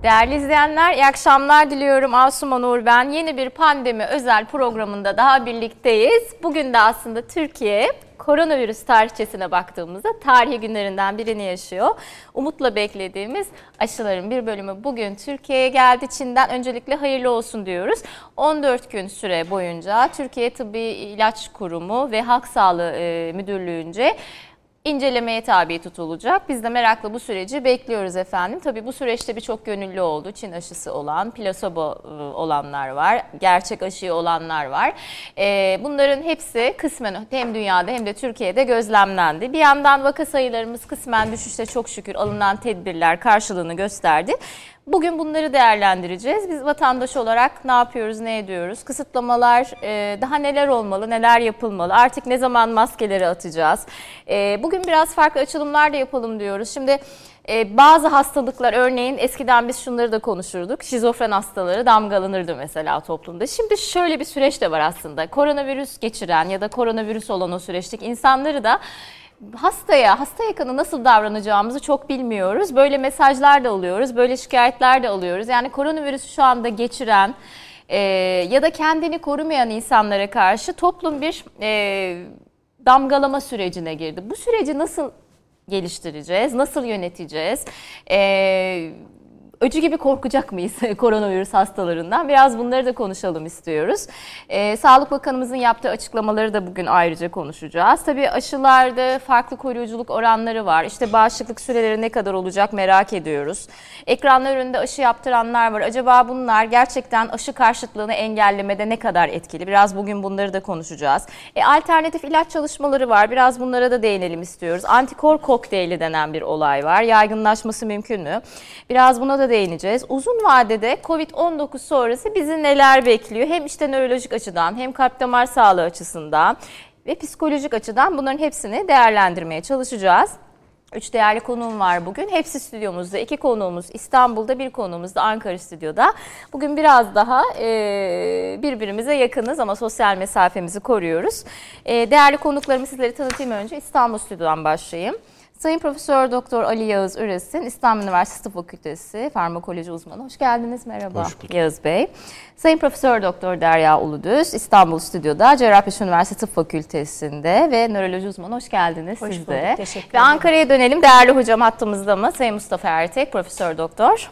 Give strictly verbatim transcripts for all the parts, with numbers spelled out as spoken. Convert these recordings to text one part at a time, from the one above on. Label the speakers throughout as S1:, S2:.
S1: Değerli izleyenler, iyi akşamlar diliyorum. Asuman Uğur ben. Yeni bir pandemi özel programında daha birlikteyiz. Bugün de aslında Türkiye koronavirüs tarihçesine baktığımızda tarihi günlerinden birini yaşıyor. Umutla beklediğimiz aşıların bir bölümü bugün Türkiye'ye geldi. Çin'den öncelikle hayırlı olsun diyoruz. on dört gün süre boyunca Türkiye Tıbbi İlaç Kurumu ve Halk Sağlığı Müdürlüğü'nce İncelemeye tabi tutulacak. Biz de merakla bu süreci bekliyoruz efendim. Tabii bu süreçte birçok gönüllü oldu. Çin aşısı olan, plasebo olanlar var, gerçek aşıyı olanlar var. Bunların hepsi kısmen hem dünyada hem de Türkiye'de gözlemlendi. Bir yandan vaka sayılarımız kısmen düşüşte, çok şükür alınan tedbirler karşılığını gösterdi. Bugün bunları değerlendireceğiz. Biz vatandaş olarak ne yapıyoruz, ne ediyoruz? Kısıtlamalar daha neler olmalı, neler yapılmalı? Artık ne zaman maskeleri atacağız? Bugün biraz farklı açılımlar da yapalım diyoruz. Şimdi bazı hastalıklar, örneğin eskiden biz şunları da konuşurduk. Şizofren hastaları damgalanırdı mesela toplumda. Şimdi şöyle bir süreç de var aslında. Koronavirüs geçiren ya da koronavirüs olan o süreçteki insanları da hastaya, hasta yakını nasıl davranacağımızı çok bilmiyoruz. Böyle mesajlar da alıyoruz, böyle şikayetler de alıyoruz. Yani koronavirüsü şu anda geçiren e, ya da kendini korumayan insanlara karşı toplum bir e, damgalama sürecine girdi. Bu süreci nasıl geliştireceğiz, nasıl yöneteceğiz? E, Öcü gibi korkacak mıyız koronavirüs hastalarından? Biraz bunları da konuşalım istiyoruz. Ee, Sağlık Bakanımızın yaptığı açıklamaları da bugün ayrıca konuşacağız. Tabii aşılarda farklı koruyuculuk oranları var. İşte bağışıklık süreleri ne kadar olacak merak ediyoruz. Ekranlar önünde aşı yaptıranlar var. Acaba bunlar gerçekten aşı karşıtlığını engellemede ne kadar etkili? Biraz bugün bunları da konuşacağız. E, alternatif ilaç çalışmaları var. Biraz bunlara da değinelim istiyoruz. Antikor kokteyli denen bir olay var. Yaygınlaşması mümkün mü? Biraz buna da değineceğiz. Uzun vadede kovid on dokuz sonrası bizi neler bekliyor? Hem işte nörolojik açıdan hem kalp damar sağlığı açısından ve psikolojik açıdan bunların hepsini değerlendirmeye çalışacağız. Üç değerli konuğum var bugün. Hepsi stüdyomuzda. İki konuğumuz İstanbul'da, bir konuğumuz da Ankara stüdyoda. Bugün biraz daha e, birbirimize yakınız ama sosyal mesafemizi koruyoruz. E, değerli konuklarımı sizlere tanıtayım önce. İstanbul stüdyodan başlayayım. Sayın Profesör Doktor Ali Yağız Üresin, İstanbul Üniversitesi Tıp Fakültesi Farmakoloji uzmanı. Hoş geldiniz. Merhaba Yağız Bey. Sayın Profesör Doktor Derya Uludüz, İstanbul Stüdyo'da Cerrahpaşa Üniversitesi Tıp Fakültesi'nde ve nöroloji uzmanı. Hoş geldiniz
S2: Hoş
S1: siz
S2: bulduk.
S1: de.
S2: Teşekkür ederim.
S1: Ve Ankara'ya dönelim. Değerli hocam hattımızda mı? Sayın Mustafa Ertek, Profesör Doktor.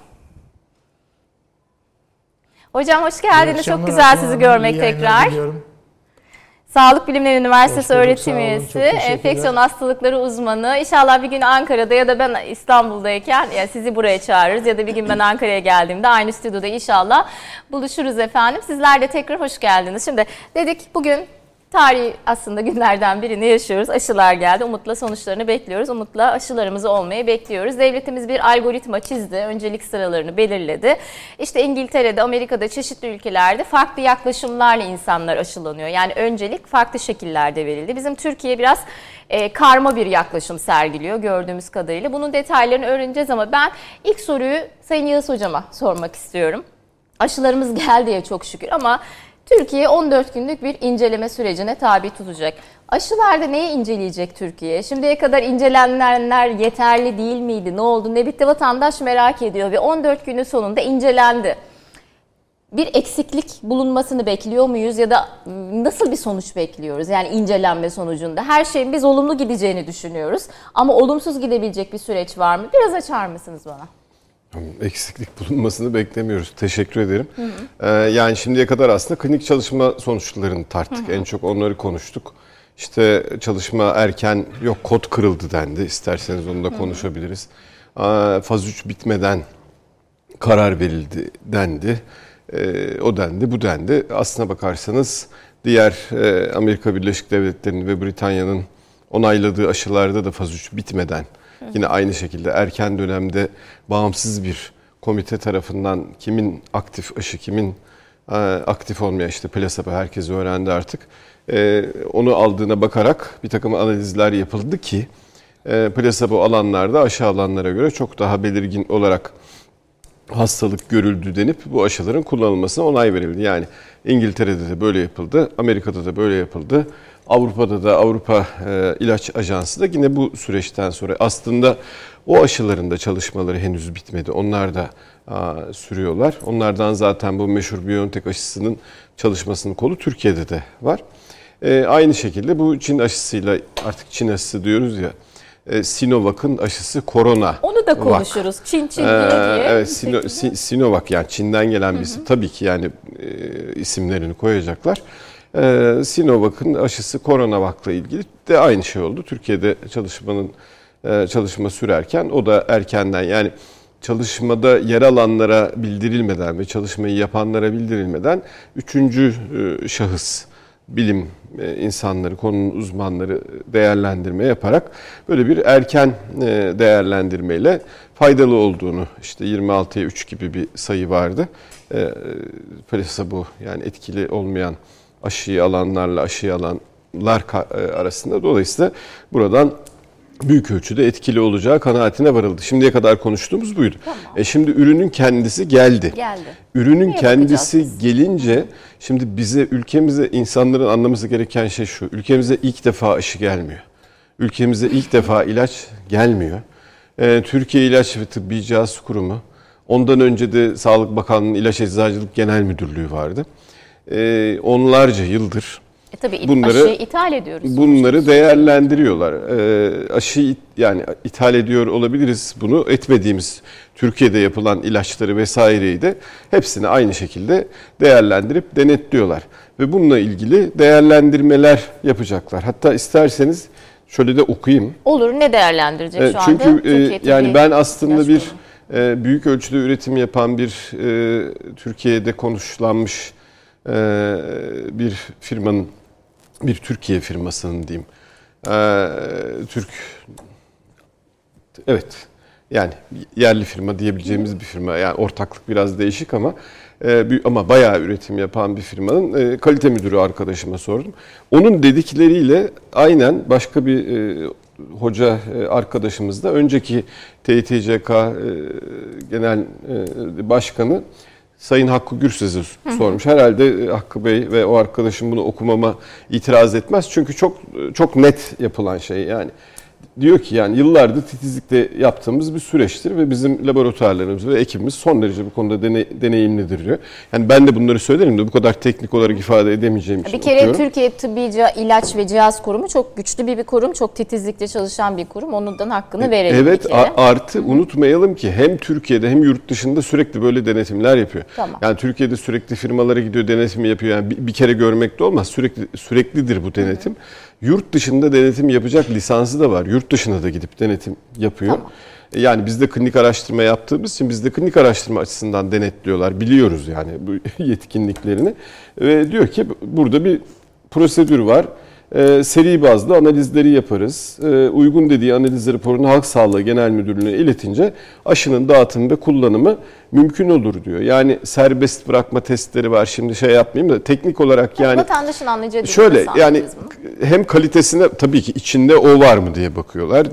S1: Hocam hoş geldiniz. Çok güzel sizi görmek tekrar. Sağlık Bilimleri Üniversitesi
S3: bulduk,
S1: öğretim üyesi,
S3: olun,
S1: enfeksiyon hastalıkları uzmanı. İnşallah bir gün Ankara'da ya da ben İstanbul'dayken ya sizi buraya çağırırız ya da bir gün ben Ankara'ya geldiğimde aynı stüdyoda inşallah buluşuruz efendim. Sizler de tekrar hoş geldiniz. Şimdi dedik bugün tarihi aslında günlerden birini yaşıyoruz. Aşılar geldi. Umutla sonuçlarını bekliyoruz. Umutla aşılarımızı olmayı bekliyoruz. Devletimiz bir algoritma çizdi. Öncelik sıralarını belirledi. İşte İngiltere'de, Amerika'da, çeşitli ülkelerde farklı yaklaşımlarla insanlar aşılanıyor. Yani öncelik farklı şekillerde verildi. Bizim Türkiye biraz e, karma bir yaklaşım sergiliyor gördüğümüz kadarıyla. Bunun detaylarını öğreneceğiz ama ben ilk soruyu Sayın Yağız Hocam'a sormak istiyorum. Aşılarımız geldi ya çok şükür ama Türkiye on dört günlük bir inceleme sürecine tabi tutacak. Aşılarda neyi inceleyecek Türkiye? Şimdiye kadar incelenenler yeterli değil miydi? Ne oldu? Ne bitti? Vatandaş merak ediyor ve on dört günün sonunda incelendi. Bir eksiklik bulunmasını bekliyor muyuz ya da nasıl bir sonuç bekliyoruz? Yani incelenme sonucunda her şeyin biz olumlu gideceğini düşünüyoruz ama olumsuz gidebilecek bir süreç var mı? Biraz açar mısınız bana?
S3: Eksiklik bulunmasını beklemiyoruz. Teşekkür ederim. Hı hı. Ee, yani şimdiye kadar aslında klinik çalışma sonuçlarını tarttık. Hı hı. En çok onları konuştuk. İşte çalışma erken, yok kod kırıldı dendi. İsterseniz onu da konuşabiliriz. Ee, faz üç bitmeden karar verildi dendi. Ee, o dendi, bu dendi. Aslına bakarsanız diğer e, Amerika Birleşik Devletleri'nin ve Britanya'nın onayladığı aşılarda da faz üç bitmeden yine aynı şekilde erken dönemde bağımsız bir komite tarafından kimin aktif aşı, kimin e, aktif olmayan, işte plasebo herkes öğrendi artık. E, onu aldığına bakarak bir takım analizler yapıldı ki e, plasebo alanlarda aşı alanlara göre çok daha belirgin olarak hastalık görüldü denip bu aşıların kullanılmasına onay verildi. Yani İngiltere'de de böyle yapıldı, Amerika'da da böyle yapıldı. Avrupa'da da Avrupa e, İlaç Ajansı da yine bu süreçten sonra aslında o aşıların da çalışmaları henüz bitmedi. Onlar da a, sürüyorlar. Onlardan zaten bu meşhur BioNTech aşısının çalışmasının kolu Türkiye'de de var. E, aynı şekilde bu Çin aşısıyla, artık Çin aşısı diyoruz ya, e, Sinovac'ın aşısı Corona.
S1: Onu da konuşuruz. Vac. Çin Çin diye diye.
S3: Evet, Sino, Sinovac, yani Çin'den gelen bir isim. Tabii ki yani e, isimlerini koyacaklar. Ee, Sinovac'ın aşısı Coronavac'la ilgili de aynı şey oldu. Türkiye'de çalışmanın e, çalışma sürerken o da erkenden, yani çalışmada yer alanlara bildirilmeden ve çalışmayı yapanlara bildirilmeden üçüncü e, şahıs bilim e, insanları, konunun uzmanları değerlendirme yaparak böyle bir erken e, değerlendirmeyle faydalı olduğunu, işte yirmi altıya üç gibi bir sayı vardı. E, placebo, yani etkili olmayan aşıyı alanlarla aşıyı alanlar arasında, dolayısıyla buradan büyük ölçüde etkili olacağı kanaatine varıldı. Şimdiye kadar konuştuğumuz buydu. Tamam. E şimdi ürünün kendisi geldi.
S1: Geldi.
S3: Ürünün ne kendisi gelince şimdi bize, ülkemize, insanların anlaması gereken şey şu: ülkemize ilk defa aşı gelmiyor. Ülkemize ilk defa ilaç gelmiyor. E, Türkiye İlaç ve Tıbbi Cihaz Kurumu, ondan önce de Sağlık Bakanlığı'nın İlaç Eczacılık Genel Müdürlüğü vardı. Ee, onlarca yıldır
S1: e tabii
S3: bunları
S1: aşıyı ithal ediyoruz.
S3: Bunları değerlendiriyorlar. Ee, aşıyı yani ithal ediyor olabiliriz. Bunu etmediğimiz Türkiye'de yapılan ilaçları vesaireyi de hepsini aynı şekilde değerlendirip denetliyorlar. Ve bununla ilgili değerlendirmeler yapacaklar. Hatta isterseniz şöyle de okuyayım.
S1: Olur, ne değerlendirecek
S3: ee,
S1: şu
S3: çünkü,
S1: anda?
S3: Çünkü e, yani ben aslında bir e, büyük ölçüde üretim yapan bir e, Türkiye'de konuşlanmış bir firmanın, bir Türkiye firmasının diyeyim, Türk, evet, yani yerli firma diyebileceğimiz bir firma, yani ortaklık biraz değişik ama ama bayağı üretim yapan bir firmanın kalite müdürü arkadaşıma sordum. Onun dedikleriyle aynen başka bir hoca arkadaşımız da, önceki T İ T C K Genel Başkanı Sayın Hakkı Gürses'e sormuş. Herhalde Hakkı Bey ve o arkadaşım bunu okumama itiraz etmez. Çünkü çok çok net yapılan şey, yani diyor ki yani yıllardır titizlikle yaptığımız bir süreçtir ve bizim laboratuvarlarımız ve ekibimiz son derece bu konuda dene, deneyimlidir diyor. Yani ben de bunları söylerim de bu kadar teknik olarak ifade edemeyeceğim için
S1: bir kere
S3: okuyorum.
S1: Türkiye Tıbbi İlaç ve Cihaz Kurumu çok güçlü bir, bir kurum, çok titizlikle çalışan bir kurum. Ondan hakkını verelim.
S3: Evet,
S1: bir kere.
S3: Artı Hı-hı. unutmayalım ki hem Türkiye'de hem yurt dışında sürekli böyle denetimler yapıyor.
S1: Tamam. Yani
S3: Türkiye'de sürekli firmalara gidiyor, denetim yapıyor. Yani bir, bir kere görmek de olmaz. Sürekli süreklidir bu denetim. Hı-hı. Yurt dışında denetim yapacak lisansı da var. Yurt dışına da gidip denetim yapıyor.
S1: Tamam.
S3: Yani biz de klinik araştırma yaptığımız için biz de klinik araştırma açısından denetliyorlar. Biliyoruz yani bu yetkinliklerini. Ve diyor ki burada bir prosedür var. Ee, seri bazlı analizleri yaparız. Ee, uygun dediği analiz raporunu Halk Sağlığı Genel Müdürlüğü'ne iletince aşının dağıtımı ve kullanımı mümkün olur diyor. Yani serbest bırakma testleri var. Şimdi şey yapmayayım da teknik olarak yani.
S1: Vatandaşın anlayacağı
S3: şöyle yani hem kalitesine tabii ki içinde o var mı diye bakıyorlar.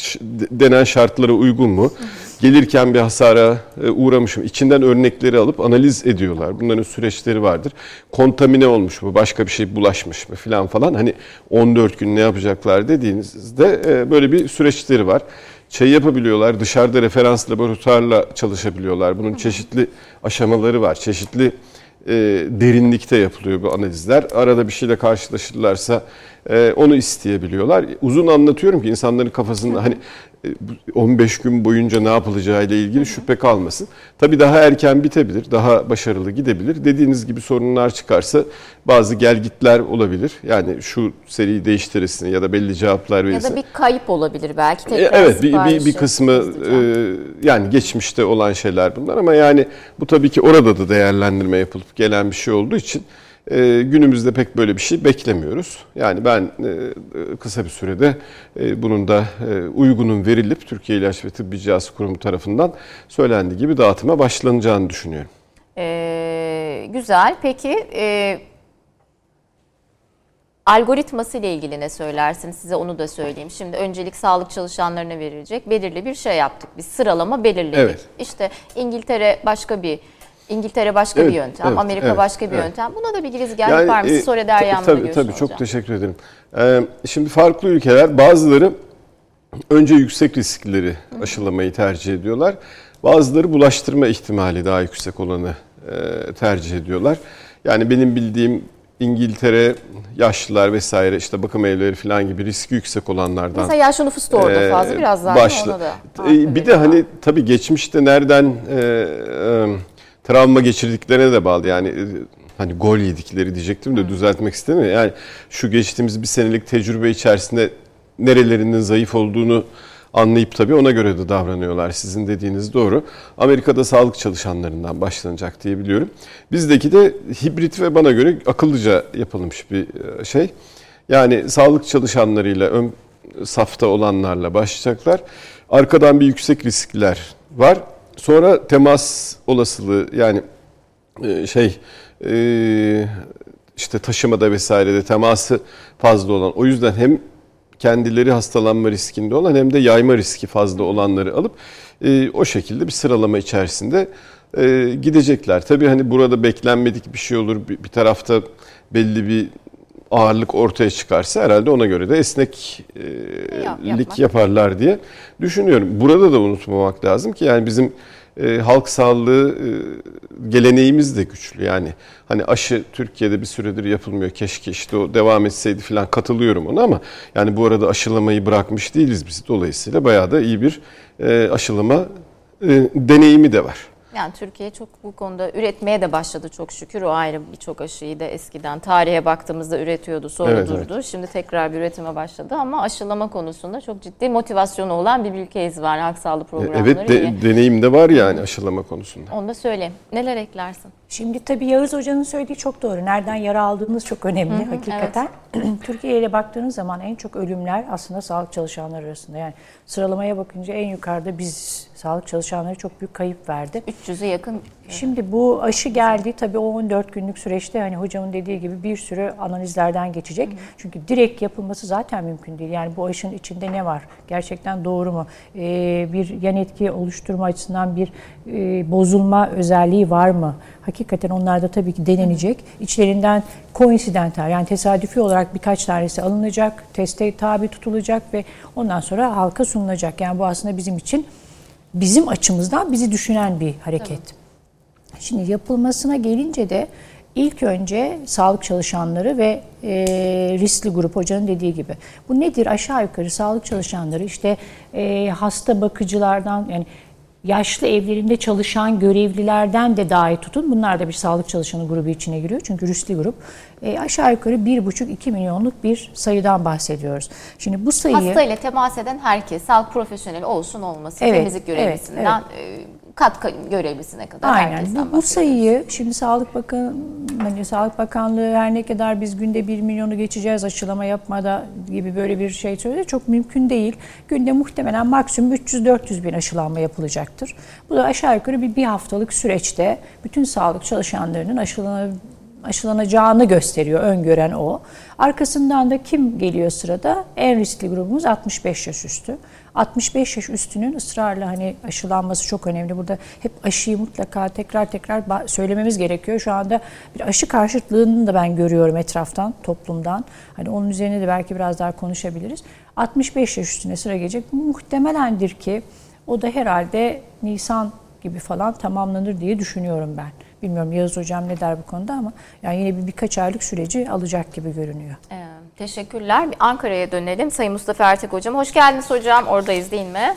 S3: Denen şartlara uygun mu? Hı hı. Gelirken bir hasara uğramışım. İçinden örnekleri alıp analiz ediyorlar. Bunların süreçleri vardır. Kontamine olmuş mu? Başka bir şey bulaşmış mı? Falan falan. Hani on dört gün ne yapacaklar dediğinizde böyle bir süreçleri var. Şey yapabiliyorlar. Dışarıda referans laboratuvarla çalışabiliyorlar. Bunun çeşitli aşamaları var. Çeşitli e, derinlikte yapılıyor bu analizler. Arada bir şeyle karşılaşırlarsa e, onu isteyebiliyorlar. Uzun anlatıyorum ki insanların kafasında hani on beş gün boyunca ne yapılacağı ile ilgili şüphe kalmasın. Tabii daha erken bitebilir, daha başarılı gidebilir. Dediğiniz gibi sorunlar çıkarsa bazı gelgitler olabilir. Yani şu seriyi değiştirirsin ya da belli cevaplar verirsin.
S1: Ya da bir kayıp olabilir belki.
S3: Tekrar evet, bir, bir, bir kısmı e, yani geçmişte olan şeyler bunlar ama yani bu tabii ki orada da değerlendirme yapılıp gelen bir şey olduğu için Ee, günümüzde pek böyle bir şey beklemiyoruz. Yani ben e, kısa bir sürede e, bunun da e, uygunun verilip Türkiye İlaç ve Tıbbi Cihaz Kurumu tarafından söylendiği gibi dağıtıma başlanacağını düşünüyorum.
S1: Ee, güzel. Peki e, Algoritması ile ilgili ne söylersiniz? Size onu da söyleyeyim. Şimdi öncelik sağlık çalışanlarına verilecek. Belirli bir şey yaptık. Bir sıralama belirledik.
S3: Evet.
S1: İşte İngiltere başka bir İngiltere başka
S3: evet,
S1: bir yöntem,
S3: evet,
S1: Amerika
S3: evet,
S1: başka bir
S3: evet.
S1: yöntem. Buna da bir girizgah
S3: Yani,
S1: yapar mısınız?
S3: e,
S1: Sonra Derya'mla
S3: tabii,
S1: görüşürüz.
S3: tabii, çok teşekkür ederim. Ee, şimdi farklı ülkeler bazıları önce yüksek riskleri aşılamayı tercih ediyorlar. Bazıları bulaştırma ihtimali daha yüksek olanı e, tercih ediyorlar. Yani benim bildiğim İngiltere yaşlılar vesaire işte bakım evleri falan gibi riski yüksek olanlardan.
S1: Mesela yaşlı nüfus da orada fazla biraz daha
S3: başla.
S1: ona da.
S3: E, bir de hani tabii geçmişte nereden e, e, travma geçirdiklerine de bağlı. Yani e, hani gol yedikleri diyecektim de düzeltmek istemiyorum. Yani şu geçtiğimiz bir senelik tecrübe içerisinde nerelerinin zayıf olduğunu anlayıp tabii ona göre de davranıyorlar. Sizin dediğiniz doğru. Amerika'da sağlık çalışanlarından başlanacak diye biliyorum. Bizdeki de hibrit ve bana göre akıllıca yapılmış bir şey. Yani sağlık çalışanlarıyla ön safta olanlarla başlayacaklar. Arkadan bir yüksek riskler var. Sonra temas olasılığı yani şey işte taşımada vesairede teması fazla olan. O yüzden hem kendileri hastalanma riskinde olan hem de yayma riski fazla olanları alıp e, o şekilde bir sıralama içerisinde e, gidecekler. Tabii hani burada beklenmedik bir şey olur. Bir, bir tarafta belli bir ağırlık ortaya çıkarsa herhalde ona göre de esneklik e, yaparlar diye düşünüyorum. Burada da unutmamak lazım ki yani bizim e, halk sağlığı e, geleneğimiz de güçlü. Yani hani aşı Türkiye'de bir süredir yapılmıyor. Keşke işte o devam etseydi falan katılıyorum ona ama yani bu arada aşılamayı bırakmış değiliz biz. Dolayısıyla bayağı da iyi bir e, aşılama e, deneyimi de var.
S1: Yani Türkiye çok bu konuda üretmeye de başladı çok şükür. O ayrı birçok aşıyı da eskiden tarihe baktığımızda üretiyordu sonra
S3: evet,
S1: durdu. Evet. Şimdi tekrar bir üretime başladı ama aşılama konusunda çok ciddi motivasyonu olan bir ülkeyiz var halk sağlığı programları.
S3: Evet de, deneyim de var yani aşılama konusunda.
S1: Onu da söyleyeyim. Neler eklersin?
S2: Şimdi tabii Yağız Hoca'nın söylediği çok doğru. Nereden yara aldığınız çok önemli hı hı, hakikaten. Evet. Türkiye'ye ile baktığınız zaman en çok ölümler aslında sağlık çalışanları arasında. Yani sıralamaya bakınca en yukarıda biz sağlık çalışanları çok büyük kayıp verdi.
S1: üç yüze yakın.
S2: Şimdi bu aşı geldi tabii o on dört günlük süreçte hani hocamın dediği gibi bir sürü analizlerden geçecek. Hı hı. Çünkü direkt yapılması zaten mümkün değil. Yani bu aşının içinde ne var? Gerçekten doğru mu? Ee, bir yan etki oluşturma açısından bir e, bozulma özelliği var mı? Hakikaten onlar da tabii ki denenecek. Hı hı. İçlerinden koinsidental yani tesadüfi olarak birkaç tanesi alınacak, teste tabi tutulacak ve ondan sonra halka sunulacak. Yani bu aslında bizim için bizim açımızdan bizi düşünen bir hareket. Tabii. Şimdi yapılmasına gelince de ilk önce sağlık çalışanları ve e, riskli grup hocanın dediği gibi. Bu nedir? Aşağı yukarı sağlık çalışanları işte e, hasta bakıcılardan yani yaşlı evlerinde çalışan görevlilerden de dahi tutun. Bunlar da bir sağlık çalışanı grubu içine giriyor. Çünkü riskli grup. E, aşağı yukarı bir buçuk iki milyonluk bir sayıdan bahsediyoruz. Şimdi bu sayıyı...
S1: Hastayla temas eden herkes, sağlık profesyoneli olsun olmasın, evet, temizlik görevlisinden evet, evet. katkı görevlisine kadar
S2: aynen.
S1: herkesten
S2: bu, bu sayıyı şimdi Sağlık Bakanı, hani Sağlık Bakanlığı her ne kadar biz günde bir milyonu geçeceğiz aşılama yapmada gibi böyle bir şey söyledi çok mümkün değil. Günde muhtemelen maksimum üç yüz dört yüz bin aşılanma yapılacaktır. Bu da aşağı yukarı bir, bir haftalık süreçte bütün sağlık çalışanlarının aşılanabilir aşılanacağını gösteriyor, öngören o. Arkasından da kim geliyor sırada? En riskli grubumuz altmış beş yaş üstü. altmış beş yaş üstünün ısrarla hani aşılanması çok önemli. Burada hep aşıyı mutlaka tekrar tekrar söylememiz gerekiyor. Şu anda bir aşı karşıtlığını da ben görüyorum etraftan, toplumdan. Hani onun üzerine de belki biraz daha konuşabiliriz. altmış beş yaş üstüne sıra gelecek. Muhtemelendir ki o da herhalde Nisan gibi falan tamamlanır diye düşünüyorum ben. Bilmiyorum Yağız Hocam ne der bu konuda ama yani yine bir birkaç aylık süreci alacak gibi görünüyor.
S1: Ee, teşekkürler. Ankara'ya dönelim. Sayın Mustafa Ertek Hocam. Hoş geldiniz hocam. Oradayız değil mi?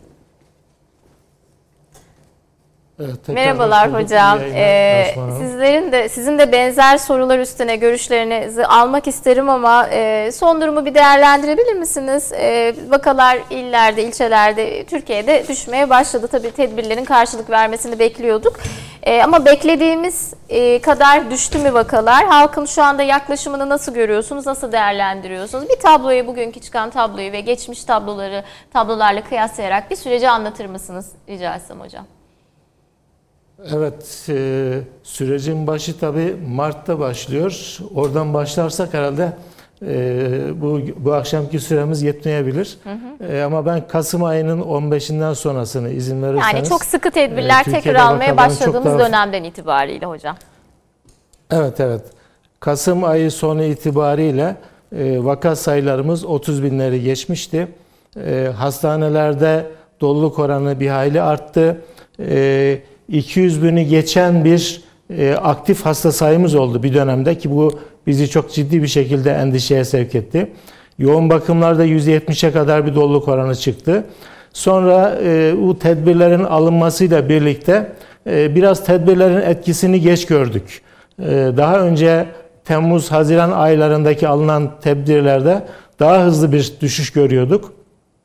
S1: Evet, Merhabalar hocam. Ee, sizlerin de sizin de benzer sorular üstüne görüşlerinizi almak isterim ama e, son durumu bir değerlendirebilir misiniz? E, vakalar illerde, ilçelerde, Türkiye'de düşmeye başladı. Tabii tedbirlerin karşılık vermesini bekliyorduk. E, ama beklediğimiz e, kadar düştü mü vakalar? Halkın şu anda yaklaşımını nasıl görüyorsunuz? Nasıl değerlendiriyorsunuz? Bir tabloyu, bugünkü çıkan tabloyu ve geçmiş tabloları tablolarla kıyaslayarak bir süreci anlatır mısınız? Rica etsem hocam.
S4: Evet, e, sürecin başı tabii Mart'ta başlıyor. Oradan başlarsak herhalde e, bu bu akşamki süremiz yetmeyebilir. Hı hı. E, ama ben Kasım ayının on beşinden sonrasını izin verirseniz.
S1: Yani çok sıkı tedbirler e, tekrar almaya başladığımız daha... dönemden itibariyle hocam.
S4: Evet evet. Kasım ayı sonu itibariyle e, vaka sayılarımız otuz binleri geçmişti. E, hastanelerde doluluk oranı bir hayli arttı. E, iki yüz bini geçen bir e, aktif hasta sayımız oldu bir dönemde ki bu bizi çok ciddi bir şekilde endişeye sevk etti. Yoğun bakımlarda yüz yetmişe kadar bir doluluk oranı çıktı. Sonra e, bu tedbirlerin alınmasıyla birlikte e, biraz tedbirlerin etkisini geç gördük. E, daha önce Temmuz, Haziran aylarındaki alınan tedbirlerde daha hızlı bir düşüş görüyorduk.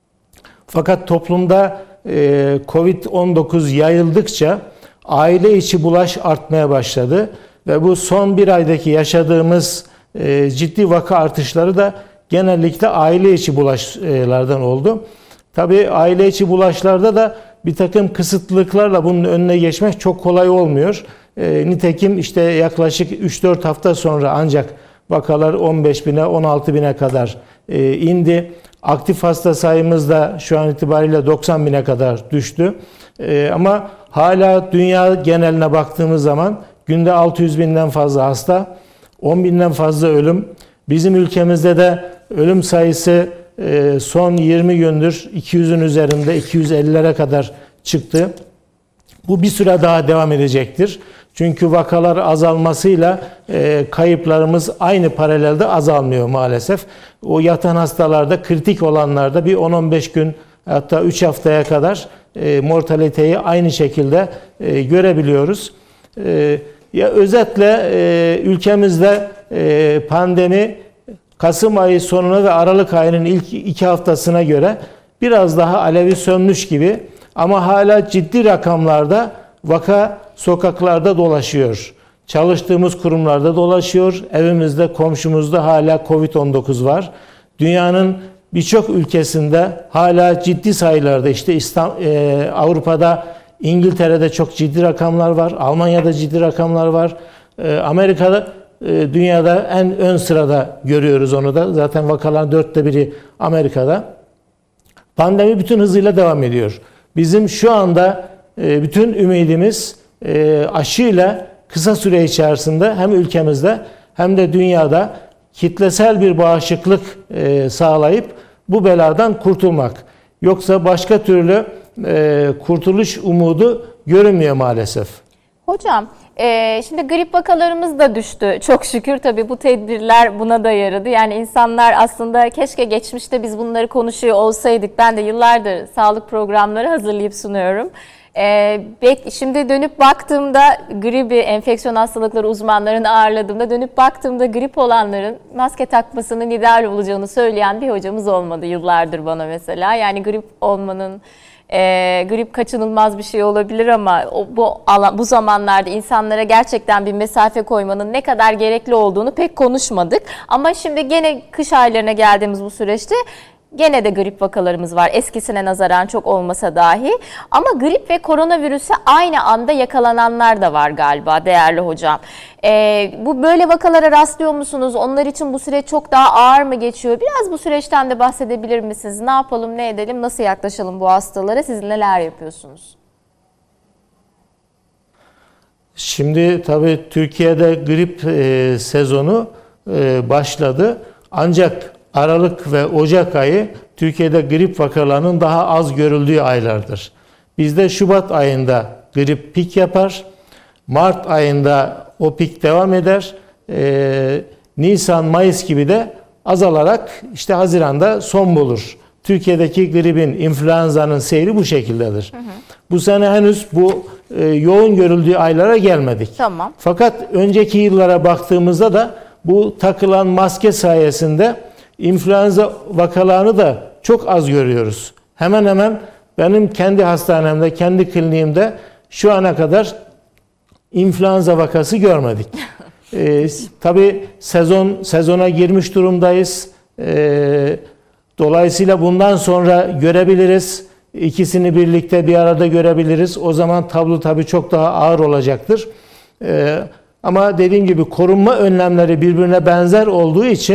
S4: Fakat toplumda e, kovid on dokuz yayıldıkça aile içi bulaş artmaya başladı ve bu son bir aydaki yaşadığımız e, ciddi vaka artışları da genellikle aile içi bulaşlardan oldu. Tabii aile içi bulaşlarda da bir takım kısıtlılıklarla bunun önüne geçmek çok kolay olmuyor. E, nitekim işte yaklaşık üç dört hafta sonra ancak vakalar on beş bine on altı bine kadar e, indi. Aktif hasta sayımız da şu an itibariyle doksan bine kadar düştü. E, ama hala dünya geneline baktığımız zaman günde altı yüz binden fazla hasta, on binden fazla ölüm. Bizim ülkemizde de ölüm sayısı e, son yirmi gündür iki yüzün üzerinde, iki yüz ellilere kadar çıktı. Bu bir süre daha devam edecektir. Çünkü vakalar azalmasıyla e, kayıplarımız aynı paralelde azalmıyor maalesef. O yatan hastalarda, kritik olanlarda bir on on beş gün hatta üç haftaya kadar e, mortaliteyi aynı şekilde e, görebiliyoruz. E, ya özetle e, ülkemizde e, pandemi Kasım ayı sonuna ve Aralık ayının ilk iki haftasına göre biraz daha alevi sönmüş gibi ama hala ciddi rakamlarda vaka sokaklarda dolaşıyor. Çalıştığımız kurumlarda dolaşıyor. Evimizde, komşumuzda hala kovid on dokuz var. Dünyanın birçok ülkesinde hala ciddi sayılarda işte İstanbul, e, Avrupa'da, İngiltere'de çok ciddi rakamlar var. Almanya'da ciddi rakamlar var. E, Amerika'da e, dünyada en ön sırada görüyoruz onu da. Zaten vakaların dörtte biri Amerika'da. Pandemi bütün hızıyla devam ediyor. Bizim şu anda e, bütün ümidimiz e, aşıyla kısa süre içerisinde hem ülkemizde hem de dünyada kitlesel bir bağışıklık e, sağlayıp bu beladan kurtulmak. Yoksa başka türlü e, kurtuluş umudu görünmüyor maalesef.
S1: Hocam, e, şimdi grip vakalarımız da düştü. Çok şükür tabii bu tedbirler buna da yaradı. Yani insanlar aslında keşke geçmişte biz bunları konuşuyor olsaydık. Ben de yıllardır sağlık programları hazırlayıp sunuyorum. Ee, şimdi dönüp baktığımda gribi, enfeksiyon hastalıkları uzmanlarını ağırladığımda dönüp baktığımda grip olanların maske takmasının ideal olacağını söyleyen bir hocamız olmadı yıllardır bana mesela. Yani grip olmanın, e, grip kaçınılmaz bir şey olabilir ama o, bu, alan, bu zamanlarda insanlara gerçekten bir mesafe koymanın ne kadar gerekli olduğunu pek konuşmadık. Ama şimdi gene kış aylarına geldiğimiz bu süreçte gene de grip vakalarımız var. Eskisine nazaran çok olmasa dahi. Ama grip ve koronavirüse aynı anda yakalananlar da var galiba değerli hocam. Ee, bu böyle vakalara rastlıyor musunuz? Onlar için bu süreç çok daha ağır mı geçiyor? Biraz bu süreçten de bahsedebilir misiniz? Ne yapalım, ne edelim, nasıl yaklaşalım bu hastalara? Siz neler yapıyorsunuz?
S4: Şimdi tabii Türkiye'de grip e, sezonu e, başladı. Ancak Aralık ve Ocak ayı Türkiye'de grip vakalarının daha az görüldüğü aylardır. Bizde Şubat ayında grip pik yapar. Mart ayında o pik devam eder. Ee, Nisan, Mayıs gibi de azalarak işte Haziran'da son bulur. Türkiye'deki gripin, influenza'nın seyri bu şekildedir. Hı hı. Bu sene henüz bu e, yoğun görüldüğü aylara gelmedik.
S1: Tamam.
S4: Fakat önceki yıllara baktığımızda da bu takılan maske sayesinde influenza vakalarını da çok az görüyoruz. Hemen hemen benim kendi hastanemde, kendi kliniğimde şu ana kadar influenza vakası görmedik. ee, tabii sezon sezona girmiş durumdayız. Ee, dolayısıyla bundan sonra görebiliriz. İkisini birlikte bir arada görebiliriz. O zaman tablo tabii çok daha ağır olacaktır. Ee, ama dediğim gibi korunma önlemleri birbirine benzer olduğu için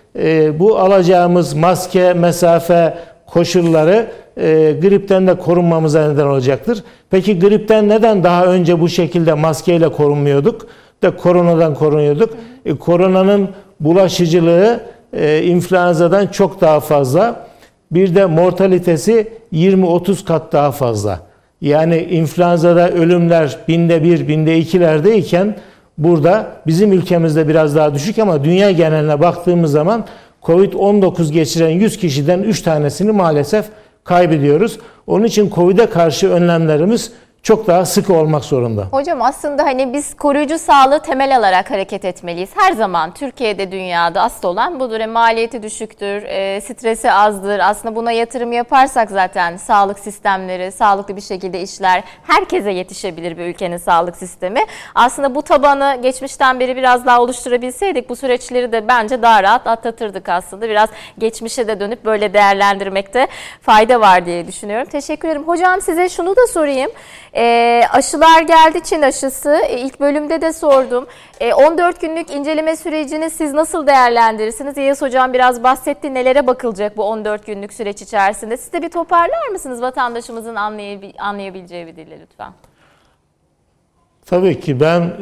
S4: e, bu alacağımız maske, mesafe koşulları e, gripten de korunmamıza neden olacaktır. Peki gripten neden daha önce bu şekilde maskeyle korunmuyorduk da koronadan korunuyorduk? E, koronanın bulaşıcılığı e, influenzadan çok daha fazla. Bir de mortalitesi yirmi otuz kat daha fazla. Yani influenza'da ölümler binde bir, binde ikilerdeyken burada bizim ülkemizde biraz daha düşük ama dünya geneline baktığımız zaman kovid on dokuz geçiren yüz kişiden üç tanesini maalesef kaybediyoruz. Onun için Covid'e karşı önlemlerimiz çok daha sıkı olmak zorunda.
S1: Hocam aslında hani biz koruyucu sağlığı temel alarak hareket etmeliyiz. Her zaman Türkiye'de, dünyada asıl olan budur. Maliyeti düşüktür, e, stresi azdır. Aslında buna yatırım yaparsak zaten sağlık sistemleri sağlıklı bir şekilde işler. Herkese yetişebilir bir ülkenin sağlık sistemi. Aslında bu tabanı geçmişten beri biraz daha oluşturabilseydik bu süreçleri de bence daha rahat atlatırdık aslında. Biraz geçmişe de dönüp böyle değerlendirmekte fayda var diye düşünüyorum. Teşekkür ederim. Hocam size şunu da sorayım. E, aşılar geldi, Çin aşısı. E, ilk bölümde de sordum. E, on dört günlük inceleme sürecini siz nasıl değerlendirirsiniz? İlyas Hocam biraz bahsetti. Nelere bakılacak bu on dört günlük süreç içerisinde? Siz de bir toparlar mısınız vatandaşımızın anlayabil- anlayabileceği bir dille lütfen?
S4: Tabii ki ben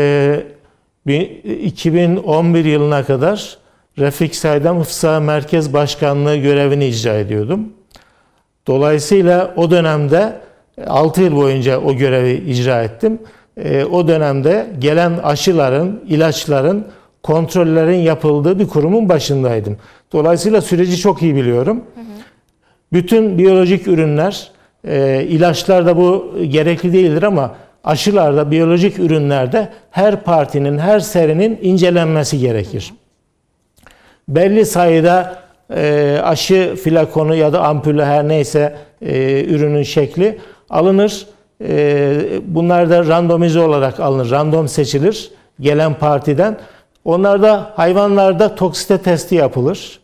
S4: e, iki bin on bir yılına kadar Refik Saydam Hıfzı Merkez Başkanlığı görevini icra ediyordum. Dolayısıyla o dönemde altı yıl boyunca o görevi icra ettim. E, o dönemde gelen aşıların, ilaçların, kontrollerin yapıldığı bir kurumun başındaydım. Dolayısıyla süreci çok iyi biliyorum. Hı hı. Bütün biyolojik ürünler, e, ilaçlarda bu gerekli değildir ama aşılarda, biyolojik ürünlerde her partinin, her serinin incelenmesi gerekir. Hı hı. Belli sayıda e, aşı flakonu ya da ampulü her neyse e, ürünün şekli alınır. Bunlar da randomize olarak alınır. Random seçilir gelen partiden. Onlarda hayvanlarda toksite testi yapılır.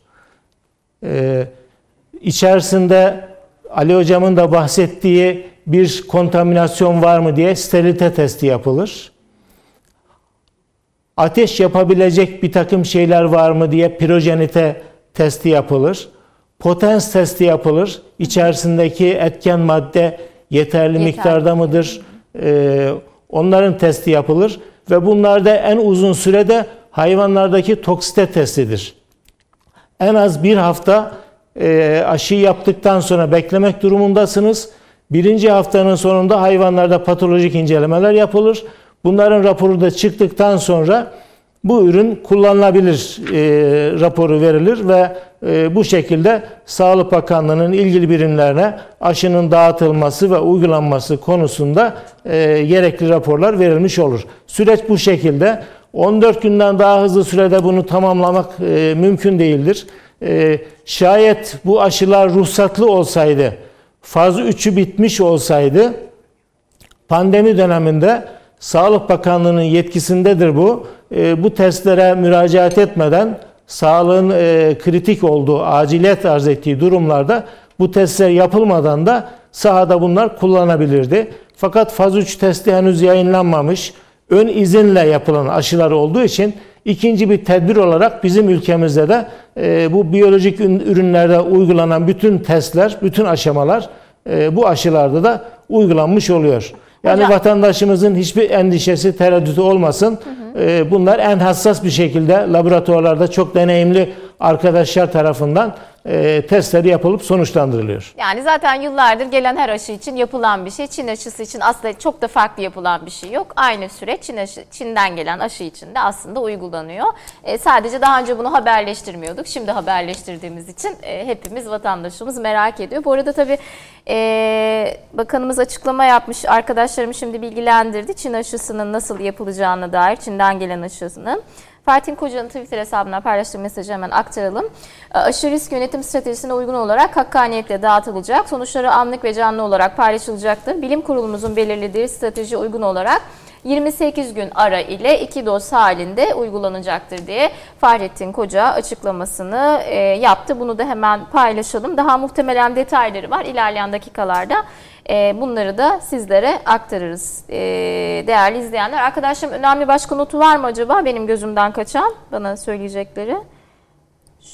S4: İçerisinde Ali Hocam'ın da bahsettiği bir kontaminasyon var mı diye sterilite testi yapılır. Ateş yapabilecek bir takım şeyler var mı diye pirojenite testi yapılır. Potens testi yapılır. İçerisindeki etken madde yeterli Yeter. miktarda mıdır? Ee, onların testi yapılır ve bunlarda en uzun sürede hayvanlardaki toksite testidir. En az bir hafta e, aşıyı yaptıktan sonra beklemek durumundasınız. Birinci haftanın sonunda hayvanlarda patolojik incelemeler yapılır. Bunların raporu da çıktıktan sonra bu ürün kullanılabilir e, raporu verilir ve e, bu şekilde Sağlık Bakanlığı'nın ilgili birimlerine aşının dağıtılması ve uygulanması konusunda e, gerekli raporlar verilmiş olur. Süreç bu şekilde. on dört günden daha hızlı sürede bunu tamamlamak e, mümkün değildir. E, şayet bu aşılar ruhsatlı olsaydı, faz üçü bitmiş olsaydı, pandemi döneminde Sağlık Bakanlığı'nın yetkisindedir bu. E, bu testlere müracaat etmeden sağlığın e, kritik olduğu, aciliyet arz ettiği durumlarda bu testler yapılmadan da sahada bunlar kullanılabilirdi. Fakat faz üç testi henüz yayınlanmamış, ön izinle yapılan aşılar olduğu için ikinci bir tedbir olarak bizim ülkemizde de e, bu biyolojik ürünlerde uygulanan bütün testler, bütün aşamalar e, bu aşılarda da uygulanmış oluyor. Yani Hocam, vatandaşımızın hiçbir endişesi, tereddütü olmasın. Hı hı. Bunlar en hassas bir şekilde laboratuvarlarda çok deneyimli arkadaşlar tarafından e, testleri yapılıp sonuçlandırılıyor.
S1: Yani zaten yıllardır gelen her aşı için yapılan bir şey. Çin aşısı için aslında çok da farklı yapılan bir şey yok. Aynı süreç Çin aşı, Çin'den gelen aşı için de aslında uygulanıyor. E, sadece daha önce bunu haberleştirmiyorduk. Şimdi haberleştirdiğimiz için e, hepimiz, vatandaşımız merak ediyor. Bu arada tabii e, bakanımız açıklama yapmış. Arkadaşlarım şimdi bilgilendirdi. Çin aşısının nasıl yapılacağına dair, Çin'den gelen aşısının. Fatih Koca'nın Twitter hesabına paylaştığı mesajı hemen aktaralım. Aşı risk yönetim stratejisine uygun olarak hakkaniyetle dağıtılacak. Sonuçları anlık ve canlı olarak paylaşılacaktır. Bilim kurulumuzun belirlediği strateji uygun olarak yirmi sekiz gün ara ile iki doz halinde uygulanacaktır diye Fahrettin Koca açıklamasını e, yaptı. Bunu da hemen paylaşalım. Daha muhtemelen detayları var ilerleyen dakikalarda. Bunları da sizlere aktarırız değerli izleyenler. Arkadaşlarım önemli başka notu var mı acaba benim gözümden kaçan bana söyleyecekleri?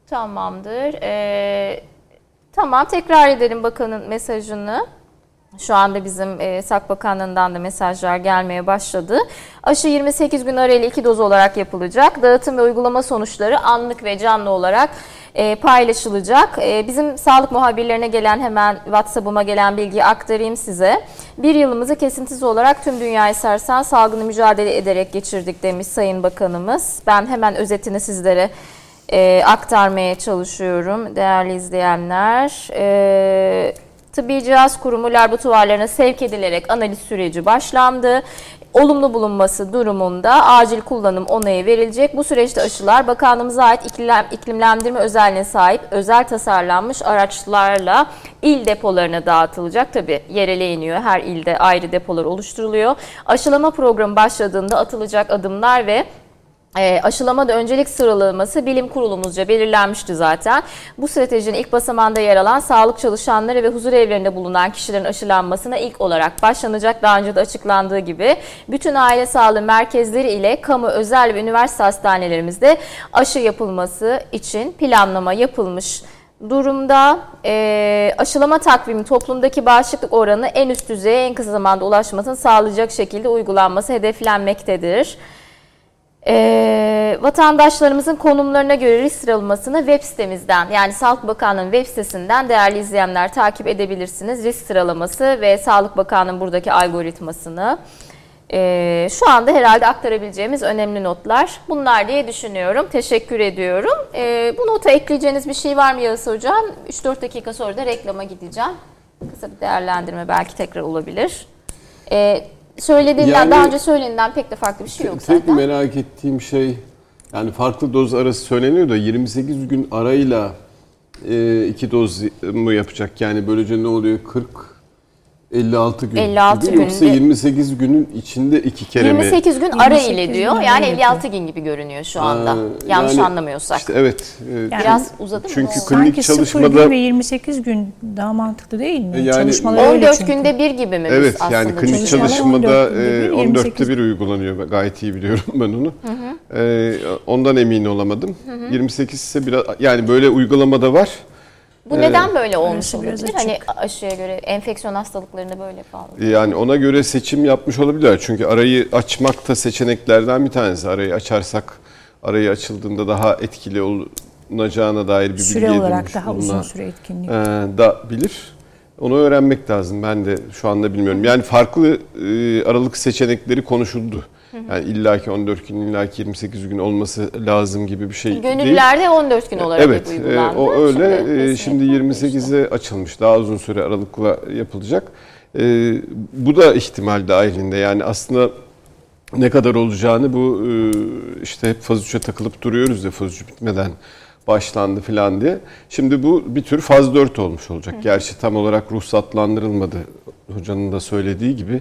S1: Tamamdır. Ee, tamam, tekrar edelim bakanın mesajını. Şu anda bizim e, Sağlık Bakanlığı'ndan da mesajlar gelmeye başladı. Aşı yirmi sekiz gün arayla iki doz olarak yapılacak. Dağıtım ve uygulama sonuçları anlık ve canlı olarak e, paylaşılacak. E, bizim sağlık muhabirlerine gelen, hemen WhatsApp'ıma gelen bilgiyi aktarayım size. Bir yılımızı kesintisiz olarak tüm dünyayı sarsan salgını mücadele ederek geçirdik demiş Sayın Bakanımız. Ben hemen özetini sizlere e, aktarmaya çalışıyorum değerli izleyenler. E, Tıbbi Cihaz Kurumu laboratuvarlarına sevk edilerek analiz süreci başlandı. Olumlu bulunması durumunda acil kullanım onayı verilecek. Bu süreçte aşılar bakanlığımıza ait iklim, iklimlendirme özelliğine sahip özel tasarlanmış araçlarla il depolarına dağıtılacak. Tabii yerele iniyor. Her ilde ayrı depolar oluşturuluyor. Aşılama programı başladığında atılacak adımlar ve E, aşılamada öncelik sıralaması bilim kurulumuzca belirlenmişti zaten. Bu stratejinin ilk basamağında yer alan sağlık çalışanları ve huzur evlerinde bulunan kişilerin aşılanmasına ilk olarak başlanacak. Daha önce de açıklandığı gibi bütün aile sağlığı merkezleri ile kamu, özel ve üniversite hastanelerimizde aşı yapılması için planlama yapılmış durumda. E, aşılama takvimi toplumdaki bağışıklık oranı en üst düzeye en kısa zamanda ulaşmasını sağlayacak şekilde uygulanması hedeflenmektedir. Ee, vatandaşlarımızın konumlarına göre risk sıralamasını web sitemizden, yani Sağlık Bakanlığı'nın web sitesinden değerli izleyenler takip edebilirsiniz. Risk sıralaması ve Sağlık Bakanlığı'nın buradaki algoritmasını. Ee, şu anda herhalde aktarabileceğimiz önemli notlar bunlar diye düşünüyorum. Teşekkür ediyorum. Ee, bu nota ekleyeceğiniz bir şey var mı Yağız Hocam? üç dört dakika sonra da reklama gideceğim. Kısa bir değerlendirme belki tekrar olabilir. Ee, Söylediğinden, yani, daha önce söylediğinden pek de farklı bir şey yok zaten.
S3: Tek merak ettiğim şey, yani farklı doz arası söyleniyor da yirmi sekiz gün arayla e, iki doz mu yapacak? Yani böylece ne oluyor? kırk elli altı gün
S1: elli altı
S3: gibi,
S1: günde.
S3: yoksa yirmi sekiz günün içinde iki kere mi?
S1: yirmi sekiz gün ara ile diyor. Yani elli altı gün gibi görünüyor şu anda. Ee, Yanlış yani, anlamıyorsak.
S3: İşte evet.
S1: Yani, biraz uzadı mı?
S3: Çünkü
S1: o?
S3: klinik
S2: Sanki
S3: çalışmada
S2: sıfır gün ve yirmi sekiz gün daha mantıklı değil mi?
S3: Yani,
S2: Çalışmalar
S1: on dört günde bir gibi mi
S3: evet,
S1: biz aslında?
S3: Evet, yani klinik çalışmada on dörtte bir uygulanıyor. Gayet iyi biliyorum ben onu. Hı hı. Ee, ondan emin olamadım. Hı hı. yirmi sekiz ise biraz, yani böyle uygulamada var.
S1: Bu neden böyle olmuş olabilir? Hani aşıya göre enfeksiyon hastalıklarında böyle falan.
S3: Yani ona göre seçim yapmış olabilirler. Çünkü arayı açmak da seçeneklerden bir tanesi. Arayı açarsak, arayı açıldığında daha etkili olacağına dair bir bilgi
S2: süre olarak daha uzun süre etkinlik.
S3: Da bilir. Onu öğrenmek lazım. Ben de şu anda bilmiyorum. Yani farklı e, aralık seçenekleri konuşuldu. Yani illaki on dört gün, illaki yirmi sekiz gün olması lazım gibi bir şey değil.
S1: Gönüllülerde on dört gün olarak
S3: evet, uygulandı. Evet, o öyle. Şimdi, şimdi yirmi sekize açılmış. Daha uzun süre aralıkla yapılacak. E, bu da ihtimal dahilinde. Yani aslında ne kadar olacağını bu e, işte hep faz üçe takılıp duruyoruz ya, faz üç bitmeden başlandı falan diye. Şimdi bu bir tür faz dört olmuş olacak. Hı. Gerçi tam olarak ruhsatlandırılmadı. Hocanın da söylediği gibi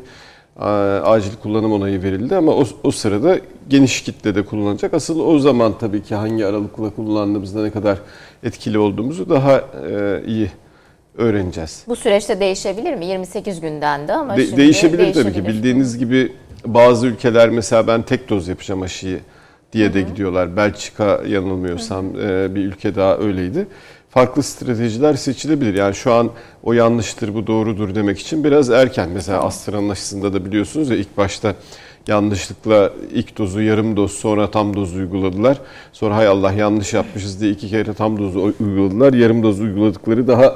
S3: acil kullanım onayı verildi ama o, o sırada geniş kitlede kullanılacak. Asıl o zaman tabii ki hangi aralıkla kullandığımızda ne kadar etkili olduğumuzu daha e, iyi öğreneceğiz.
S1: Bu süreçte değişebilir mi? yirmi sekiz günden de ama
S3: De,
S1: şimdi
S3: değişebilir,
S1: değişebilir
S3: tabii ki. Bildiğiniz gibi bazı ülkeler mesela ben tek doz yapacağım aşıyı diye de gidiyorlar. Belçika yanılmıyorsam e, bir ülke daha öyleydi. Farklı stratejiler seçilebilir. Yani şu an o yanlıştır, bu doğrudur demek için biraz erken. Mesela Astra'nın aşısında da biliyorsunuz ya, ilk başta yanlışlıkla ilk dozu yarım doz, sonra tam doz uyguladılar. Sonra hay Allah yanlış yapmışız diye iki kere tam dozu uyguladılar. Yarım doz uyguladıkları daha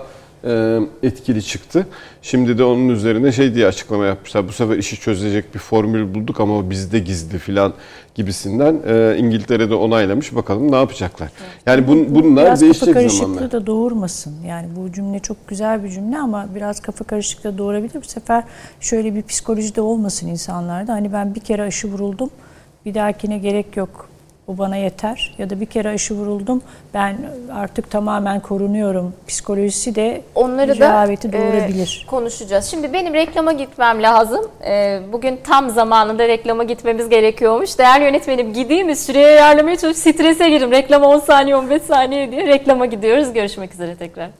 S3: etkili çıktı. Şimdi de onun üzerine şey diye açıklama yapmışlar. Bu sefer işi çözecek bir formül bulduk ama o bizde gizli filan gibisinden e, İngiltere'de onaylamış. Bakalım ne yapacaklar. Yani bun, bunlar
S2: biraz
S3: değişecek zamanlar.
S2: Biraz kafa karışıklığı da doğurmasın. Yani bu cümle çok güzel bir cümle ama biraz kafa karışıklığı doğurabilir. Bu sefer şöyle bir psikolojide olmasın insanlarda. Hani ben bir kere aşı vuruldum, bir dahakine gerek yok, bu bana yeter. Ya da bir kere aşı vuruldum, ben artık tamamen korunuyorum psikolojisi de
S1: onları
S2: rehaveti
S1: da
S2: doğurabilir.
S1: E, konuşacağız. Şimdi benim reklama gitmem lazım. E, bugün tam zamanında reklama gitmemiz gerekiyormuş. Değerli yönetmenim, gideyim mi? Süreye ayarlamaya çalışıp strese girdim. Reklama on saniye on beş saniye diye reklama gidiyoruz. Görüşmek üzere tekrar.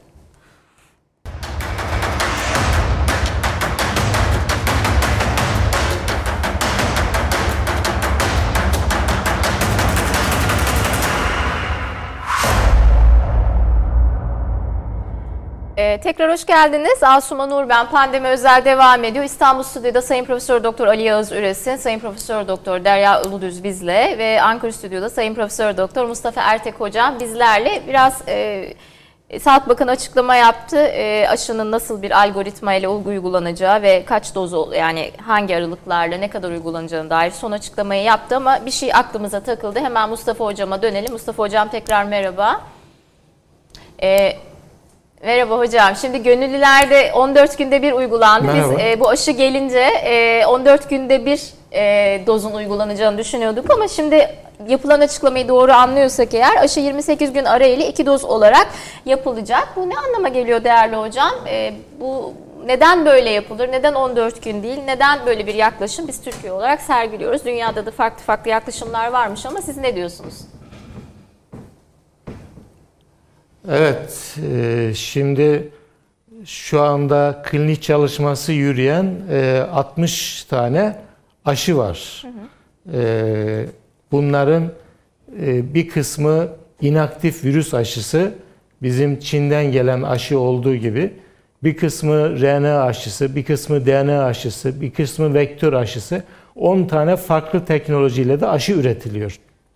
S1: Ee, tekrar hoş geldiniz. Asuman Nur ben. Pandemi özel devam ediyor. İstanbul Stüdyo'da Sayın Profesör Doktor Ali Yağız Üresin, Sayın Profesör Doktor Derya Uludüz bizle ve Ankara Stüdyo'da Sayın Profesör Doktor Mustafa Ertek Hocam bizlerle. Biraz e, Sağlık Bakanı açıklama yaptı. E, aşının nasıl bir algoritma ile uygulanacağı ve kaç doz, yani hangi aralıklarla ne kadar uygulanacağına dair son açıklamayı yaptı ama bir şey aklımıza takıldı. Hemen Mustafa Hocam'a dönelim. Mustafa Hocam tekrar merhaba. Eee Merhaba hocam. Şimdi gönüllülerde on dört günde bir uygulandı.
S4: Merhaba.
S1: Biz e, bu aşı gelince e, on dört günde bir e, dozun uygulanacağını düşünüyorduk ama şimdi yapılan açıklamayı doğru anlıyorsak eğer aşı yirmi sekiz gün arayla iki doz olarak yapılacak. Bu ne anlama geliyor değerli hocam? E, bu neden böyle yapılır? Neden on dört gün değil? Neden böyle bir yaklaşım biz Türkiye olarak sergiliyoruz? Dünyada da farklı farklı yaklaşımlar varmış ama siz ne diyorsunuz?
S4: Evet, e, şimdi şu anda klinik çalışması yürüyen e, altmış tane aşı var. Hı hı. E, bunların e, bir kısmı inaktif virüs aşısı, bizim Çin'den gelen aşı olduğu gibi. Bir kısmı R N A aşısı, bir kısmı D N A aşısı, bir kısmı vektör aşısı. on tane farklı teknolojiyle de aşı üretiliyor.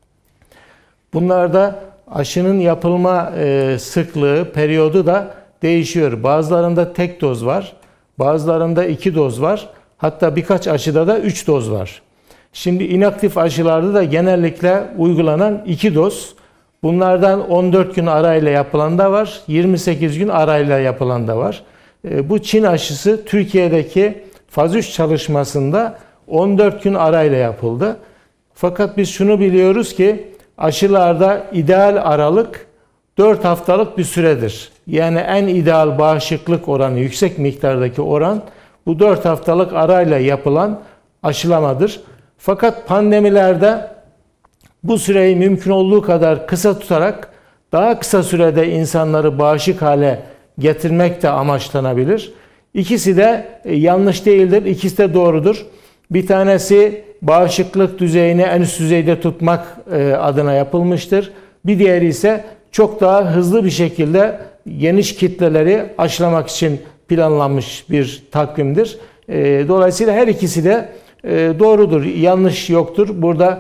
S4: Bunlarda aşının yapılma e, sıklığı, periyodu da değişiyor. Bazılarında tek doz var, bazılarında iki doz var. Hatta birkaç aşıda da üç doz var. Şimdi inaktif aşılarda da genellikle uygulanan iki doz. Bunlardan on dört gün arayla yapılan da var, yirmi sekiz gün arayla yapılan da var. E, bu Çin aşısı Türkiye'deki faz üç çalışmasında on dört gün arayla yapıldı. Fakat biz şunu biliyoruz ki aşılarda ideal aralık dört haftalık bir süredir. Yani en ideal bağışıklık oranı, yüksek miktardaki oran bu dört haftalık arayla yapılan aşılamadır. Fakat pandemilerde bu süreyi mümkün olduğu kadar kısa tutarak daha kısa sürede insanları bağışık hale getirmek de amaçlanabilir. İkisi de yanlış değildir, ikisi de doğrudur. Bir tanesi bağışıklık düzeyini en üst düzeyde tutmak adına yapılmıştır. Bir diğeri ise çok daha hızlı bir şekilde geniş kitleleri aşılamak için planlanmış bir takvimdir. Dolayısıyla her ikisi de doğrudur, yanlış yoktur. Burada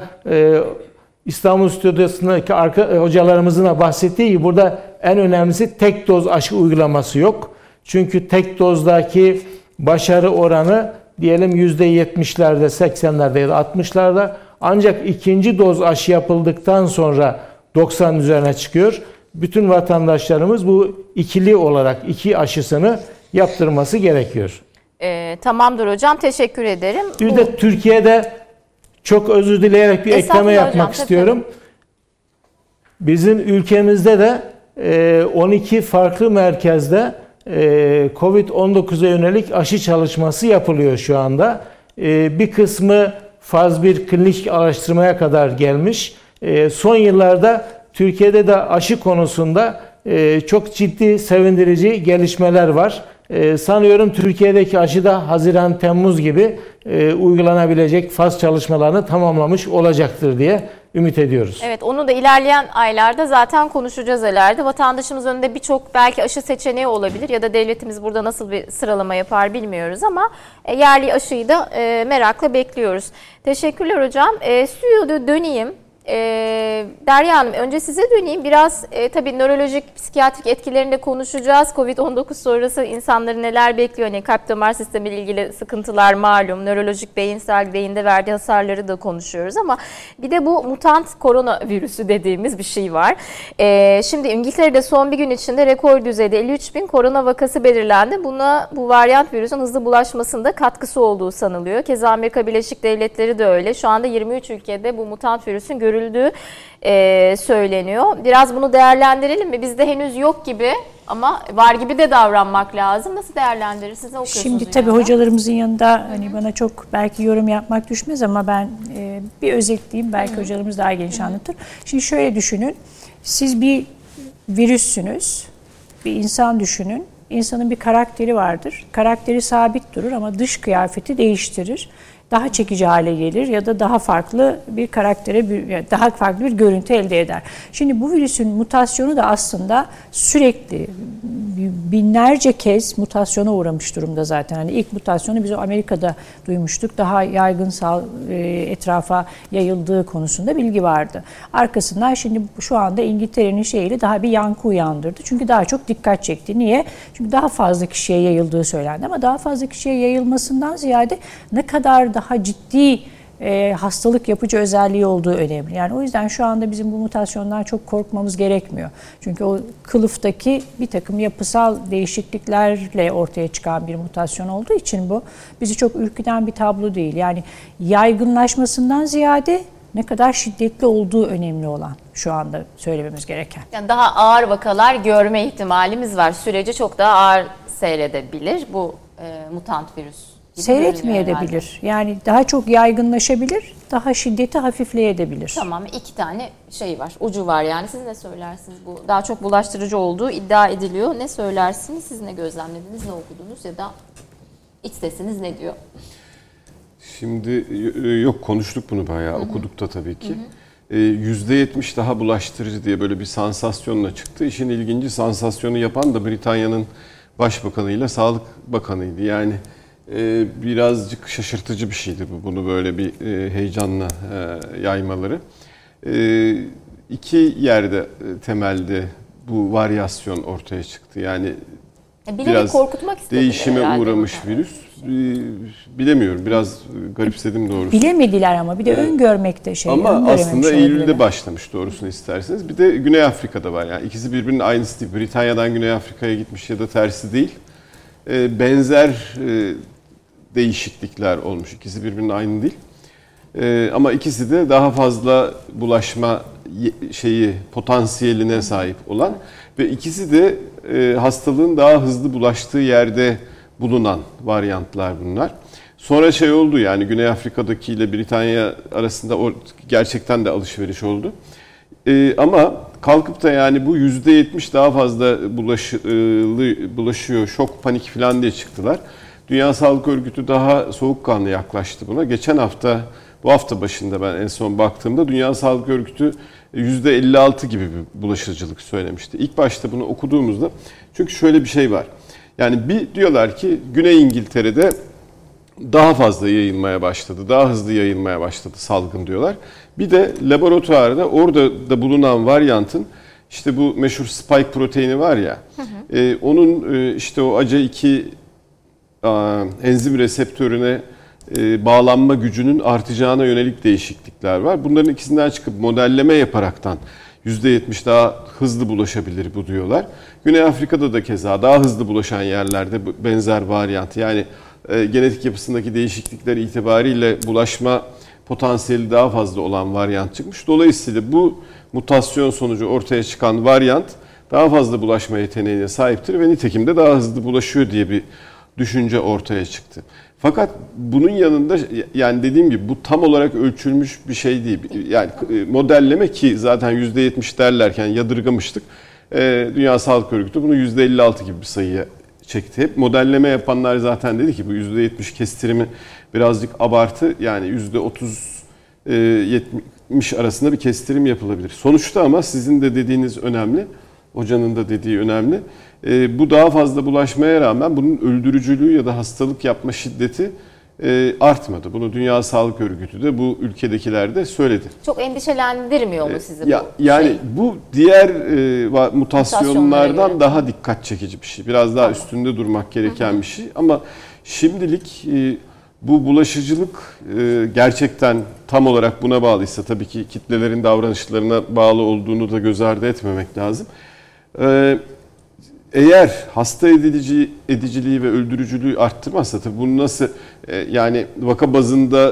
S4: İstanbul Stüdyosu'ndaki hocalarımızın da bahsettiği gibi burada en önemlisi tek doz aşı uygulaması yok. Çünkü tek dozdaki başarı oranı diyelim yüzde yetmişlerde, seksenlerde ya da altmışlarda, ancak ikinci doz aşı yapıldıktan sonra doksan üzerine çıkıyor. Bütün vatandaşlarımız bu ikili olarak iki aşısını yaptırması gerekiyor.
S1: Ee, tamamdır hocam, teşekkür ederim.
S4: Bir
S1: bu...
S4: de Türkiye'de çok özür dileyerek bir ekleme yapmak hocam, istiyorum. Tabii. Bizim ülkemizde de on iki farklı merkezde kovid on dokuza yönelik aşı çalışması yapılıyor şu anda. Bir kısmı faz bir klinik araştırmaya kadar gelmiş. Son yıllarda Türkiye'de de aşı konusunda çok ciddi, sevindirici gelişmeler var. Sanıyorum Türkiye'deki aşı da Haziran-Temmuz gibi uygulanabilecek faz çalışmalarını tamamlamış olacaktır diye ümit ediyoruz. Evet, onu da ilerleyen aylarda zaten konuşacağız herhalde. Vatandaşımız önünde birçok belki aşı seçeneği olabilir ya da devletimiz burada nasıl bir sıralama yapar bilmiyoruz ama yerli aşıyı da merakla bekliyoruz. Teşekkürler hocam. E, stüdyoda döneyim. Ee, Derya Hanım, önce size döneyim. Biraz e, tabii nörolojik, psikiyatrik etkilerini de konuşacağız. kovid on dokuz sonrası insanları neler bekliyor? Hani kalp damar sistemiyle ilgili sıkıntılar malum. Nörolojik, beyinsel, beyinde verdiği hasarları da konuşuyoruz ama bir de bu mutant koronavirüsü dediğimiz bir şey var. Ee, şimdi İngiltere'de son bir gün içinde rekor düzeyde elli üç bin korona vakası belirlendi. Buna bu varyant virüsün hızlı bulaşmasında katkısı olduğu sanılıyor. Keza Amerika Birleşik Devletleri de öyle. Şu anda yirmi üç ülkede bu mutant virüsün görüldüğü görüldüğü e, söyleniyor. Biraz bunu değerlendirelim mi? Bizde henüz yok gibi ama var gibi de davranmak lazım. Nasıl değerlendirirsiniz? Ne okuyorsunuz?
S2: Şimdi tabii yanında? Hocalarımızın yanında hani bana çok belki yorum yapmak düşmez ama ben e, bir özetleyeyim. Belki Hı-hı. hocalarımız daha geniş Hı-hı. anlatır. Şimdi şöyle düşünün. Siz bir virüssünüz. Bir insan düşünün. İnsanın bir karakteri vardır. Karakteri sabit durur ama dış kıyafeti değiştirir. Daha çekici hale gelir ya da daha farklı bir karaktere, daha farklı bir görüntü elde eder. Şimdi bu virüsün mutasyonu da aslında sürekli binlerce kez mutasyona uğramış durumda zaten. Hani ilk mutasyonu biz Amerika'da duymuştuk. Daha yaygın sağ, e, etrafa yayıldığı konusunda bilgi vardı. Arkasından şimdi şu anda İngiltere'nin şeyiyle daha bir yankı uyandırdı. Çünkü daha çok dikkat çekti. Niye? Çünkü daha fazla kişiye yayıldığı söylendi. Ama daha fazla kişiye yayılmasından ziyade ne kadar daha ciddi E, hastalık yapıcı özelliği olduğu önemli. Yani o yüzden şu anda bizim bu mutasyondan çok korkmamız gerekmiyor. Çünkü o kılıftaki bir takım yapısal değişikliklerle ortaya çıkan bir mutasyon olduğu için bu bizi çok ürküten bir tablo değil. Yani yaygınlaşmasından ziyade ne kadar şiddetli olduğu önemli olan şu anda söylememiz gereken.
S1: Yani daha ağır vakalar görme ihtimalimiz var. Süreci çok daha ağır seyredebilir bu e, mutant virüs.
S2: Seyretmeyebilir. Yani daha çok yaygınlaşabilir, daha şiddeti hafifleyebilir.
S1: Tamam, iki tane şey var, ucu var yani. Siz ne söylersiniz? Bu daha çok bulaştırıcı olduğu iddia ediliyor. Ne söylersiniz? Siz ne gözlemlediniz, ne okudunuz ya da iç sesiniz ne diyor?
S3: Şimdi yok konuştuk bunu bayağı, Hı-hı. okuduk da tabii ki. Hı hı. yüzde yetmiş daha bulaştırıcı diye böyle bir sansasyonla çıktı. İşin ilginci, sansasyonu yapan da Britanya'nın Başbakanıyla Sağlık Bakanıydı. Yani e, birazcık şaşırtıcı bir şeydi bu, bunu böyle bir e, heyecanla e, yaymaları. E, iki yerde e, temelde bu varyasyon ortaya çıktı. Yani
S1: Bilerek
S3: biraz
S1: korkutmak
S3: değişime uğramış virüs. Bilemiyorum. Biraz garipsedim doğrusu.
S2: Bilemediler ama bir de öngörmek de şey.
S3: Ama aslında Eylül'de başlamış doğrusunu isterseniz. Bir de Güney Afrika'da var. Yani ikisi birbirinin aynısı değil. Britanya'dan Güney Afrika'ya gitmiş ya da tersi değil. Benzer değişiklikler olmuş. İkisi birbirinin aynı değil. Ama ikisi de daha fazla bulaşma şeyi potansiyeline sahip olan ve ikisi de hastalığın daha hızlı bulaştığı yerde bulunan varyantlar bunlar. Sonra şey oldu, yani Güney Afrika'daki ile Britanya arasında o gerçekten de alışveriş oldu. Ee, ama kalkıp da yani bu yüzde yetmiş daha fazla bulaşı, bulaşıyor, şok, panik falan diye çıktılar. Dünya Sağlık Örgütü daha soğukkanlı yaklaştı buna. Geçen hafta, bu hafta başında ben en son baktığımda Dünya Sağlık Örgütü yüzde elli altı gibi bir bulaşıcılık söylemişti. İlk başta bunu okuduğumuzda, çünkü şöyle bir şey var. Yani bir diyorlar ki Güney İngiltere'de daha fazla yayılmaya başladı, daha hızlı yayılmaya başladı salgın diyorlar. Bir de laboratuvarda orada da bulunan varyantın işte bu meşhur spike proteini var ya, hı hı. E, onun e, işte o A C E iki a, enzim reseptörüne e, bağlanma gücünün artacağına yönelik değişiklikler var. Bunların ikisinden çıkıp modelleme yaparaktan yüzde yetmiş daha hızlı bulaşabilir bu diyorlar. Güney Afrika'da da keza daha hızlı bulaşan yerlerde benzer varyant, yani e, genetik yapısındaki değişiklikler itibariyle bulaşma potansiyeli daha fazla olan varyant çıkmış. Dolayısıyla bu mutasyon sonucu ortaya çıkan varyant daha fazla bulaşma yeteneğine sahiptir ve nitekim de daha hızlı bulaşıyor diye bir düşünce ortaya çıktı. Fakat bunun yanında, yani dediğim gibi bu tam olarak ölçülmüş bir şey değil. Yani modelleme, ki zaten yüzde yetmiş derlerken yadırgamıştık. Dünya Sağlık Örgütü bunu yüzde elli altı gibi bir sayıya çekti. Hep modelleme yapanlar zaten dedi ki bu yüzde yetmiş kestirimi birazcık abartı. Yani yüzde otuz yetmiş arasında bir kestirim yapılabilir. Sonuçta ama sizin de dediğiniz önemli. Hocanın da dediği önemli. E, bu daha fazla bulaşmaya rağmen bunun öldürücülüğü ya da hastalık yapma şiddeti e, artmadı. Bunu Dünya Sağlık Örgütü de bu ülkedekiler de söyledi. Çok
S1: endişelendirmiyor mu sizi
S3: ya,
S1: bu
S3: Yani
S1: şey?
S3: bu diğer e, mutasyonlardan daha dikkat çekici bir şey. Biraz daha tamam. üstünde durmak gereken Hı-hı. bir şey. Ama şimdilik e, bu bulaşıcılık e, gerçekten tam olarak buna bağlıysa, tabii ki kitlelerin davranışlarına bağlı olduğunu da göz ardı etmemek lazım. E, Eğer hasta edici, ediciliği ve öldürücülüğü arttırmazsa, tabii bunu nasıl e, yani vaka bazında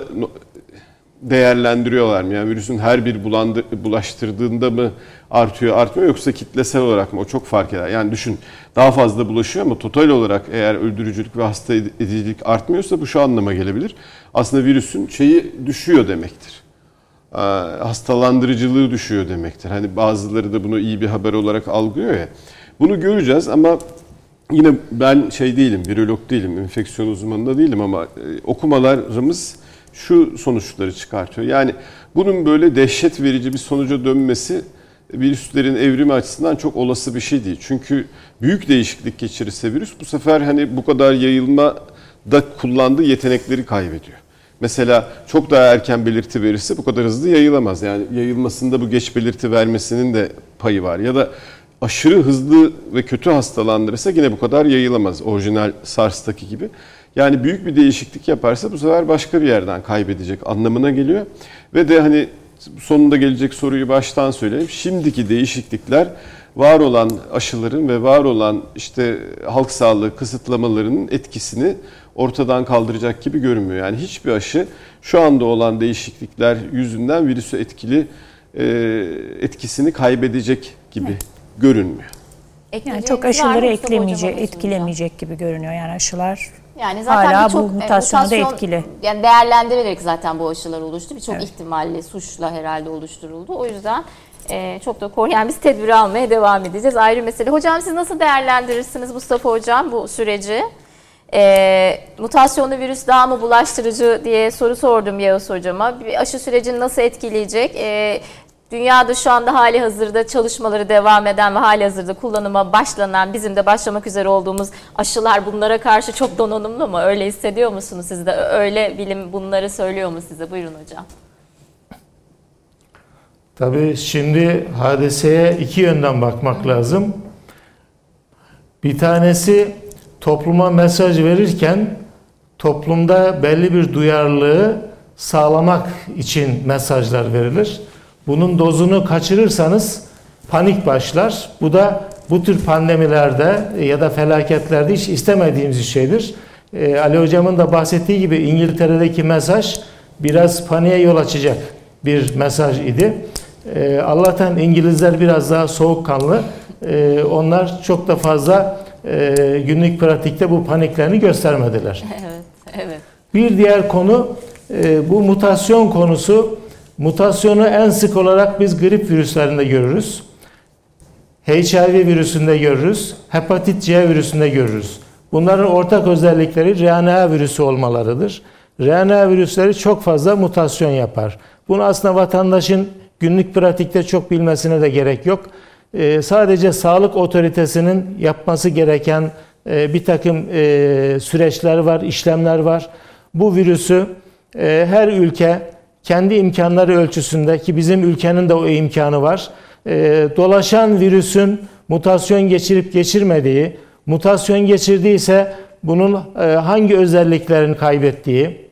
S3: değerlendiriyorlar mı? Yani virüsün her bir bulandı, bulaştırdığında mı artıyor, artmıyor, yoksa kitlesel olarak mı? O çok fark eder. Yani düşün, daha fazla bulaşıyor ama total olarak eğer öldürücülük ve hasta edicilik artmıyorsa bu şu anlama gelebilir. Aslında virüsün şeyi düşüyor demektir. Ee, hastalandırıcılığı düşüyor demektir. Hani bazıları da bunu iyi bir haber olarak algılıyor ya. Bunu göreceğiz ama yine ben şey değilim, virolog değilim, enfeksiyon uzmanı da değilim ama okumalarımız şu sonuçları çıkartıyor. Yani bunun böyle dehşet verici bir sonuca dönmesi virüslerin evrimi açısından çok olası bir şey değil. Çünkü büyük değişiklik geçirirse virüs bu sefer hani bu kadar yayılmada kullandığı yetenekleri kaybediyor. Mesela çok daha erken belirti verirse bu kadar hızlı yayılamaz. Yani yayılmasında bu geç belirti vermesinin de payı var. Ya da aşırı hızlı ve kötü hastalandırırsa yine bu kadar yayılamaz. Orijinal SARS'taki gibi. Yani büyük bir değişiklik yaparsa bu sefer başka bir yerden kaybedecek anlamına geliyor. Ve de hani sonunda gelecek soruyu baştan söyleyeyim. Şimdiki değişiklikler var olan aşıların ve var olan işte halk sağlığı kısıtlamalarının etkisini ortadan kaldıracak gibi görünmüyor. Yani hiçbir aşı şu anda olan değişiklikler yüzünden virüsü etkili etkisini kaybedecek gibi evet. görünmüyor.
S2: Yani çok aşıları eklemeyecek, etkilemeyecek gibi görünüyor. Yani aşılar
S1: yani zaten
S2: hala
S1: çok,
S2: bu mutasyonu da etkili.
S1: Yani değerlendirilerek zaten bu aşılar oluştu. Birçok evet. ihtimalle suçla herhalde oluşturuldu. O yüzden e, çok da korkunç. Yani biz tedbiri almaya devam edeceğiz. Ayrı mesele. Hocam siz nasıl değerlendirirsiniz Mustafa Hocam bu süreci? E, mutasyonlu virüs daha mı bulaştırıcı diye soru sordum Yağız Hocama. Bir aşı sürecini nasıl etkileyecek? E, Dünyada şu anda hali hazırda çalışmaları devam eden ve hali hazırda kullanıma başlanan, bizim de başlamak üzere olduğumuz aşılar bunlara karşı çok donanımlı mı? Öyle hissediyor musunuz siz de? Öyle bilim bunları söylüyor mu size? Buyurun hocam.
S4: Tabii şimdi hadiseye iki yönden bakmak lazım. Bir tanesi topluma mesaj verirken toplumda belli bir duyarlılığı sağlamak için mesajlar verilir. Bunun dozunu kaçırırsanız panik başlar. Bu da bu tür pandemilerde ya da felaketlerde hiç istemediğimiz bir şeydir. Ee, Ali Hocam'ın da bahsettiği gibi İngiltere'deki mesaj biraz paniğe yol açacak bir mesaj idi. Ee, Allah'tan İngilizler biraz daha soğukkanlı. Ee, onlar çok da fazla e, günlük pratikte bu paniklerini göstermediler.
S1: Evet, evet. Bir
S4: diğer konu e, bu mutasyon konusu. Mutasyonu en sık olarak biz grip virüslerinde görürüz. H I V virüsünde görürüz. Hepatit C virüsünde görürüz. Bunların ortak özellikleri R N A virüsü olmalarıdır. R N A virüsleri çok fazla mutasyon yapar. Bunu aslında vatandaşın günlük pratikte çok bilmesine de gerek yok. Ee, sadece sağlık otoritesinin yapması gereken e, bir takım e, süreçler var, işlemler var. Bu virüsü e, her ülke kendi imkanları ölçüsünde, ki bizim ülkenin de o imkanı var, e, dolaşan virüsün mutasyon geçirip geçirmediği, mutasyon geçirdiyse bunun e, hangi özelliklerini kaybettiği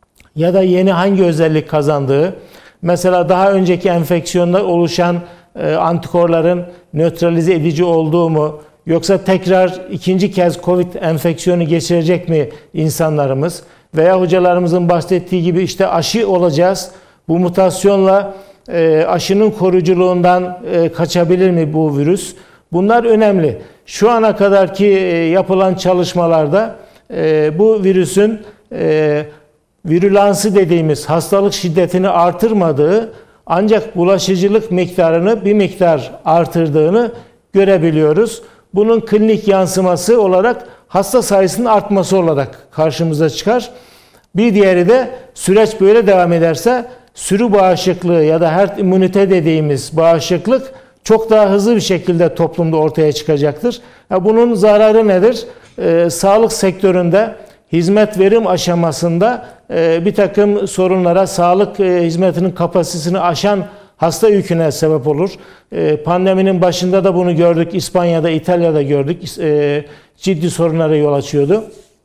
S4: ya da yeni hangi özellik kazandığı, mesela daha önceki enfeksiyonda oluşan e, antikorların nötralize edici olduğu mu, yoksa tekrar ikinci kez Covid enfeksiyonu geçirecek mi insanlarımız? Veya hocalarımızın bahsettiği gibi işte aşı olacağız. Bu mutasyonla e, aşının koruyuculuğundan e, kaçabilir mi bu virüs? Bunlar önemli. Şu ana kadarki e, yapılan çalışmalarda e, bu virüsün e, virülansı dediğimiz hastalık şiddetini artırmadığı, ancak bulaşıcılık miktarını bir miktar artırdığını görebiliyoruz. Bunun klinik yansıması olarak hasta sayısının artması olarak karşımıza çıkar. Bir diğeri de süreç böyle devam ederse sürü bağışıklığı ya da herd immünite dediğimiz bağışıklık çok daha hızlı bir şekilde toplumda ortaya çıkacaktır. Bunun zararı nedir? Ee, sağlık sektöründe hizmet verim aşamasında e, bir takım sorunlara, sağlık e, hizmetinin kapasitesini aşan hasta yüküne sebep olur. E, pandeminin başında da bunu gördük. İspanya'da, İtalya'da gördük. E, ciddi sorunlara yol açıyordu.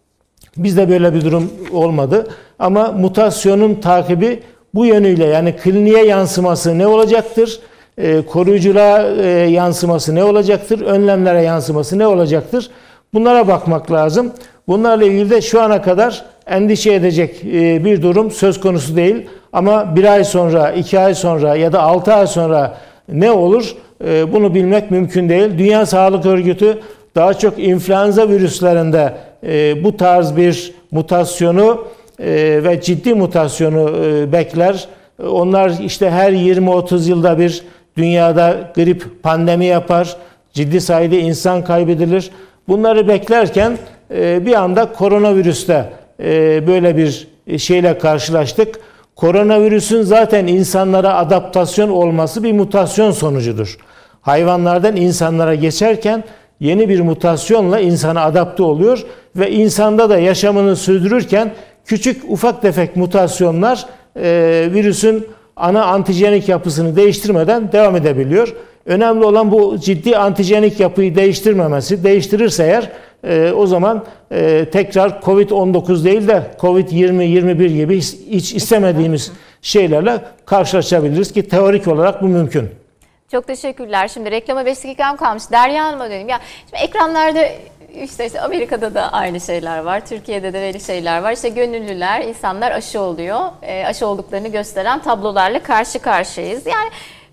S4: Bizde böyle bir durum olmadı. Ama mutasyonun takibi bu yönüyle, yani kliniğe yansıması ne olacaktır? E, koruyuculuğa e, yansıması ne olacaktır? Önlemlere yansıması ne olacaktır? Bunlara bakmak lazım. Bunlarla ilgili de şu ana kadar endişe edecek e, bir durum söz konusu değil. Ama bir ay sonra, iki ay sonra ya da altı ay sonra ne olur? E, bunu bilmek mümkün değil. Dünya Sağlık Örgütü daha çok influenza virüslerinde e, bu tarz bir mutasyonu e, ve ciddi mutasyonu e, bekler. Onlar işte her yirmi otuz yılda bir dünyada grip pandemi yapar. Ciddi sayıda insan kaybedilir. Bunları beklerken e, bir anda koronavirüste e, böyle bir şeyle karşılaştık. Koronavirüsün zaten insanlara adaptasyon olması bir mutasyon sonucudur. Hayvanlardan insanlara geçerken yeni bir mutasyonla insana adapte oluyor ve insanda da yaşamını sürdürürken küçük ufak tefek mutasyonlar e, virüsün ana antijenik yapısını değiştirmeden devam edebiliyor. Önemli olan bu ciddi antijenik yapıyı değiştirmemesi. Değiştirirse eğer e, o zaman e, tekrar kovid on dokuz değil de kovid yirmi yirmi bir gibi hiç istemediğimiz şeylerle karşılaşabiliriz ki teorik olarak bu mümkün.
S1: Çok teşekkürler. Şimdi reklama beş dakikam kalmış. Derya Hanım'a döneyim. Ya, şimdi ekranlarda işte, işte Amerika'da da aynı şeyler var. Türkiye'de de böyle şeyler var. İşte gönüllüler, insanlar aşı oluyor. E, aşı olduklarını gösteren tablolarla karşı karşıyayız. Yani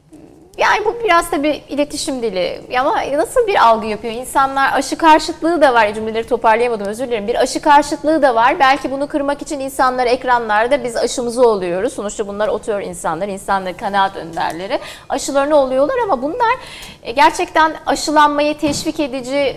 S1: Yani bu biraz tabii iletişim dili. Ama nasıl bir algı yapıyor? İnsanlar aşı karşıtlığı da var. Cümleleri toparlayamadım, özür dilerim. Bir aşı karşıtlığı da var. Belki bunu kırmak için insanlar ekranlarda biz aşımızı oluyoruz. Sonuçta bunlar oturuyor insanlar, insanların kanaat önderleri. Aşılarını oluyorlar ama bunlar gerçekten aşılanmayı teşvik edici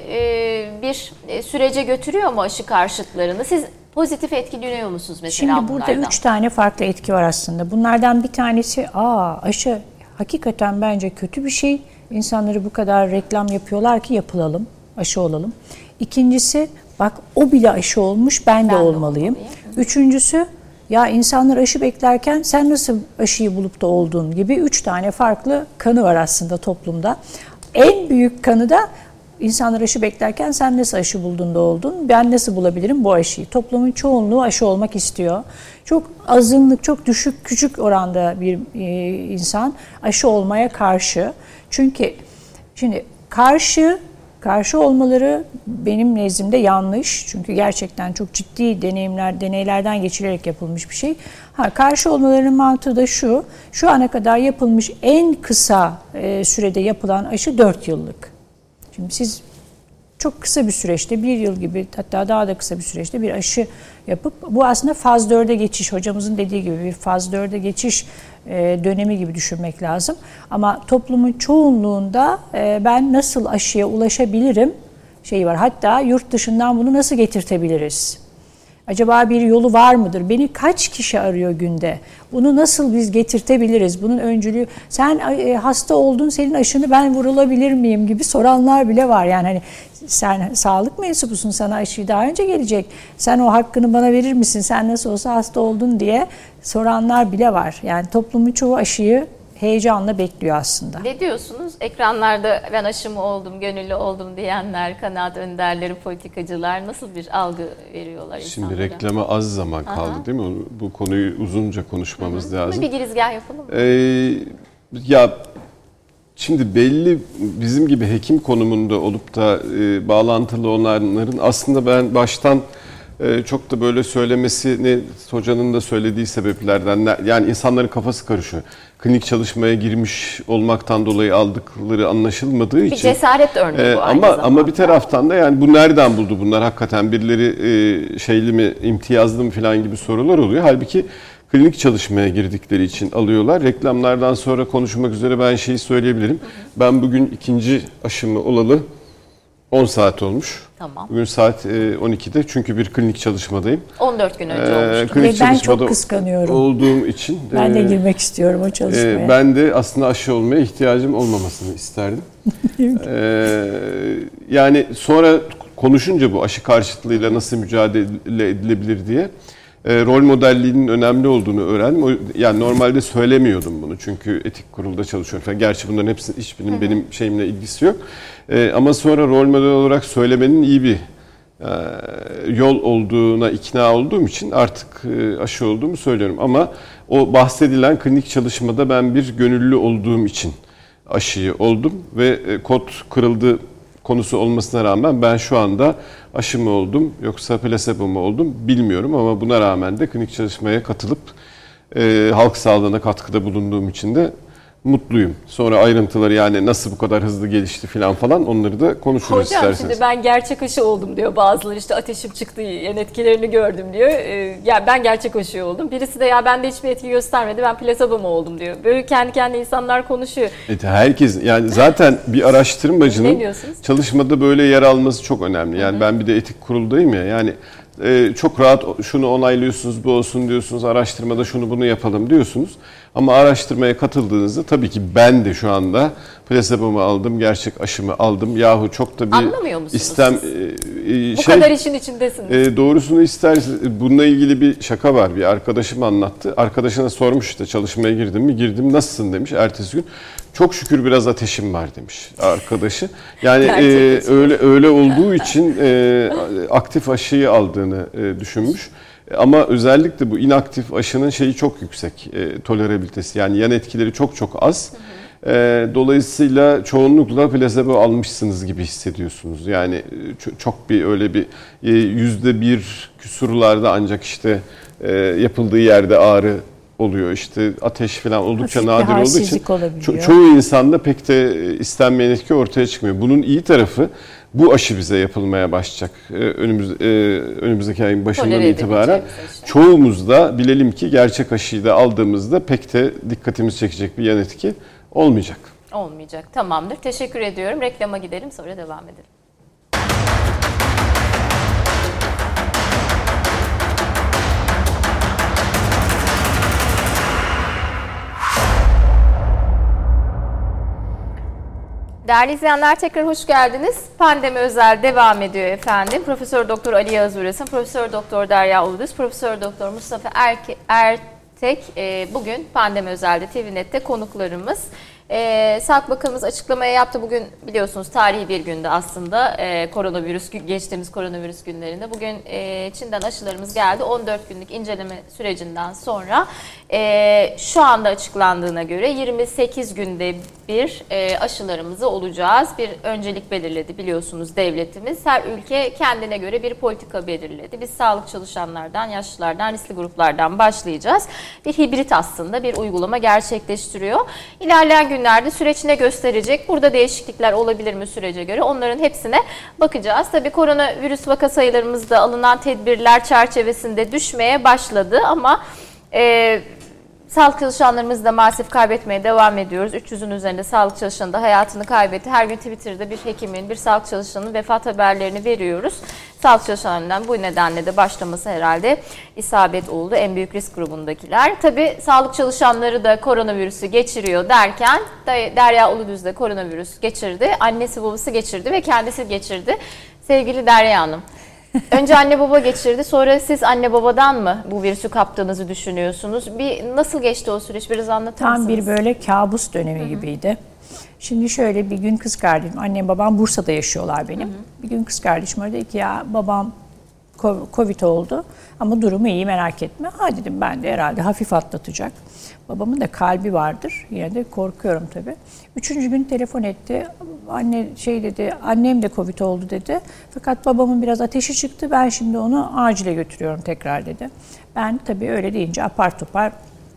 S1: bir sürece götürüyor mu aşı karşıtlarını? Siz pozitif etkileniyor musunuz mesela
S2: Şimdi burada
S1: bunlardan?
S2: üç tane farklı etki var aslında. Bunlardan bir tanesi aa aşı hakikaten bence kötü bir şey. İnsanları bu kadar reklam yapıyorlar ki yapılalım, aşı olalım. İkincisi bak o bile aşı olmuş, ben, ben de olmalıyım. olmalıyım. Üçüncüsü ya insanlar aşı beklerken sen nasıl aşıyı bulup da oldun gibi üç tane farklı kanı var aslında toplumda. En büyük kanı da insanlar aşı beklerken sen nasıl aşı buldun da oldun, ben nasıl bulabilirim bu aşıyı? Toplumun çoğunluğu aşı olmak istiyor. Çok azınlık, çok düşük, küçük oranda bir e, insan aşı olmaya karşı. Çünkü şimdi karşı, karşı olmaları benim nezdimde yanlış. Çünkü gerçekten çok ciddi deneyimler, deneylerden geçilerek yapılmış bir şey. Ha, karşı olmalarının mantığı da şu, şu ana kadar yapılmış en kısa e, sürede yapılan aşı dört yıllık. Şimdi siz çok kısa bir süreçte, bir yıl gibi hatta daha da kısa bir süreçte bir aşı yapıp bu aslında faz dörde geçiş, hocamızın dediği gibi bir faz dörde geçiş dönemi gibi düşünmek lazım. Ama toplumun çoğunluğunda ben nasıl aşıya ulaşabilirim şeyi var. Hatta yurt dışından bunu nasıl getirtebiliriz? Acaba bir yolu var mıdır? Beni kaç kişi arıyor günde? Bunu nasıl biz getirtebiliriz? Bunun öncülüğü, sen e, hasta oldun, senin aşını ben vurulabilir miyim gibi soranlar bile var. Yani hani sen sağlık mensubusun, sana aşı daha önce gelecek. Sen o hakkını bana verir misin? Sen nasıl olsa hasta oldun diye soranlar bile var. Yani toplumun çoğu aşıyı heyecanla bekliyor aslında.
S1: Ne diyorsunuz? Ekranlarda ben aşımı oldum, gönüllü oldum diyenler, kanaat önderleri, politikacılar nasıl bir algı veriyorlar insanlara?
S3: Şimdi reklama az zaman kaldı. Aha. Değil mi? Bu konuyu uzunca konuşmamız Hı-hı. lazım.
S1: Bir girizgah yapalım mı?
S3: Ee, ya şimdi belli bizim gibi hekim konumunda olup da e, bağlantılı olanların aslında ben baştan e, çok da böyle söylemesini hocanın da söylediği sebeplerden, yani insanların kafası karışıyor. Klinik çalışmaya girmiş olmaktan dolayı aldıkları anlaşılmadığı bir için. Bir
S1: cesaret örneği
S3: e,
S1: bu aynı
S3: ama,
S1: zamanda.
S3: Ama bir taraftan da yani bu nereden buldu bunlar hakikaten birileri e, şeyli mi, imtiyazlı mı falan gibi sorular oluyor. Halbuki klinik çalışmaya girdikleri için alıyorlar. Reklamlardan sonra konuşmak üzere ben şeyi söyleyebilirim. Hı hı. Ben bugün ikinci aşımı olalı on saat olmuş.
S1: Tamam.
S3: Bugün saat on ikide çünkü bir klinik çalışmadayım.
S1: on dört gün önce ee, olmuştu.
S2: Klinik ben çok kıskanıyorum.
S3: Olduğum için.
S2: Ben de girmek istiyorum o çalışmaya.
S3: E, ben de aslında aşı olmaya ihtiyacım olmamasını isterdim. ee, yani sonra konuşunca bu aşı karşıtlığıyla nasıl mücadele edilebilir diye e, rol modelliğinin önemli olduğunu öğrendim. O, yani normalde söylemiyordum bunu çünkü etik kurulda çalışıyorum falan. Gerçi bunların hepsinin hiçbirinin benim şeyimle ilgisi yok. E, ama sonra rol model olarak söylemenin iyi bir e, yol olduğuna ikna olduğum için artık e, aşı olduğumu söylüyorum. Ama o bahsedilen klinik çalışmada ben bir gönüllü olduğum için aşıyı oldum ve e, kod kırıldı konusu olmasına rağmen ben şu anda aşı mı oldum yoksa plasebo mu oldum bilmiyorum ama buna rağmen de klinik çalışmaya katılıp e, halk sağlığına katkıda bulunduğum için de mutluyum. Sonra ayrıntıları yani nasıl bu kadar hızlı gelişti falan falan onları da konuşuruz
S1: Hocam,
S3: isterseniz.
S1: Hocam şimdi ben gerçek aşı oldum diyor bazıları, işte ateşim çıktı, yan etkilerini gördüm diyor. Ee, ya ben gerçek aşı oldum. Birisi de ya bende hiçbir etki göstermedi, ben plasebo mu oldum diyor. Böyle kendi kendine insanlar konuşuyor. Evet,
S3: herkes yani zaten bir araştırmacının çalışmada böyle yer alması çok önemli. Yani Hı-hı. ben bir de etik kuruldayım ya yani Ee, çok rahat şunu onaylıyorsunuz, bu olsun diyorsunuz, araştırmada şunu bunu yapalım diyorsunuz. Ama araştırmaya katıldığınızda tabii ki ben de şu anda plasebomu aldım, gerçek aşımı aldım. Yahu çok da bir
S1: anlamıyor musunuz
S3: istem
S1: siz?
S3: E,
S1: Bu
S3: şey,
S1: kadar işin içindesiniz.
S3: E, doğrusunu isterseniz bununla ilgili bir şaka var. Bir arkadaşım anlattı. Arkadaşına sormuş işte çalışmaya girdim mi? Girdim. Nasılsın demiş. Ertesi gün çok şükür biraz ateşim var demiş arkadaşı. Yani e, öyle öyle olduğu için e, aktif aşıyı aldığını e, düşünmüş. Ama özellikle bu inaktif aşının şeyi çok yüksek, e, tolerabilitesi, yani yan etkileri çok çok az. Hı hı. E, dolayısıyla çoğunlukla plasebo almışsınız gibi hissediyorsunuz. Yani çok, çok bir öyle bir e, yüzde bir küsurlarda ancak işte e, yapıldığı yerde ağrı oluyor. İşte ateş falan oldukça
S2: hafif
S3: nadir olduğu için ço- çoğu insanda pek de istenmeyen etki ortaya çıkmıyor. Bunun iyi tarafı, bu aşı bize yapılmaya başlayacak önümüz e, önümüzdeki ayın başından
S1: Tolere
S3: itibaren.
S1: Işte.
S3: Çoğumuz da bilelim ki gerçek aşıyı da aldığımızda pek de dikkatimizi çekecek bir yan etki olmayacak.
S1: Olmayacak. Tamamdır. Teşekkür ediyorum. Reklama gidelim, sonra devam edelim. Değerli izleyenler, tekrar hoş geldiniz. Pandemi özel devam ediyor efendim. Profesör Doktor Ali Yağız Ures'in, Profesör Doktor Derya Uludüz, Profesör Doktor Mustafa Erke, Ertek e, bugün Pandemi Özel'de T V Net'te konuklarımız. Ee, Sağlık Bakanımız açıklamayı yaptı. Bugün biliyorsunuz tarihi bir günde aslında e, koronavirüs geçtiğimiz koronavirüs günlerinde. Bugün e, Çin'den aşılarımız geldi. on dört günlük inceleme sürecinden sonra e, şu anda açıklandığına göre yirmi sekiz günde bir e, aşılarımızı olacağız. Bir öncelik belirledi biliyorsunuz devletimiz. Her ülke kendine göre bir politika belirledi. Biz sağlık çalışanlardan, yaşlılardan, riskli gruplardan başlayacağız. Bir hibrit aslında bir uygulama gerçekleştiriyor. İlerleyen günlerde süreç ne gösterecek? Burada değişiklikler olabilir mi sürece göre? Onların hepsine bakacağız. Tabii koronavirüs vaka sayılarımızda alınan tedbirler çerçevesinde düşmeye başladı ama e, sağlık çalışanlarımızı da maalesef kaybetmeye devam ediyoruz. üç yüzün üzerinde sağlık çalışanı da hayatını kaybetti. Her gün Twitter'da bir hekimin, bir sağlık çalışanının vefat haberlerini veriyoruz. Sağlık çalışanlarından bu nedenle de başlaması herhalde isabet oldu. En büyük risk grubundakiler. Tabii sağlık çalışanları da koronavirüsü geçiriyor derken Derya Uludüz de koronavirüs geçirdi. Annesi babası geçirdi ve kendisi geçirdi. Sevgili Derya Hanım. Önce anne baba geçirdi, sonra siz anne babadan mı bu virüsü kaptığınızı düşünüyorsunuz? Bir nasıl geçti o süreç, biraz anlatır mısınız?
S2: Tam bir böyle kabus dönemi Hı-hı. gibiydi. Şimdi şöyle bir gün kız kardeşim, annem babam Bursa'da yaşıyorlar benim. Hı-hı. Bir gün kız kardeşim öyle dedi ki ya babam Covid oldu ama durumu iyi, merak etme. Ha dedim, ben de herhalde hafif atlatacak. Babamın da kalbi vardır. Yine de korkuyorum tabii. Üçüncü gün telefon etti. Anne şey dedi, annem de Covid oldu dedi. Fakat babamın biraz ateşi çıktı. Ben şimdi onu acile götürüyorum tekrar dedi. Ben tabii öyle deyince apar topar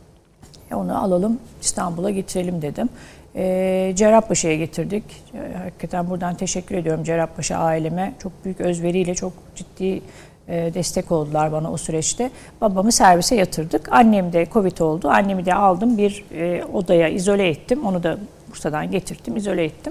S2: onu alalım İstanbul'a getirelim dedim. E, Cerrahpaşa'ya getirdik. E, hakikaten buradan teşekkür ediyorum Cerrahpaşa aileme. Çok büyük özveriyle çok ciddi e, destek oldular bana o süreçte. Babamı servise yatırdık. Annem de Covid oldu. Annemi de aldım, bir e, odaya izole ettim. Onu da Bursa'dan getirdim, izole ettim.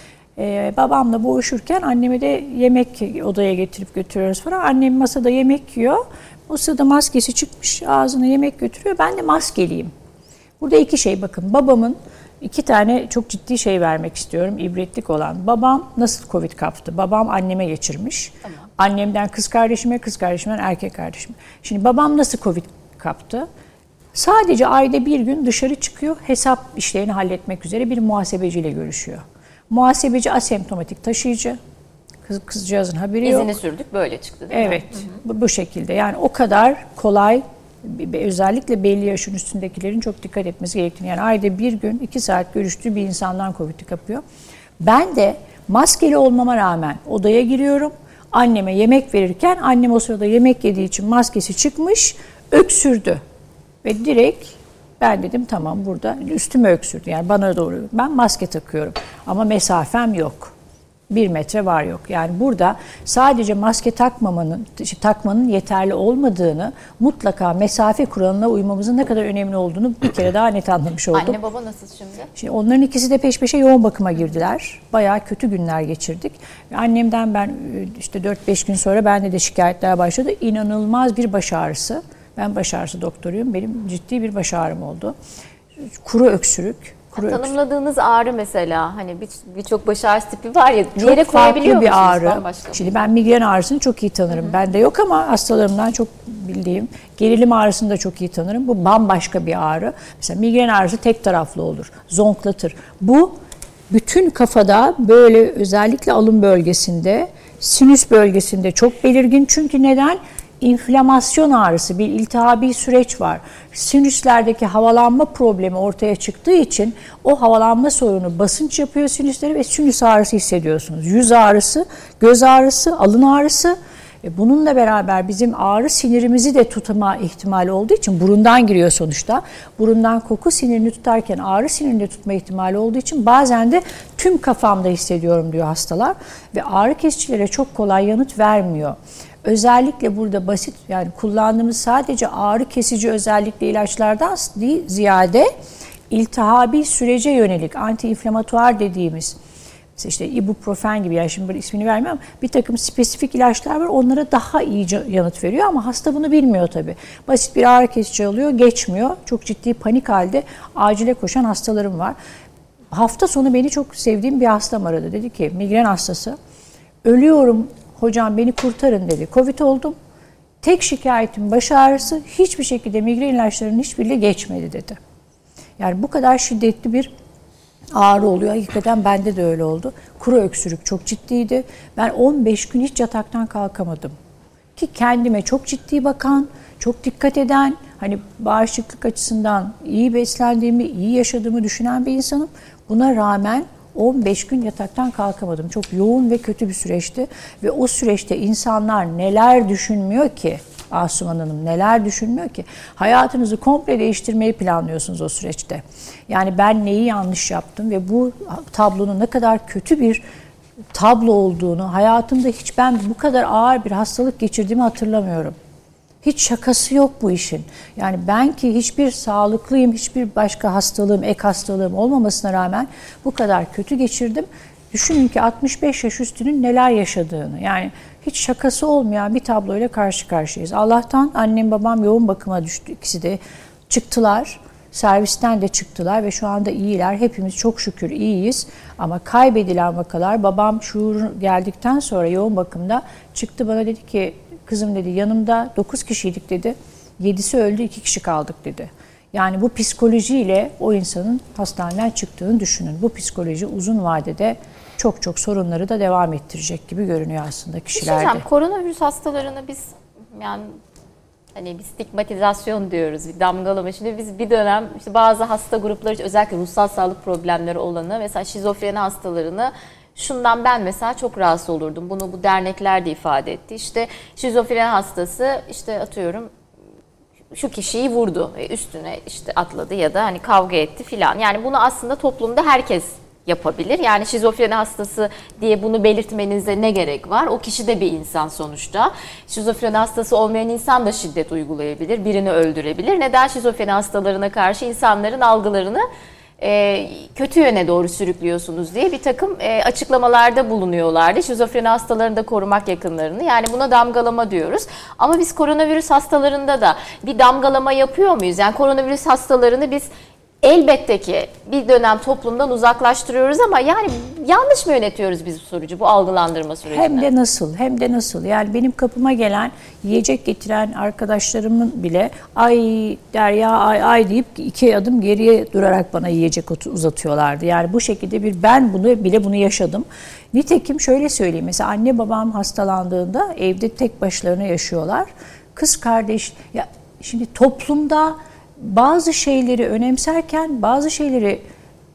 S2: E, babamla boğuşurken annemi de yemek odaya getirip götürüyoruz falan. Annem masada yemek yiyor. O sırada maskesi çıkmış, ağzına yemek götürüyor. Ben de maskeliyim. Burada iki şey bakın. Babamın iki tane çok ciddi şey vermek istiyorum, ibretlik olan. Babam nasıl Covid kaptı? Babam anneme geçirmiş. Tamam. Annemden kız kardeşime, kız kardeşimden erkek kardeşime. Şimdi babam nasıl Covid kaptı? Sadece ayda bir gün dışarı çıkıyor, hesap işlerini halletmek üzere bir muhasebeciyle görüşüyor. Muhasebeci asemptomatik taşıyıcı. Kız, kızcağızın haberi yok.
S1: İzini sürdük, böyle çıktı değil
S2: evet,
S1: mi? Evet,
S2: bu, bu şekilde. Yani o kadar kolay, özellikle belli yaşın üstündekilerin çok dikkat etmesi gerektiğini. Yani ayda bir gün iki saat görüştüğü bir insandan Covid'i kapıyor. Ben de maskeli olmama rağmen odaya giriyorum. Anneme yemek verirken annem o sırada yemek yediği için maskesi çıkmış, öksürdü. Ve direkt ben dedim tamam, burada üstüme öksürdü. Yani bana doğru, ben maske takıyorum ama mesafem yok. bir metre var yok. Yani burada sadece maske takmamanın, takmanın yeterli olmadığını, mutlaka mesafe kuralına uymamızın ne kadar önemli olduğunu bir kere daha net anlamış oldum.
S1: Anne baba nasıl şimdi?
S2: Şimdi onların ikisi de peş peşe yoğun bakıma girdiler. Bayağı kötü günler geçirdik. Ve annemden ben işte dört beş gün sonra bende de şikayetler başladı. İnanılmaz bir baş ağrısı. Ben baş ağrısı doktoruyum. Benim ciddi bir baş ağrım oldu. Kuru öksürük. Kuru
S1: Tanımladığınız ağrı mesela, hani birçok bir baş ağrısı tipi var ya, bir
S2: çok
S1: yere koyabiliyor
S2: farklı bir ağrı.
S1: Bambaşka.
S2: Şimdi ben migren ağrısını çok iyi tanırım. Hı-hı. Bende yok ama hastalarımdan çok bildiğim. Gerilim ağrısını da çok iyi tanırım. Bu bambaşka bir ağrı. Mesela migren ağrısı tek taraflı olur. Zonklatır. Bu bütün kafada böyle, özellikle alın bölgesinde, sinüs bölgesinde çok belirgin. Çünkü neden? İnflamasyon ağrısı, bir iltihabi süreç var. Sinüslerdeki havalanma problemi ortaya çıktığı için o havalanma sorunu basınç yapıyor sinüslere ve sinüs ağrısı hissediyorsunuz. Yüz ağrısı, göz ağrısı, alın ağrısı. E bununla beraber bizim ağrı sinirimizi de tutma ihtimali olduğu için, burundan giriyor sonuçta. Burundan koku sinirini tutarken ağrı sinirini tutma ihtimali olduğu için bazen de tüm kafamda hissediyorum diyor hastalar. Ve ağrı kesicilere çok kolay yanıt vermiyor. Özellikle burada basit, yani kullandığımız sadece ağrı kesici özellikle ilaçlardan ziyade iltihabi sürece yönelik antiinflamatuar dediğimiz, işte ibuprofen gibi, yani şimdi böyle ismini vermiyorum, bir takım spesifik ilaçlar var, onlara daha iyi yanıt veriyor ama hasta bunu bilmiyor tabii. Basit bir ağrı kesici alıyor, geçmiyor. Çok ciddi panik halde acile koşan hastalarım var. Hafta sonu beni çok sevdiğim bir hastam aradı. Dedi ki, migren hastası, ölüyorum hocam beni kurtarın dedi. Covid oldum. Tek şikayetim baş ağrısı. Hiçbir şekilde migren ilaçlarının hiçbiriyle geçmedi dedi. Yani bu kadar şiddetli bir ağrı oluyor. Hakikaten bende de öyle oldu. Kuru öksürük çok ciddiydi. Ben on beş gün hiç yataktan kalkamadım. Ki kendime çok ciddi bakan, çok dikkat eden, hani bağışıklık açısından iyi beslendiğimi, iyi yaşadığımı düşünen bir insanım. Buna rağmen on beş gün yataktan kalkamadım. Çok yoğun ve kötü bir süreçti. Ve o süreçte insanlar neler düşünmüyor ki? Asuman Hanım neler düşünmüyor ki? Hayatınızı komple değiştirmeyi planlıyorsunuz o süreçte. Yani ben neyi yanlış yaptım ve bu tablonun ne kadar kötü bir tablo olduğunu, hayatımda hiç ben bu kadar ağır bir hastalık geçirdiğimi hatırlamıyorum. Hiç şakası yok bu işin. Yani ben ki hiçbir sağlıklıyım, hiçbir başka hastalığım, ek hastalığım olmamasına rağmen bu kadar kötü geçirdim. Düşünün ki altmış beş yaş üstünün neler yaşadığını. Yani hiç şakası olmayan bir tabloyla karşı karşıyayız. Allah'tan annem babam yoğun bakıma düştü. İkisi de çıktılar. Servisten de çıktılar ve şu anda iyiler. Hepimiz çok şükür iyiyiz. Ama kaybedilen vakalar, babam şuur geldikten sonra yoğun bakımda çıktı, bana dedi ki, kızım dedi, yanımda dokuz kişiydik dedi. yedisi öldü, iki kişi kaldık dedi. Yani bu psikolojiyle o insanın hastaneden çıktığını düşünün. Bu psikoloji uzun vadede çok çok sorunları da devam ettirecek gibi görünüyor aslında kişilerde.
S1: Hocam, koronavirüs hastalarını biz yani hani bir stigmatizasyon diyoruz, bir damgalama. Şimdi biz bir dönem işte bazı hasta grupları, özellikle ruhsal sağlık problemleri olanı, mesela şizofreni hastalarını, şundan ben mesela çok rahatsız olurdum. Bunu bu dernekler de ifade etti. İşte şizofreni hastası, işte atıyorum şu kişiyi vurdu, üstüne işte atladı ya da hani kavga etti filan. Yani bunu aslında toplumda herkes yapabilir. Yani şizofreni hastası diye bunu belirtmenize ne gerek var? O kişi de bir insan sonuçta. Şizofreni hastası olmayan insan da şiddet uygulayabilir, birini öldürebilir. Neden şizofreni hastalarına karşı insanların algılarını e, kötü yöne doğru sürüklüyorsunuz diye bir takım e, açıklamalarda bulunuyorlardı. Şizofreni hastalarını da korumak yakınlarını. Yani buna damgalama diyoruz. Ama biz koronavirüs hastalarında da bir damgalama yapıyor muyuz? Yani koronavirüs hastalarını biz elbette ki bir dönem toplumdan uzaklaştırıyoruz ama yani yanlış mı yönetiyoruz biz bu sorucu, bu algılandırma sürecini?
S2: Hem de nasıl, hem de nasıl. Yani benim kapıma gelen, yiyecek getiren arkadaşlarımın bile ay Derya ay ay deyip iki adım geriye durarak bana yiyecek uzatıyorlardı. Yani bu şekilde bir, ben bunu bile bunu yaşadım. Nitekim şöyle söyleyeyim, mesela anne babam hastalandığında evde tek başlarına yaşıyorlar. Kız kardeş, ya şimdi toplumda bazı şeyleri önemserken bazı şeyleri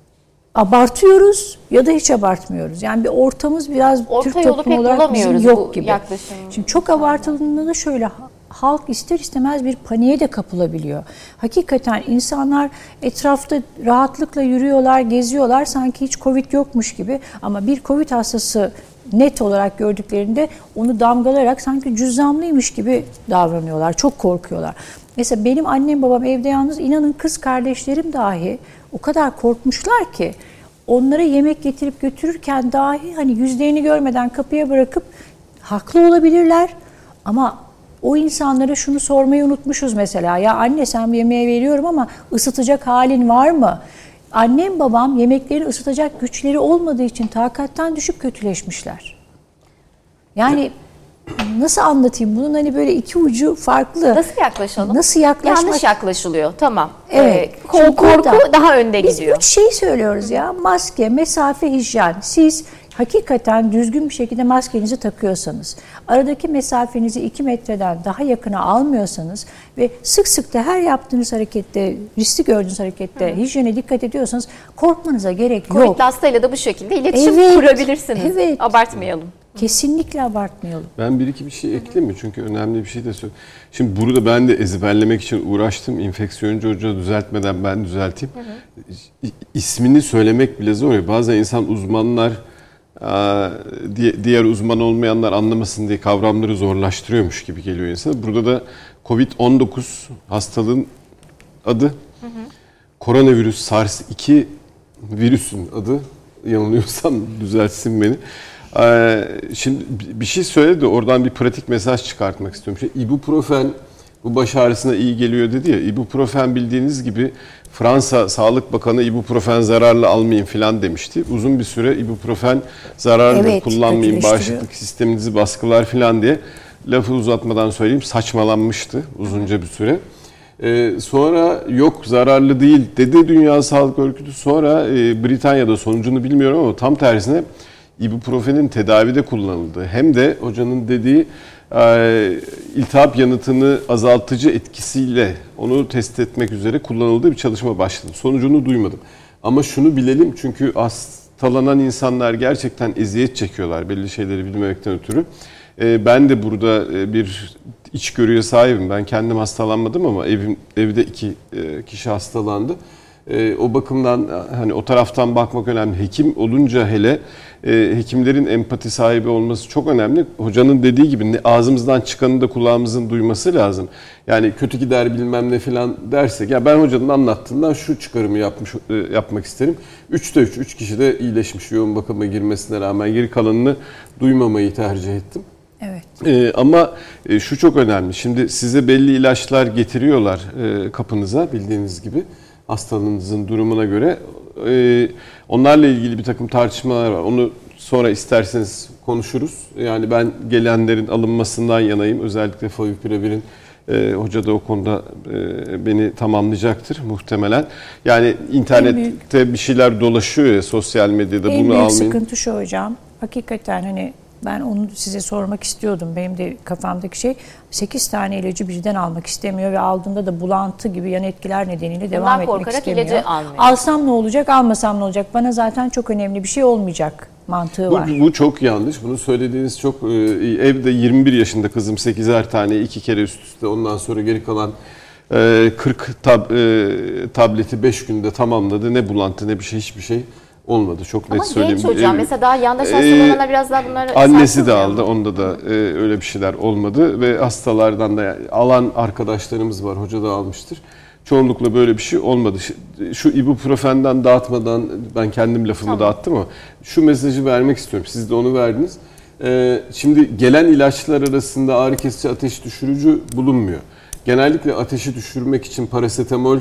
S2: abartıyoruz ya da hiç abartmıyoruz. Yani bir ortamımız biraz
S1: Orta
S2: Türk
S1: yolu
S2: toplumu
S1: pek
S2: olarak bizim yok
S1: bu
S2: gibi.
S1: yaklaşım.
S2: Şimdi çok abartıldığında da şöyle, halk ister istemez bir paniğe de kapılabiliyor. Hakikaten insanlar etrafta rahatlıkla yürüyorlar, geziyorlar sanki hiç Covid yokmuş gibi ama bir Covid hastası net olarak gördüklerinde onu damgalayarak sanki cüzdanlıymış gibi davranıyorlar. Çok korkuyorlar. Mesela benim annem babam evde yalnız, inanın kız kardeşlerim dahi o kadar korkmuşlar ki onlara yemek getirip götürürken dahi hani yüzlerini görmeden kapıya bırakıp haklı olabilirler ama o insanlara şunu sormayı unutmuşuz mesela. Ya anne sen bu yemeği veriyorum ama ısıtacak halin var mı? Annem babam yemekleri ısıtacak güçleri olmadığı için takattan düşüp kötüleşmişler. Yani nasıl anlatayım? Bunun hani böyle iki ucu farklı.
S1: Nasıl yaklaşalım?
S2: Nasıl yaklaşmak?
S1: Yanlış yaklaşılıyor. Tamam.
S2: Evet.
S1: Ee, korku
S2: burada
S1: daha önde
S2: biz
S1: gidiyor.
S2: üç şey söylüyoruz ya. Maske, mesafe, hijyen. Siz hakikaten düzgün bir şekilde maskenizi takıyorsanız, aradaki mesafenizi iki metreden daha yakına almıyorsanız ve sık sık da her yaptığınız harekette, riskli gördüğünüz harekette Hı. hijyene dikkat ediyorsanız korkmanıza gerek yok.
S1: Covid'li hastayla da bu şekilde iletişim
S2: Evet,
S1: kurabilirsiniz.
S2: evet.
S1: Abartmayalım.
S2: Kesinlikle abartmayalım.
S3: Ben bir iki bir şey ekleyeyim mi? Çünkü önemli bir şey de söyleyeyim. Şimdi burada ben de ezberlemek için uğraştım. İnfeksiyoncu hoca düzeltmeden ben düzelteyim. Hı hı. İsmini söylemek bile zor ya. Bazen insan uzmanlar diğer uzman olmayanlar anlamasın diye kavramları zorlaştırıyormuş gibi geliyor insana. Burada da Covid on dokuz hastalığın adı, hı hı. Koronavirüs SARS iki virüsün adı. Yanılıyorsam düzeltsin beni. Şimdi bir şey söyledi de oradan bir pratik mesaj çıkartmak istiyorum. Şey, ibuprofen bu baş ağrısına iyi geliyor dedi ya. İbuprofen bildiğiniz gibi Fransa Sağlık Bakanı ibuprofen zararlı almayın filan demişti. Uzun bir süre ibuprofen zararlı evet, kullanmayın, bağışıklık sisteminizi baskılar filan diye lafı uzatmadan söyleyeyim saçmalanmıştı uzunca bir süre. Ee, sonra yok zararlı değil dedi Dünya Sağlık Örgütü. Sonra e, Britanya'da sonucunu bilmiyorum ama tam tersine ibuprofenin tedavide kullanıldığı hem de hocanın dediği e, iltihap yanıtını azaltıcı etkisiyle onu test etmek üzere kullanıldığı bir çalışma başladı. Sonucunu duymadım. Ama şunu bilelim çünkü hastalanan insanlar gerçekten eziyet çekiyorlar belli şeyleri bilmemekten ötürü. E, ben de burada e, bir içgörüye sahibim. Ben kendim hastalanmadım ama evim, evde iki e, kişi hastalandı. E, o bakımdan hani o taraftan bakmak önemli. Hekim olunca hele e, hekimlerin empati sahibi olması çok önemli. Hocanın dediği gibi ne, ağzımızdan çıkanı da kulağımızın duyması lazım. Yani kötü gider bilmem ne falan dersek ya ben hocanın anlattığından şu çıkarımı yapmış e, yapmak isterim. Üçte üç, üç kişi de iyileşmiş yoğun bakıma girmesine rağmen geri kalanını duymamayı tercih ettim.
S2: Evet.
S3: Ee, ama e, şu çok önemli. Şimdi size belli ilaçlar getiriyorlar e, kapınıza bildiğiniz gibi hastalığınızın durumuna göre. E, onlarla ilgili bir takım tartışmalar var. Onu sonra isterseniz konuşuruz. Yani ben gelenlerin alınmasından yanayım. Özellikle Favipiravir e, hoca da o konuda e, beni tamamlayacaktır muhtemelen. Yani internette bir şeyler dolaşıyor ya sosyal medyada
S2: en
S3: bunu
S2: büyük
S3: almayın.
S2: Sıkıntı şu hocam. Hakikaten hani ben onu size sormak istiyordum. Benim de kafamdaki şey sekiz tane ilacı birden almak istemiyor ve aldığında da bulantı gibi yan etkiler nedeniyle devam
S1: Bundan
S2: etmek istemiyor.
S1: ilacı almıyor.
S2: Alsam ne olacak, almasam ne olacak? Bana zaten çok önemli bir şey olmayacak mantığı var.
S3: Bu, bu çok yanlış. Bunu söylediğiniz çok e, evde yirmi bir yaşında kızım sekizer tane iki kere üst üste ondan sonra geri kalan e, kırk tab, e, tableti beş günde tamamladı. Ne bulantı ne bir şey hiçbir şey olmadı. Çok net
S1: Ama
S3: söyleyeyim.
S1: genç hocam
S3: Ee,
S1: mesela daha yandaş
S3: e,
S1: hastalananlar biraz daha bunları
S3: annesi de
S1: sarsılmıyor
S3: aldı.
S1: mu?
S3: Onda da e, öyle bir şeyler olmadı ve hastalardan da yani alan arkadaşlarımız var. Hoca da almıştır. Çoğunlukla böyle bir şey olmadı. Şu ibuprofenden dağıtmadan ben kendim lafımı tamam. dağıttım ama şu mesajı vermek istiyorum. Siz de onu verdiniz. Ee, şimdi gelen ilaçlar arasında ağrı kesici, ateş düşürücü bulunmuyor. Genellikle ateşi düşürmek için parasetamol e,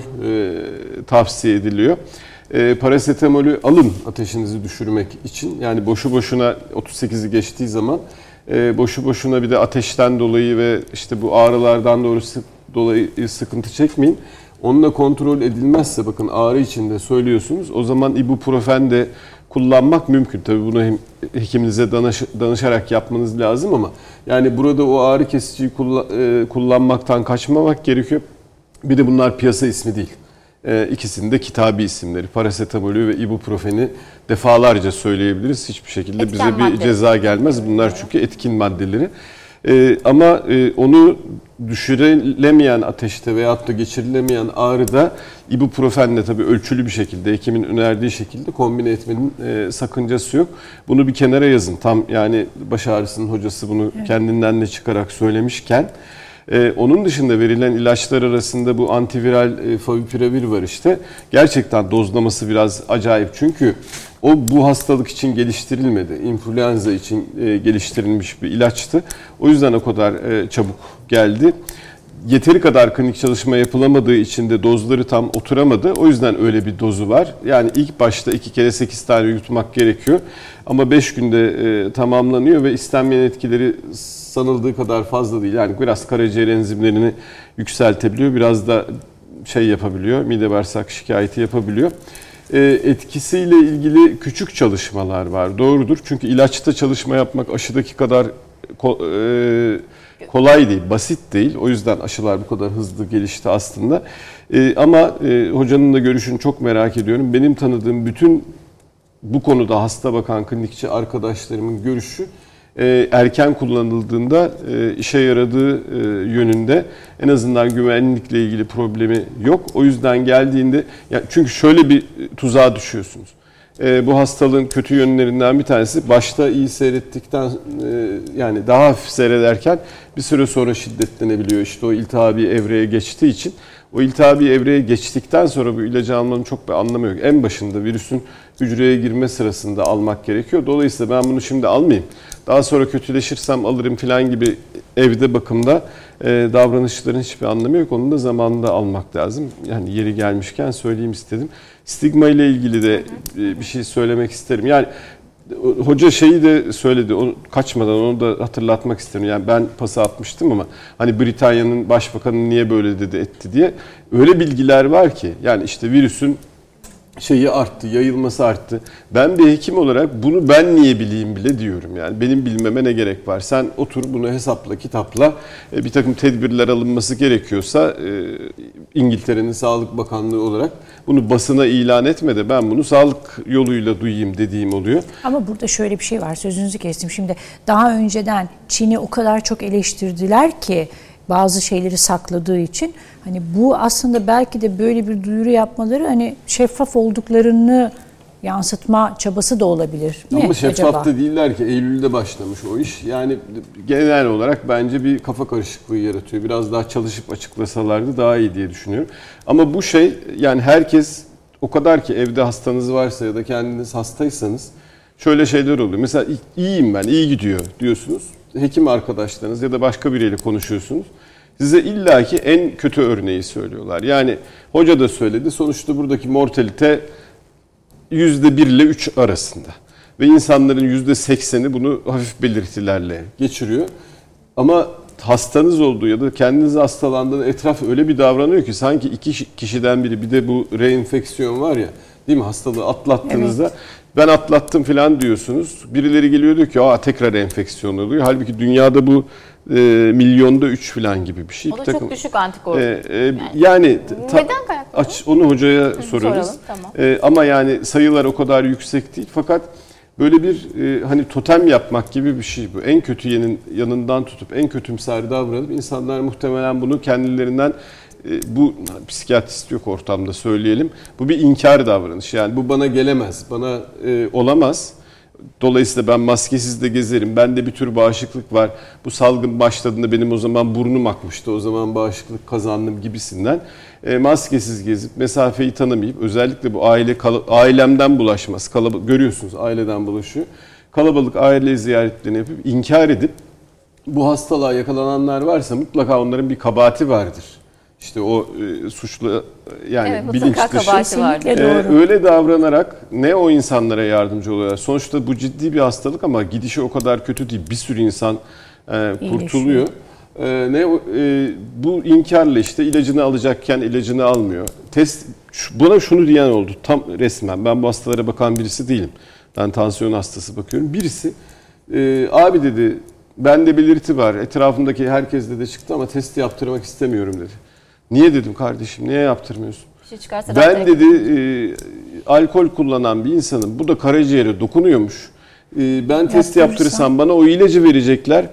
S3: tavsiye ediliyor. E, parasetamolü alın ateşinizi düşürmek için. Yani boşu boşuna otuz sekizi geçtiği zaman e, boşu boşuna bir de ateşten dolayı ve işte bu ağrılardan doğru sık, dolayı sıkıntı çekmeyin. Onunla kontrol edilmezse bakın ağrı içinde söylüyorsunuz. O zaman ibuprofen de kullanmak mümkün. Tabii bunu hem hekiminize danış, danışarak yapmanız lazım ama yani burada o ağrı kesiciyi kullan, e, kullanmaktan kaçmamak gerekiyor. Bir de bunlar piyasa ismi değil. E, ikisinin de kitabi isimleri. Parasetamolü ve ibuprofeni defalarca söyleyebiliriz. Hiçbir şekilde etken bize bir madde. Ceza gelmez. Bunlar çünkü etkin maddeleri. E, ama e, onu düşürülemeyen ateşte veyahut da geçirilemeyen ağrıda ibuprofenle tabii ölçülü bir şekilde, hekimin önerdiği şekilde kombine etmenin e, sakıncası yok. Bunu bir kenara yazın. Tam yani baş ağrısının hocası bunu evet. kendinden de çıkarak söylemişken. Ee, onun dışında verilen ilaçlar arasında bu antiviral e, favipiravir var işte. Gerçekten dozlaması biraz acayip çünkü o bu hastalık için geliştirilmedi. İnfluenza için e, geliştirilmiş bir ilaçtı. O yüzden o kadar e, çabuk geldi. Yeteri kadar klinik çalışma yapılamadığı için de dozları tam oturamadı. O yüzden öyle bir dozu var. Yani ilk başta iki kere sekiz tane yutmak gerekiyor. Ama beş günde e, tamamlanıyor ve istenmeyen etkileri sanıldığı kadar fazla değil. Yani biraz karaciğer enzimlerini yükseltebiliyor. Biraz da şey yapabiliyor. Mide bağırsak şikayeti yapabiliyor. E, etkisiyle ilgili küçük çalışmalar var. Doğrudur. Çünkü ilaçta çalışma yapmak aşıdaki kadar e, kolay değil, basit değil. O yüzden aşılar bu kadar hızlı gelişti aslında. E, ama e, hocanın da görüşünü çok merak ediyorum. Benim tanıdığım bütün bu konuda hasta bakan klinikçi arkadaşlarımın görüşü e, erken kullanıldığında e, işe yaradığı e, yönünde, en azından güvenlikle ilgili problemi yok. O yüzden geldiğinde, yani çünkü şöyle bir tuzağa düşüyorsunuz. E, bu hastalığın kötü yönlerinden bir tanesi başta iyi seyrettikten e, yani daha hafif seyrederken bir süre sonra şiddetlenebiliyor. İşte o iltihabi evreye geçtiği için. O iltihabi evreye geçtikten sonra bu ilacı almanın çok bir anlamı yok. En başında virüsün hücreye girme sırasında almak gerekiyor. Dolayısıyla ben bunu şimdi almayayım, daha sonra kötüleşirsem alırım falan gibi evde bakımda e, davranışların hiçbir anlamı yok. Onu da zamanında almak lazım. Yani yeri gelmişken söyleyeyim istedim. Stigma ile ilgili de e, bir şey söylemek isterim. Yani hoca şeyi de söyledi, onu kaçmadan onu da hatırlatmak isterim. Yani ben pası atmıştım ama hani Britanya'nın başbakanı niye böyle dedi etti diye. Öyle bilgiler var ki yani işte virüsün şeyi arttı, yayılması arttı. Ben bir hekim olarak bunu ben niye bileyim bile diyorum. Yani benim bilmeme ne gerek var? Sen otur bunu hesapla, kitapla. Bir takım tedbirler alınması gerekiyorsa İngiltere'nin Sağlık Bakanlığı olarak bunu basına ilan etme de ben bunu sağlık yoluyla duyayım dediğim oluyor.
S2: Ama burada şöyle bir şey var, sözünüzü kestim. Şimdi daha önceden Çin'i o kadar çok eleştirdiler ki bazı şeyleri sakladığı için, hani bu aslında belki de böyle bir duyuru yapmaları hani şeffaf olduklarını yansıtma çabası da olabilir mi?
S3: Ama şeffaf
S2: acaba?
S3: da değiller ki, Eylül'de başlamış o iş. Yani genel olarak bence bir kafa karışıklığı yaratıyor. Biraz daha çalışıp açıklasalardı daha iyi diye düşünüyorum. Ama bu şey, yani herkes o kadar ki, evde hastanız varsa ya da kendiniz hastaysanız şöyle şeyler oluyor. Mesela iyiyim ben, iyi gidiyor diyorsunuz. Hekim arkadaşlarınız ya da başka biriyle konuşuyorsunuz. Size illaki en kötü örneği söylüyorlar. Yani hoca da söyledi, sonuçta buradaki mortalite yüzde bir ile üç arasında. Ve insanların yüzde sekseni bunu hafif belirtilerle geçiriyor. Ama hastanız olduğu ya da kendiniz hastalandığında etraf öyle bir davranıyor ki sanki iki kişiden biri, bir de bu reenfeksiyon var ya, değil mi, hastalığı atlattığınızda evet. Ben atlattım falan diyorsunuz. Birileri geliyor diyor ki aa tekrar enfeksiyon oluyor. Halbuki dünyada bu e, milyonda üç falan gibi bir şey.
S1: O da
S3: bir takım,
S1: çok düşük antikor.
S3: E, e, yani, yani ta,
S1: neden kaynaklı?
S3: Aç, onu hocaya Hı, sorarız.
S1: Soralım, tamam.
S3: E, ama yani sayılar o kadar yüksek değil. Fakat böyle bir e, hani totem yapmak gibi bir şey bu. En kötü yenin yanından tutup en kötümser davranıp insanlar muhtemelen bunu kendilerinden, bu psikiyatrist yok ortamda söyleyelim. Bu bir inkar davranış. Yani bu bana gelemez, bana e, olamaz. Dolayısıyla ben maskesiz de gezerim. Bende bir tür bağışıklık var. Bu salgın başladığında benim o zaman burnum akmıştı. O zaman bağışıklık kazandım gibisinden. E, maskesiz gezip mesafeyi tanımayıp, özellikle bu aile ailemden bulaşmaz. Kalabalık, görüyorsunuz aileden bulaşıyor. Kalabalık aile ziyaretlerini yapıp inkar edip bu hastalığa yakalananlar varsa mutlaka onların bir kabahati vardır. İşte o e, suçlu yani
S1: evet,
S3: bilinç dışı
S2: e,
S3: öyle davranarak ne o insanlara yardımcı oluyorlar. Sonuçta bu ciddi bir hastalık ama gidişi o kadar kötü değil. Bir sürü insan e, kurtuluyor. E, ne e, bu inkarla işte ilacını alacakken ilacını almıyor. Test buna şunu diyen oldu tam resmen. Ben bu hastalara bakan birisi değilim. Ben tansiyon hastası bakıyorum. Birisi e, abi dedi, bende belirti var. Etrafımdaki herkeste de çıktı ama testi yaptırmak istemiyorum dedi. Niye dedim kardeşim, niye yaptırmıyorsun?
S1: Şey çıkarsa
S3: ben dedi e, alkol kullanan bir insanım. Bu da karaciğere dokunuyormuş. E, ben test yaptırırsam bana o ilacı verecekler. E,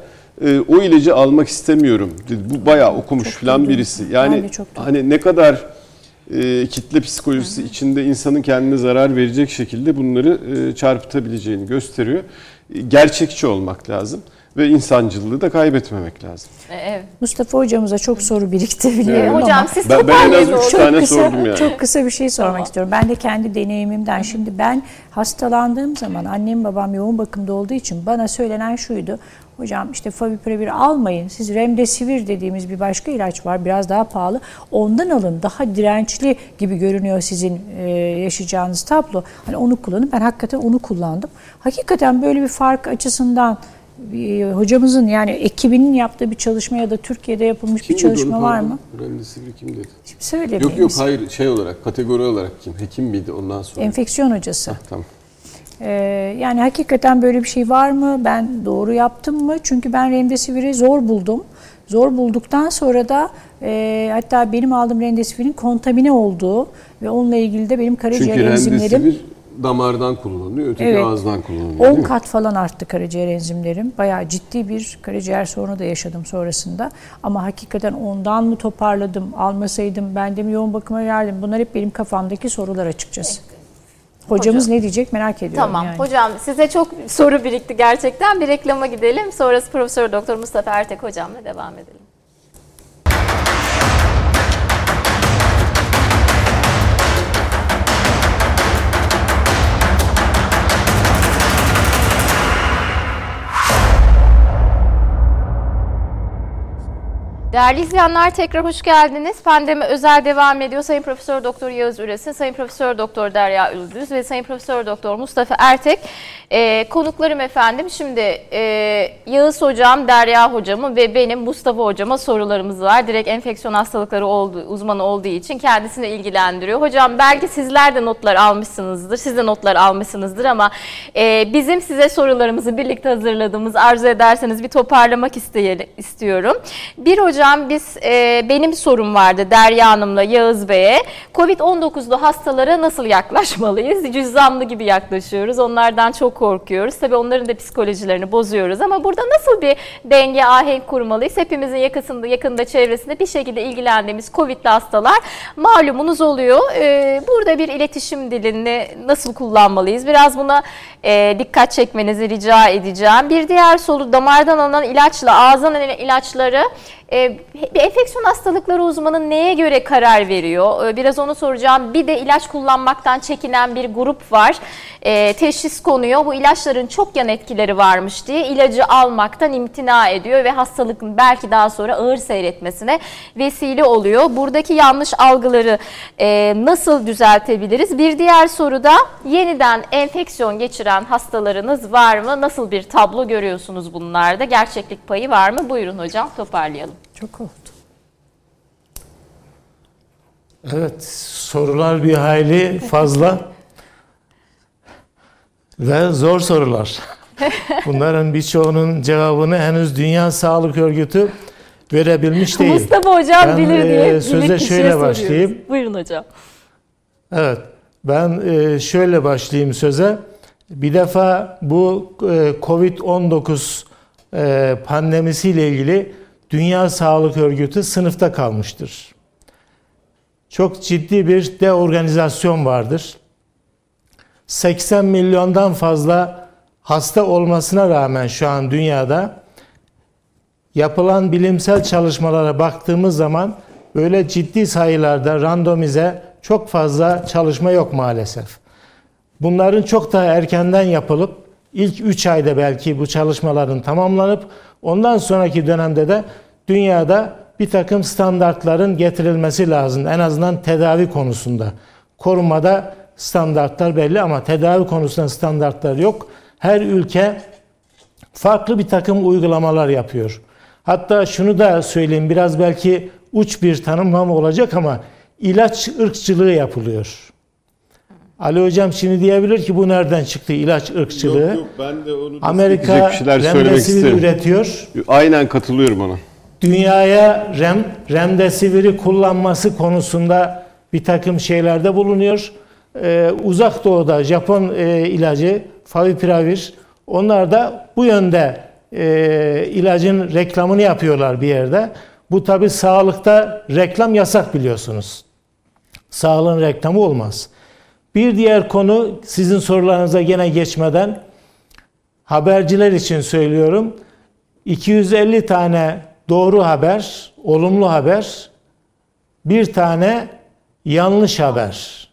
S3: e, o ilacı almak istemiyorum dedi. Bu bayağı okumuş
S2: Çok
S3: falan
S2: duydum.
S3: birisi.
S2: Ben
S3: Yani
S2: de çok duydum.
S3: hani ne kadar e, kitle psikolojisi Hı-hı. içinde insanın kendine zarar verecek şekilde bunları e, çarpıtabileceğini gösteriyor. E, gerçekçi olmak lazım ve insancılığı da kaybetmemek lazım.
S1: Evet.
S2: Mustafa hocamıza çok soru birikti biliyorum
S1: Evet. Hocam
S2: ama
S1: siz
S3: ben, ben en az üç
S2: çok
S3: tane
S2: kısa,
S3: sordum yani.
S2: Çok kısa bir şey sormak
S1: Tamam.
S2: istiyorum. Ben de kendi deneyimimden. Şimdi ben hastalandığım zaman annem babam yoğun bakımda olduğu için bana söylenen şuydu. Hocam işte favipiravir almayın. Siz remdesivir dediğimiz bir başka ilaç var. Biraz daha pahalı. Ondan alın. Daha dirençli gibi görünüyor sizin e, yaşayacağınız tablo. Hani onu kullanın. Ben hakikaten onu kullandım. Hakikaten böyle bir fark açısından e, hocamızın yani ekibinin yaptığı bir çalışma ya da Türkiye'de yapılmış
S3: Kim
S2: bir çalışma var mı?
S3: Remdesivir kim dedi?
S2: Şimdi söylemeyin.
S3: Yok yok hayır şey olarak kategori olarak kim? Hekim miydi ondan sonra?
S2: Enfeksiyon hocası.
S3: Heh, tamam.
S2: Ee, yani hakikaten böyle bir şey var mı? Ben doğru yaptım mı? Çünkü ben remdesiviri zor buldum. Zor bulduktan sonra da e, hatta benim aldığım remdesivirin kontamine olduğu ve onunla ilgili de benim karaciğer
S3: Çünkü
S2: enzimlerim
S3: remdesivir damardan kullanılıyor, öteki
S2: Evet.
S3: ağızdan kullanılıyor.
S2: on kat falan arttı karaciğer enzimlerim. Bayağı ciddi bir karaciğer sorunu da yaşadım sonrasında. Ama hakikaten ondan mı toparladım, almasaydım, ben de mi yoğun bakıma geldim? Bunlar hep benim kafamdaki sorular açıkçası. Hocamız
S1: Hocam.
S2: ne diyecek merak ediyorum
S1: Tamam.
S2: yani.
S1: Hocam size çok soru birikti gerçekten. Bir reklama gidelim. Sonrası Profesör Doktor Mustafa Ertek hocamla devam edelim. Değerli izleyenler tekrar hoş geldiniz. Pandemi özel devam ediyor. Sayın Profesör Doktor Yağız Üresin, Sayın Profesör Doktor Derya Üldüz ve Sayın Profesör Doktor Mustafa Ertek e, konuklarım efendim. Şimdi e, Yağız hocam, Derya hocamın ve benim Mustafa hocama sorularımız var. Direkt enfeksiyon hastalıkları olduğu, uzmanı olduğu için kendisini ilgilendiriyor. Hocam belki sizler de notlar almışsınızdır, siz de notlar almışsınızdır ama e, bizim size sorularımızı birlikte hazırladığımız, arzu ederseniz bir toparlamak isteyelim, istiyorum. Bir hocam Hocam biz e, benim sorum vardı Derya Hanım'la Yağız Bey'e. kovid on dokuzlu hastalara nasıl yaklaşmalıyız? Cüzzamlı gibi yaklaşıyoruz. Onlardan çok korkuyoruz. Tabii onların da psikolojilerini bozuyoruz ama burada nasıl bir denge, ahenk kurmalıyız? Hepimizin yakasında, yakında çevresinde bir şekilde ilgilendiğimiz kovidli hastalar malumunuz oluyor. E, burada bir iletişim dilini nasıl kullanmalıyız? Biraz buna e, dikkat çekmenizi rica edeceğim. Bir diğer soru, damardan alınan ilaçla ağızdan alınan ilaçları Ee, bir enfeksiyon hastalıkları uzmanı neye göre karar veriyor? Biraz onu soracağım. Bir de ilaç kullanmaktan çekinen bir grup var. Ee, teşhis konuyor. Bu ilaçların çok yan etkileri varmış diye ilacı almaktan imtina ediyor ve hastalıkın belki daha sonra ağır seyretmesine vesile oluyor. Buradaki yanlış algıları e, nasıl düzeltebiliriz? Bir diğer soru da yeniden enfeksiyon geçiren hastalarınız var mı? Nasıl bir tablo görüyorsunuz bunlarda? Gerçeklik payı var mı? Buyurun hocam toparlayalım.
S2: Çok oldu.
S4: Evet, sorular bir hayli fazla ve zor sorular. Bunların birçoğunun cevabını henüz Dünya Sağlık Örgütü verebilmiş değil.
S1: Mustafa hocam
S4: ben,
S1: bilir diye
S4: e, söze şöyle başlayayım.
S1: Buyurun hocam.
S4: Evet, ben e, şöyle başlayayım söze. Bir defa bu e, kovid on dokuz e, pandemisiyle ilgili Dünya Sağlık Örgütü sınıfta kalmıştır. Çok ciddi bir deorganizasyon vardır. seksen milyondan fazla hasta olmasına rağmen şu an dünyada yapılan bilimsel çalışmalara baktığımız zaman böyle ciddi sayılarda randomize çok fazla çalışma yok maalesef. Bunların çok daha erkenden yapılıp ilk üç ayda belki bu çalışmaların tamamlanıp ondan sonraki dönemde de dünyada bir takım standartların getirilmesi lazım. En azından tedavi konusunda. Korunmada standartlar belli ama tedavi konusunda standartlar yok. Her ülke farklı bir takım uygulamalar yapıyor. Hatta şunu da söyleyeyim, biraz belki uç bir tanımlama olacak ama ilaç ırkçılığı yapılıyor. Ali Hocam şimdi diyebilir ki bu nereden çıktı ilaç ırkçılığı?
S3: Yok yok ben de onu
S4: Amerika remdesivir üretiyor.
S3: Aynen katılıyorum ona.
S4: Dünyaya rem, remdesiviri kullanması konusunda bir takım şeylerde bulunuyor. Ee, Uzak Doğu'da Japon e, ilacı favipiravir, onlar da bu yönde e, ilacın reklamını yapıyorlar bir yerde. Bu tabii sağlıkta reklam yasak biliyorsunuz. Sağlığın reklamı olmaz. Bir diğer konu, sizin sorularınıza gene geçmeden haberciler için söylüyorum. iki yüz elli tane doğru haber, olumlu haber, bir tane yanlış haber.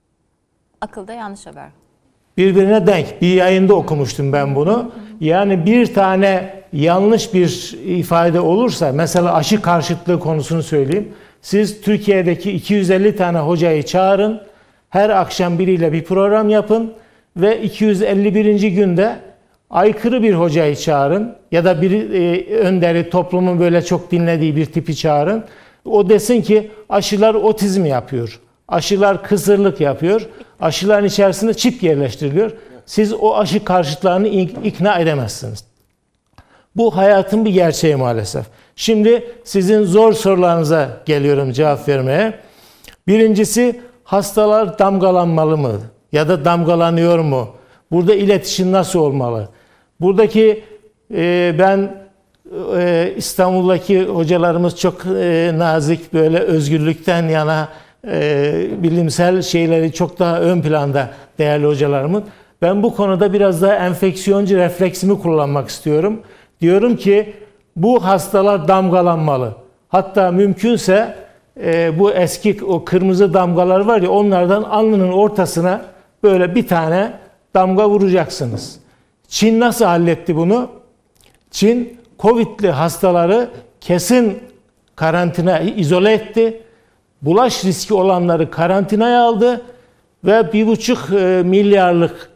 S1: Akılda yanlış haber.
S4: Birbirine denk. Bir yayında okumuştum ben bunu. Yani bir tane yanlış bir ifade olursa, mesela aşı karşıtlığı konusunu söyleyeyim. Siz Türkiye'deki iki yüz elli tane hocayı çağırın. Her akşam biriyle bir program yapın. Ve iki yüz elli birinci günde aykırı bir hocayı çağırın. Ya da bir e, önderi, toplumun böyle çok dinlediği bir tipi çağırın. O desin ki aşılar otizm yapıyor. Aşılar kısırlık yapıyor. Aşıların içerisinde çip yerleştiriliyor. Siz o aşı karşıtlarını ikna edemezsiniz. Bu hayatın bir gerçeği maalesef. Şimdi sizin zor sorularınıza geliyorum cevap vermeye. Birincisi, hastalar damgalanmalı mı? Ya da damgalanıyor mu? Burada iletişim nasıl olmalı? Buradaki e, ben e, İstanbul'daki hocalarımız çok e, nazik, böyle özgürlükten yana e, bilimsel şeyleri çok daha ön planda değerli hocalarımın. Ben bu konuda biraz daha enfeksiyoncu refleksimi kullanmak istiyorum. Diyorum ki bu hastalar damgalanmalı. Hatta mümkünse e, bu eski o kırmızı damgalar var ya, onlardan alnının ortasına böyle bir tane damga vuracaksınız. Çin nasıl halletti bunu? Çin Covid'li hastaları kesin karantina, izole etti. Bulaş riski olanları karantinaya aldı ve bir buçuk milyarlık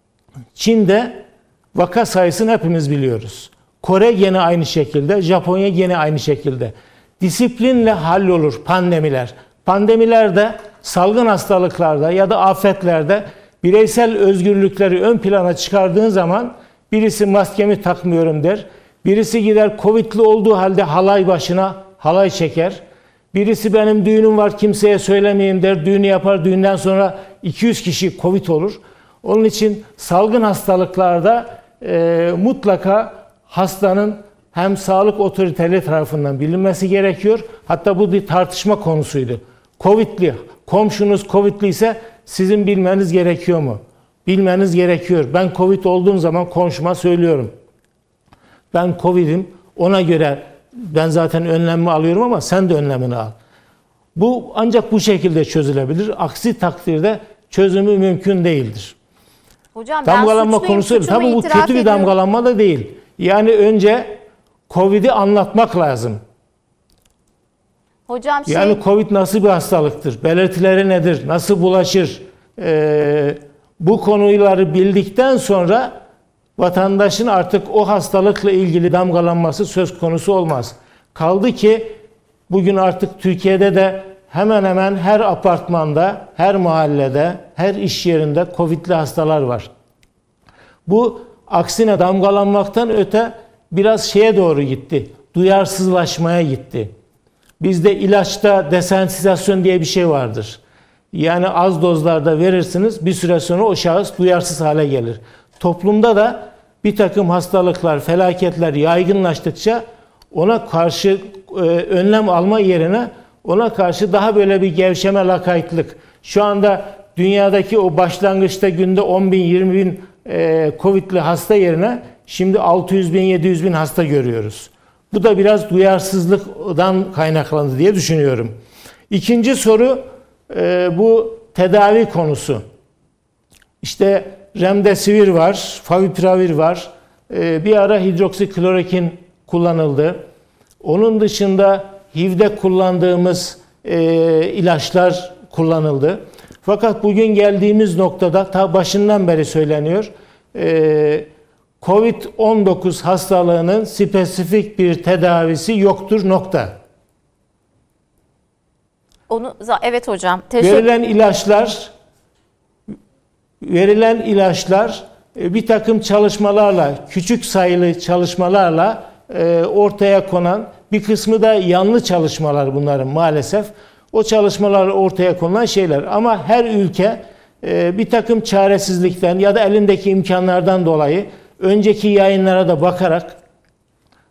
S4: Çin'de vaka sayısını hepimiz biliyoruz. Kore yine aynı şekilde, Japonya yine aynı şekilde. Disiplinle hallolur pandemiler. Pandemilerde, salgın hastalıklarda ya da afetlerde bireysel özgürlükleri ön plana çıkardığın zaman birisi maskemi takmıyorum der. Birisi gider Covid'li olduğu halde halay başına halay çeker. Birisi benim düğünüm var kimseye söylemeyeyim der. Düğünü yapar, düğünden sonra iki yüz kişi Covid olur. Onun için salgın hastalıklarda e, mutlaka hastanın hem sağlık otoriteleri tarafından bilinmesi gerekiyor. Hatta bu bir tartışma konusuydu. Covid'li, komşunuz Covid'li ise sizin bilmeniz gerekiyor mu? Bilmeniz gerekiyor. Ben Covid olduğum zaman komşuma söylüyorum. Ben Covid'im, ona göre ben zaten önlemimi alıyorum ama sen de önlemini al. Bu ancak bu şekilde çözülebilir. Aksi takdirde çözümü mümkün değildir.
S1: Hocam,
S4: damgalanma
S1: ben
S4: konusu öyle. Tabii bu kötü
S1: ediyorum.
S4: bir damgalanma da değil. Yani önce Covid'i anlatmak lazım.
S1: Hocam şey...
S4: Yani Covid nasıl bir hastalıktır? Belirtileri nedir? Nasıl bulaşır? Ee, bu konuları bildikten sonra vatandaşın artık o hastalıkla ilgili damgalanması söz konusu olmaz. Kaldı ki bugün artık Türkiye'de de hemen hemen her apartmanda, her mahallede, her iş yerinde Covid'li hastalar var. Bu aksine damgalanmaktan öte biraz şeye doğru gitti. Duyarsızlaşmaya gitti. Bizde ilaçta desensitizasyon diye bir şey vardır. Yani az dozlarda verirsiniz, bir süre sonra o şahıs duyarsız hale gelir. Toplumda da bir takım hastalıklar, felaketler yaygınlaştıkça ona karşı e, önlem alma yerine ona karşı daha böyle bir gevşeme, lakaytlık. Şu anda dünyadaki o başlangıçta günde on bin, yirmi bin e, Covid'li hasta yerine şimdi altı yüz bin, yedi yüz bin hasta görüyoruz. Bu da biraz duyarsızlıktan kaynaklandı diye düşünüyorum. İkinci soru e, bu tedavi konusu. İşte remdesivir var, favipiravir var. E, bir ara hidroksiklorokin kullanıldı. Onun dışında H I V'de kullandığımız e, ilaçlar kullanıldı. Fakat bugün geldiğimiz noktada ta başından beri söyleniyor. E, Covid on dokuz hastalığının spesifik bir tedavisi yoktur, nokta.
S1: Onu evet hocam. Teşekkür...
S4: Verilen ilaçlar verilen ilaçlar bir takım çalışmalarla, küçük sayılı çalışmalarla ortaya konan, bir kısmı da yanlı çalışmalar bunların maalesef. O çalışmalar ortaya konulan şeyler. Ama her ülke bir takım çaresizlikten ya da elindeki imkanlardan dolayı önceki yayınlara da bakarak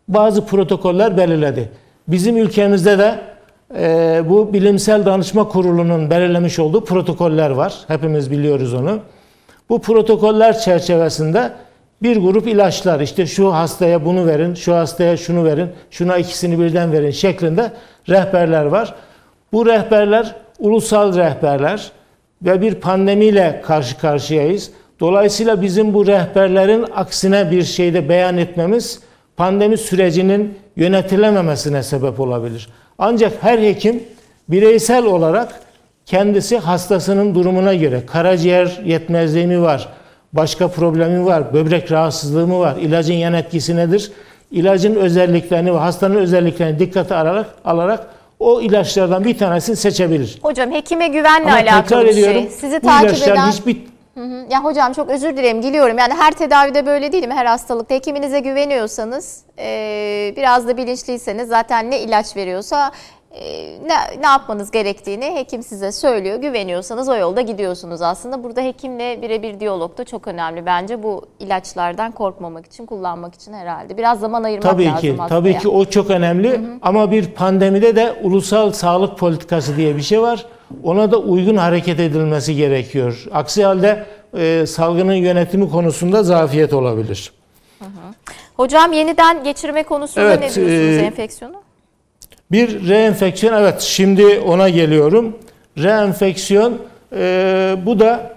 S4: bazı protokoller belirledi. Bizim ülkemizde de e, bu Bilimsel Danışma Kurulu'nun belirlemiş olduğu protokoller var. Hepimiz biliyoruz onu. Bu protokoller çerçevesinde bir grup ilaçlar, işte şu hastaya bunu verin, şu hastaya şunu verin, şuna ikisini birden verin şeklinde rehberler var. Bu rehberler ulusal rehberler ve bir pandemiyle karşı karşıyayız. Dolayısıyla bizim bu rehberlerin aksine bir şeyde beyan etmemiz pandemi sürecinin yönetilememesine sebep olabilir. Ancak her hekim bireysel olarak kendisi hastasının durumuna göre karaciğer yetmezliği mi var, başka problemi var, böbrek rahatsızlığı mı var, ilacın yan etkisi nedir, ilacın özelliklerini ve hastanın özelliklerini dikkate alarak, alarak o ilaçlardan bir tanesini seçebilir.
S1: Hocam hekime güvenle
S4: Ama
S1: alakalı bir şey. Sizi takip eden...
S4: hiçbir...
S1: Hı hı. Ya hocam çok özür dilerim, diliyorum. Yani her tedavide böyle değil mi? Her hastalıkta hekiminize güveniyorsanız, e, biraz da bilinçliyseniz zaten ne ilaç veriyorsa e, ne, ne yapmanız gerektiğini hekim size söylüyor. Güveniyorsanız o yolda gidiyorsunuz aslında. Burada hekimle birebir diyalog da çok önemli bence. Bu ilaçlardan korkmamak için, kullanmak için herhalde. Biraz zaman ayırmak
S4: tabii
S1: lazım
S4: ki,
S1: aslında.
S4: Tabii ki o çok önemli. Hı hı. Ama bir pandemide de ulusal sağlık politikası diye bir şey var. Ona da uygun hareket edilmesi gerekiyor. Aksi halde e, salgının yönetimi konusunda zafiyet olabilir.
S1: Hı hı. Hocam yeniden geçirme konusunda
S4: evet,
S1: ne diyorsunuz
S4: e,
S1: enfeksiyonu?
S4: Bir reenfeksiyon, evet şimdi ona geliyorum. Reenfeksiyon e, bu da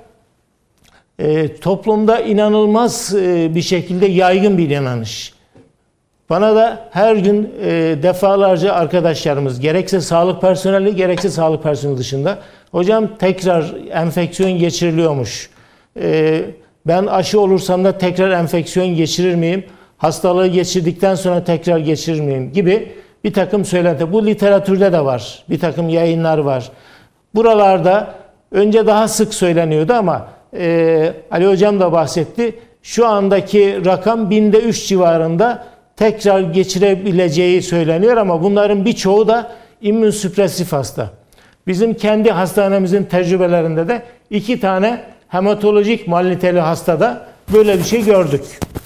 S4: e, toplumda inanılmaz e, bir şekilde yaygın bir inanış. Bana da her gün e, defalarca arkadaşlarımız, gerekse sağlık personeli gerekse sağlık personeli dışında, hocam tekrar enfeksiyon geçiriliyormuş. E, ben aşı olursam da tekrar enfeksiyon geçirir miyim? Hastalığı geçirdikten sonra tekrar geçirir miyim? Gibi bir takım söylenti. Bu literatürde de var. Bir takım yayınlar var. Buralarda önce daha sık söyleniyordu ama e, Ali Hocam da bahsetti. Şu andaki rakam binde üç civarında tekrar geçirebileceği söyleniyor ama bunların birçoğu da immünsüpresif hasta. Bizim kendi hastanemizin tecrübelerinde de iki tane hematolojik maliteli hastada böyle bir şey gördük.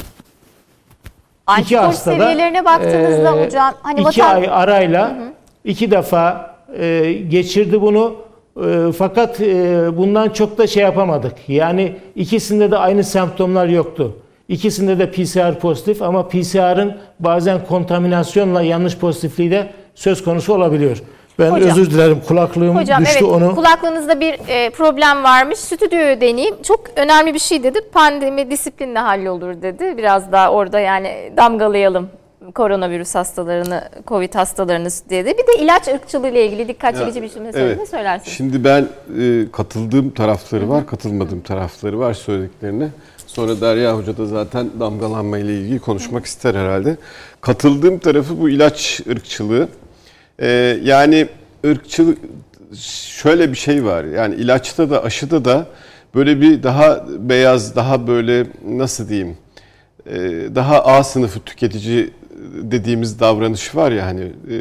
S1: Antikor seviyelerine baktığınızda e, hocam hani
S4: iki
S1: vatan...
S4: ay arayla hı hı. iki defa e, geçirdi bunu. E, fakat e, bundan çok da şey yapamadık. Yani ikisinde de aynı semptomlar yoktu. İkisinde de P C R pozitif ama P C R'ın bazen kontaminasyonla yanlış pozitifliği de söz konusu olabiliyor. Ben hocam, özür dilerim, kulaklığım
S1: hocam,
S4: düştü
S1: evet,
S4: onu.
S1: Kulaklığınızda bir e, problem varmış. Stüdyoya deneyeyim. Çok önemli bir şey dedi. Pandemi disiplinle hallolur dedi. Biraz daha orada yani damgalayalım koronavirüs hastalarını, Covid hastalarını dedi. Bir de ilaç ırkçılığı ile ilgili dikkat çekici bir şey mesela evet. Ne söylersiniz?
S3: Şimdi ben e, katıldığım tarafları var, katılmadığım tarafları var söylediklerine. Sonra Derya Hoca da zaten damgalanma ile ilgili konuşmak ister herhalde. Katıldığım tarafı bu ilaç ırkçılığı. Ee, yani ırkçılık şöyle bir şey var. Yani ilaçta da aşıda da böyle bir daha beyaz, daha böyle nasıl diyeyim, e, daha A sınıfı tüketici dediğimiz davranış var ya hani e,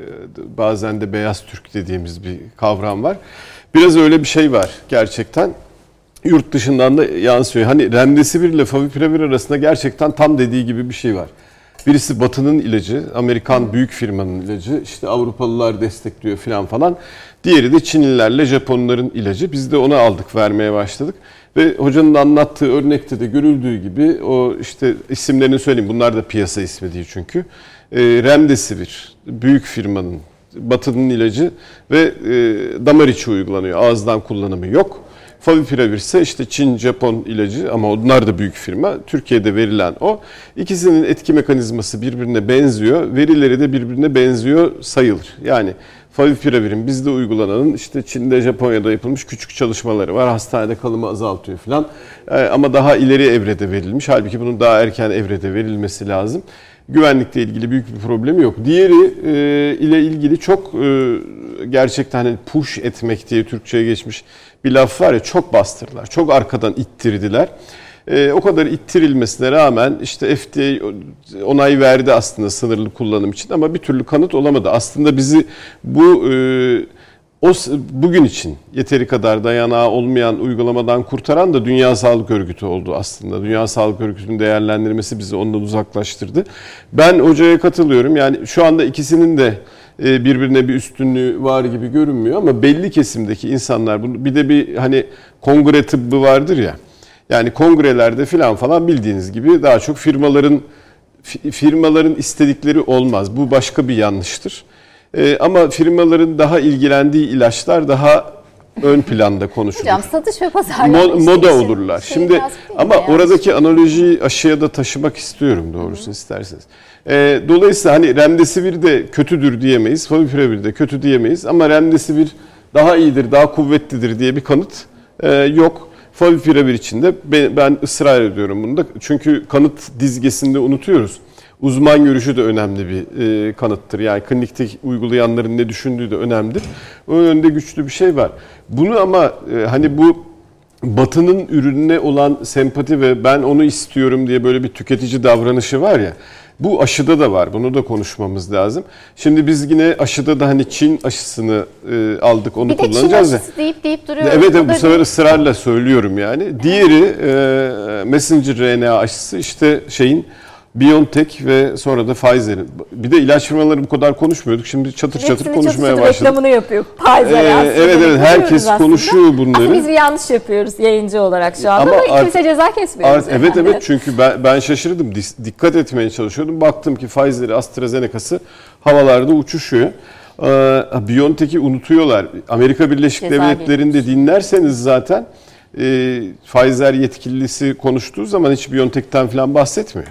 S3: bazen de beyaz Türk dediğimiz bir kavram var. Biraz öyle bir şey var gerçekten. Yurt dışından da yansıyor. Hani Remdesivir ile Favipiravir arasında gerçekten tam dediği gibi bir şey var. Birisi Batı'nın ilacı, Amerikan büyük firmanın ilacı, işte Avrupalılar destekliyor falan falan. Diğeri de Çinlilerle Japonların ilacı. Biz de onu aldık, vermeye başladık. Ve hocanın anlattığı örnekte de görüldüğü gibi o işte isimlerini söyleyeyim. Bunlar da piyasa ismi değil çünkü. E, Remdesivir, büyük firmanın, Batı'nın ilacı ve e, damar içi uygulanıyor. Ağızdan kullanımı yok. Favipiravir ise işte Çin, Japon ilacı ama onlar da büyük firma. Türkiye'de verilen o. İkisinin etki mekanizması birbirine benziyor. Verileri de birbirine benziyor sayılır. Yani Favipiravir'in bizde uygulananın işte Çin'de, Japonya'da yapılmış küçük çalışmaları var. Hastanede kalımı azaltıyor falan. Ama daha ileri evrede verilmiş. Halbuki bunun daha erken evrede verilmesi lazım. Güvenlikle ilgili büyük bir problemi yok. Diğeri e, ile ilgili çok e, gerçekten hani push etmek diye Türkçe'ye geçmiş bir laf var ya, çok bastırdılar. Çok arkadan ittirdiler. E, o kadar ittirilmesine rağmen işte F D A onay verdi aslında sınırlı kullanım için ama bir türlü kanıt olamadı. Aslında bizi bu e, o bugün için yeteri kadar dayanağı olmayan uygulamadan kurtaran da Dünya Sağlık Örgütü oldu aslında. Dünya Sağlık Örgütü'nün değerlendirmesi bizi ondan uzaklaştırdı. Ben hocaya katılıyorum. Yani şu anda ikisinin de birbirine bir üstünlüğü var gibi görünmüyor ama belli kesimdeki insanlar, bir de bir hani kongre tıbbı vardır ya. Yani kongrelerde filan falan bildiğiniz gibi daha çok firmaların firmaların istedikleri olmaz. Bu başka bir yanlıştır. Ee, ama firmaların daha ilgilendiği ilaçlar daha ön planda konuşulur.
S1: Hocam satış ve pazarlama
S3: Mo-
S1: işte
S3: moda
S1: işin
S3: olurlar.
S1: şeyi
S3: Şimdi
S1: lazım değil mi
S3: ama
S1: yani?
S3: oradaki analojiyi aşıya da taşımak istiyorum doğrusunu isterseniz. Ee, dolayısıyla hani remdesivir de kötüdür diyemeyiz, favipiravir de kötü diyemeyiz ama remdesivir daha iyidir, daha kuvvetlidir diye bir kanıt e, yok. Favipiravir için de ben, ben ısrar ediyorum bunda. Çünkü kanıt dizgesinde unutuyoruz. Uzman görüşü de önemli bir e, kanıttır. Yani klinikte uygulayanların ne düşündüğü de önemlidir. O yönde güçlü bir şey var. Bunu ama e, hani bu Batı'nın ürününe olan sempati ve ben onu istiyorum diye böyle bir tüketici davranışı var ya. Bu aşıda da var. Bunu da konuşmamız lazım. Şimdi biz yine aşıda da hani Çin aşısını e, aldık, onu
S1: bir
S3: kullanacağız
S1: de
S3: ya.
S1: Çin aşısı deyip deyip duruyoruz.
S3: Evet, evet
S1: Bu
S3: bu
S1: da
S3: sefer
S1: bir-
S3: ısrarla söylüyorum yani. Diğeri e, messenger R N A aşısı işte şeyin BioNTech ve sonra da Pfizer'in. Bir de ilaç firmaları bu kadar konuşmuyorduk. Şimdi çatır çatır
S1: Hepsinin
S3: konuşmaya
S1: çatır çatır
S3: başladık.
S1: reklamını yapıyor. Pfizer
S3: Ee,
S1: aslında.
S3: evet, evet, herkes
S1: Aslında.
S3: konuşuyor bunları.
S1: Aslında biz bir yanlış yapıyoruz yayıncı olarak şu anda
S3: Ama
S1: ama,
S3: art-
S1: kimse ceza kesmiyoruz.
S3: Art- evet evet çünkü ben, ben şaşırdım. Dis- Dikkat etmeye çalışıyordum. Baktım ki Pfizer'i, AstraZeneca'sı havalarda uçuşuyor. Ee, BioNTech'i unutuyorlar. Amerika Birleşik
S1: Ceza
S3: Devletleri'nde dinlerseniz zaten e, Pfizer yetkilisi konuştuğu zaman hiç BioNTech'ten falan bahsetmiyor.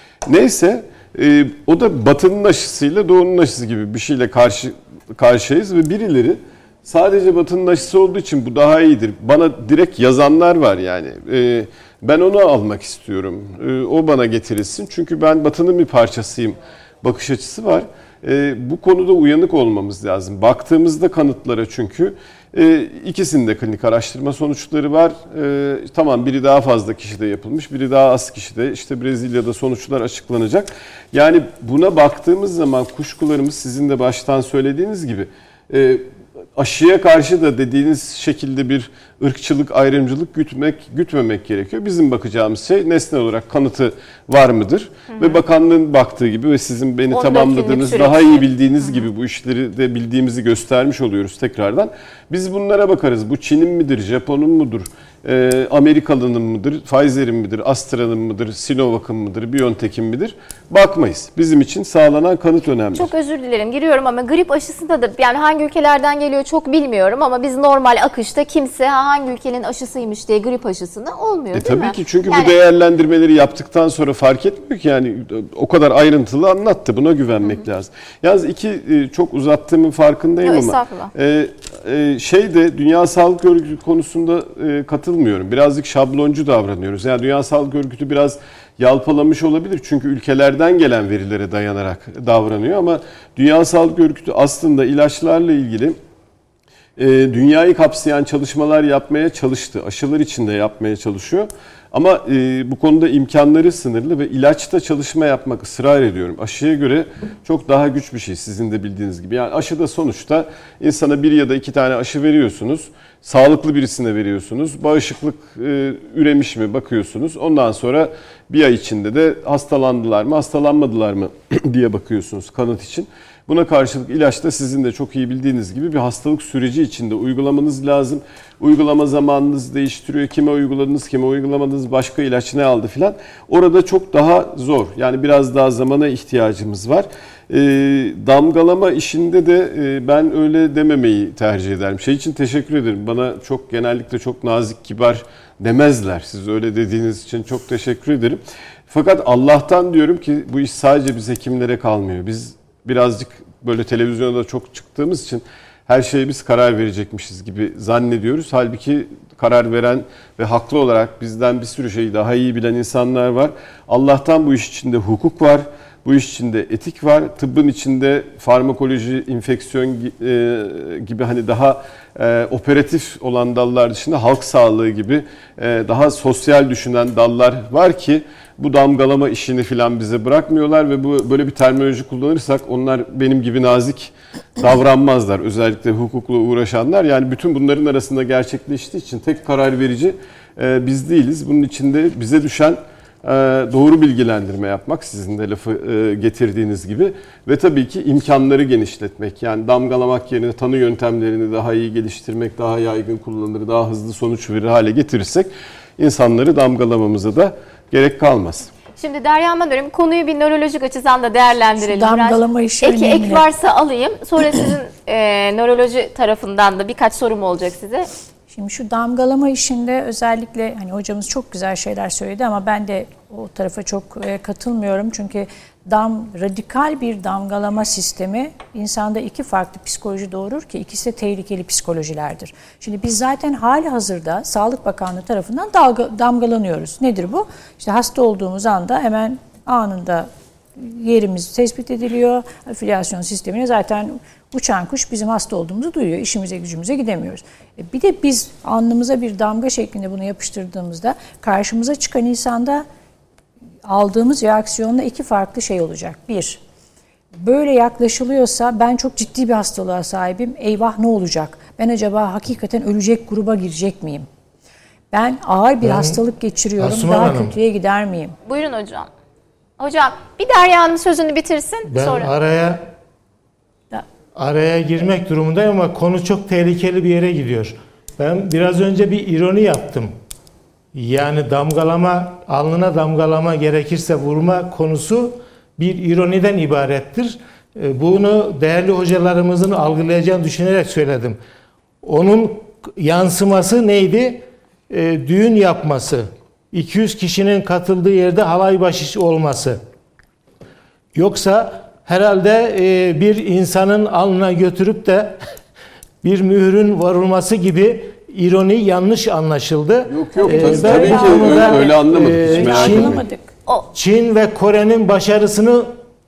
S3: Neyse e, o da Batı'nın aşısıyla Doğu'nun aşısı gibi bir şeyle karşı karşıyayız ve birileri sadece Batı'nın aşısı olduğu için bu daha iyidir. Bana direkt yazanlar var yani. E, ben onu almak istiyorum. E, o bana getirilsin. Çünkü ben Batı'nın bir parçasıyım. Bakış açısı var. E, bu konuda uyanık olmamız lazım. Baktığımızda kanıtlara çünkü e, ikisinde klinik araştırma sonuçları var. E, tamam biri daha fazla kişide yapılmış, biri daha az kişide. İşte Brezilya'da sonuçlar açıklanacak. Yani buna baktığımız zaman kuşkularımız sizin de baştan söylediğiniz gibi e, aşıya karşı da dediğiniz şekilde bir ırkçılık, ayrımcılık gütmek, gütmemek gerekiyor. Bizim bakacağımız şey nesnel olarak kanıtı var mıdır? Hı hı. Ve bakanlığın baktığı gibi ve sizin beni tamamladığınız, daha iyi bildiğiniz hı hı. gibi bu işleri de bildiğimizi göstermiş oluyoruz tekrardan. Biz bunlara bakarız. Bu Çin'in midir, Japon'un mudur, e, Amerikalı'nın mıdır, Pfizer'in midir, Astra'nın mıdır, Sinovac'ın mıdır, BioNTech'in midir? Bakmayız. Bizim için sağlanan kanıt önemli.
S1: Çok özür dilerim giriyorum ama grip aşısında da yani hangi ülkelerden geliyor çok bilmiyorum ama biz normal akışta kimse hangi ülkenin aşısıymış diye grip aşısını olmuyor
S3: e,
S1: değil mi?
S3: Tabii ki çünkü
S1: yani,
S3: bu değerlendirmeleri yaptıktan sonra fark etmiyor ki yani o kadar ayrıntılı anlattı. Buna güvenmek hı hı. lazım. Yalnız iki e, çok uzattığımın farkındayım
S1: Yok,
S3: ama e, e, şey de Dünya Sağlık Örgütü konusunda e, katılmıyorum. Birazcık şabloncu davranıyoruz. Yani Dünya Sağlık Örgütü biraz yalpalamış olabilir çünkü ülkelerden gelen verilere dayanarak davranıyor ama Dünya Sağlık Örgütü aslında ilaçlarla ilgili e, dünyayı kapsayan çalışmalar yapmaya çalıştı. Aşılar için de yapmaya çalışıyor. Ama e, bu konuda imkanları sınırlı ve ilaçta çalışma yapmak ısrar ediyorum. Aşıya göre çok daha güç bir şey sizin de bildiğiniz gibi. Yani aşıda sonuçta insana bir ya da iki tane aşı veriyorsunuz. Sağlıklı birisine veriyorsunuz. Bağışıklık e, üremiş mi bakıyorsunuz. Ondan sonra bir ay içinde de hastalandılar mı hastalanmadılar mı diye bakıyorsunuz kanıt için. Buna karşılık ilaçta sizin de çok iyi bildiğiniz gibi bir hastalık süreci içinde uygulamanız lazım. Uygulama zamanınız değiştiriyor. Kime uyguladınız, kime uygulamadınız, başka ilaç ne aldı filan. Orada çok daha zor. Yani biraz daha zamana ihtiyacımız var. E, damgalama işinde de e, ben öyle dememeyi tercih ederim. Şey için teşekkür ederim. Bana çok genellikle çok nazik, kibar demezler. Siz öyle dediğiniz için çok teşekkür ederim. Fakat Allah'tan diyorum ki bu iş sadece biz hekimlere kalmıyor. Biz birazcık böyle televizyonda çok çıktığımız için her şeye biz karar verecekmişiz gibi zannediyoruz. Halbuki karar veren ve haklı olarak bizden bir sürü şeyi daha iyi bilen insanlar var. Allah'tan bu iş içinde hukuk var. Bu iş içinde etik var. Tıbbın içinde farmakoloji, infeksiyon gibi hani daha operatif olan dallar dışında halk sağlığı gibi daha sosyal düşünen dallar var ki bu damgalama işini falan bize bırakmıyorlar ve bu böyle bir terminoloji kullanırsak onlar benim gibi nazik davranmazlar. Özellikle hukukla uğraşanlar. Yani bütün bunların arasında gerçekleştiği için tek karar verici biz değiliz. Bunun içinde bize düşen doğru bilgilendirme yapmak, sizin de lafı getirdiğiniz gibi ve tabii ki imkanları genişletmek. Yani damgalamak yerine tanı yöntemlerini daha iyi geliştirmek, daha yaygın kullanılır, daha hızlı sonuç verir hale getirirsek insanları damgalamamıza da gerek kalmaz.
S1: Şimdi Derya Hanım'a dönüyorum. Konuyu bir nörolojik açıdan da değerlendirelim.
S2: Şu damgalama işi
S1: Ek,
S2: önemli.
S1: ek varsa alayım. Sonra sizin e, nöroloji tarafından da birkaç sorum olacak size.
S2: Şimdi şu damgalama işinde özellikle hani hocamız çok güzel şeyler söyledi ama ben de o tarafa çok e, katılmıyorum. Çünkü dam radikal bir damgalama sistemi insanda iki farklı psikoloji doğurur ki ikisi de tehlikeli psikolojilerdir. Şimdi biz zaten hali hazırda Sağlık Bakanlığı tarafından dalga, damgalanıyoruz. Nedir bu? İşte hasta olduğumuz anda hemen anında yerimiz tespit ediliyor. Afiliasyon sistemine zaten uçan kuş bizim hasta olduğumuzu duyuyor. İşimize gücümüze gidemiyoruz. E bir de biz alnımıza bir damga şeklinde bunu yapıştırdığımızda karşımıza çıkan insanda aldığımız reaksiyonla iki farklı şey olacak. Bir, böyle yaklaşılıyorsa ben çok ciddi bir hastalığa sahibim. Eyvah ne olacak? Ben acaba hakikaten ölecek gruba girecek miyim? Ben ağır bir ben, hastalık geçiriyorum. Asuman daha Hanım. Kötüye gider miyim?
S1: Buyurun hocam. Hocam bir Derya Hanım sözünü bitirsin.
S4: Ben
S1: sonra.
S4: araya araya girmek durumundayım ama konu çok tehlikeli bir yere gidiyor. Ben biraz önce bir ironi yaptım. Yani damgalama, alnına damgalama gerekirse vurma konusu bir ironiden ibarettir. Bunu değerli hocalarımızın algılayacağını düşünerek söyledim. Onun yansıması neydi? E, düğün yapması, iki yüz kişinin katıldığı yerde halay başı olması. Yoksa herhalde e, bir insanın alnına götürüp de bir mührün varılması gibi ironi yanlış anlaşıldı.
S3: Yok yok
S4: ee,
S3: tabii, tabii ki öyle, öyle anlamadık.
S4: E,
S3: hiç merak
S4: Çin,
S2: anlamadık.
S4: Çin ve Kore'nin başarısını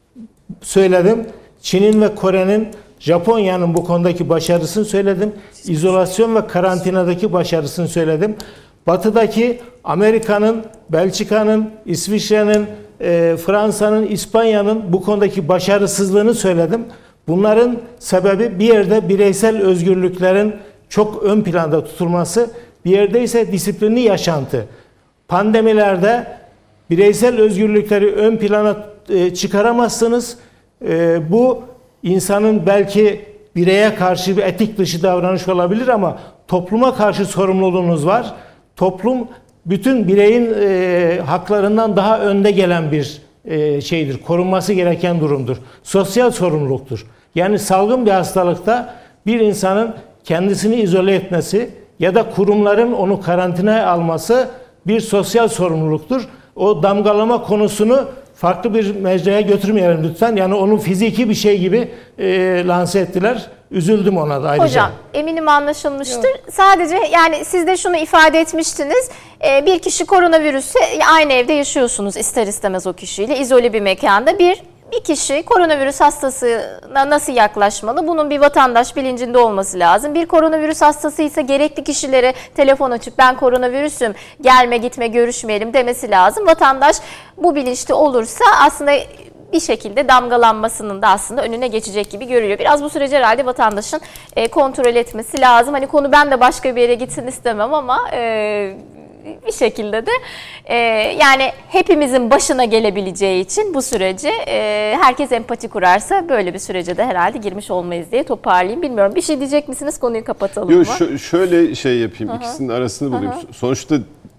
S4: söyledim. Çin'in ve Kore'nin, Japonya'nın bu konudaki başarısını söyledim. İzolasyon ve karantinadaki başarısını söyledim. Batı'daki Amerika'nın, Belçika'nın, İsviçre'nin, e, Fransa'nın, İspanya'nın bu konudaki başarısızlığını söyledim. Bunların sebebi bir yerde bireysel özgürlüklerin çok ön planda tutulması, bir yerde ise disiplinli yaşantı. Pandemilerde bireysel özgürlükleri ön plana e, çıkaramazsınız. E, bu insanın belki bireye karşı bir etik dışı davranış olabilir ama topluma karşı sorumluluğunuz var. Toplum bütün bireyin e, haklarından daha önde gelen bir e, şeydir. Korunması gereken durumdur. Sosyal sorumluluktur. Yani salgın bir hastalıkta bir insanın kendisini izole etmesi ya da kurumların onu karantinaya alması bir sosyal sorumluluktur. O damgalama konusunu farklı bir mecraya götürmeyelim lütfen. Yani onu fiziki bir şey gibi e, lanse ettiler. Üzüldüm ona da ayrıca.
S1: Hocam eminim anlaşılmıştır. Yok. Sadece yani siz de şunu ifade etmiştiniz. Ee, bir kişi koronavirüsü aynı evde yaşıyorsunuz ister istemez o kişiyle. İzole bir mekanda bir bir kişi koronavirüs hastasına nasıl yaklaşmalı? Bunun bir vatandaş bilincinde olması lazım. Bir koronavirüs hastası ise gerekli kişilere telefon açıp ben koronavirüsüm, gelme gitme görüşmeyelim demesi lazım. Vatandaş bu bilinçli olursa aslında bir şekilde damgalanmasının da aslında önüne geçecek gibi görülüyor. Biraz bu süreci herhalde vatandaşın e, kontrol etmesi lazım. Hani konu ben de başka bir yere gitsin istemem ama e, bir şekilde de e, yani hepimizin başına gelebileceği için bu süreci e, herkes empati kurarsa böyle bir sürece de herhalde girmiş olmayız diye toparlayayım. Bilmiyorum, bir şey diyecek misiniz? Konuyu kapatalım
S3: Yok,
S1: mı?
S3: Şö- şöyle şey yapayım.
S1: Aha.
S3: İkisinin arasını bulayım. Aha. Sonuçta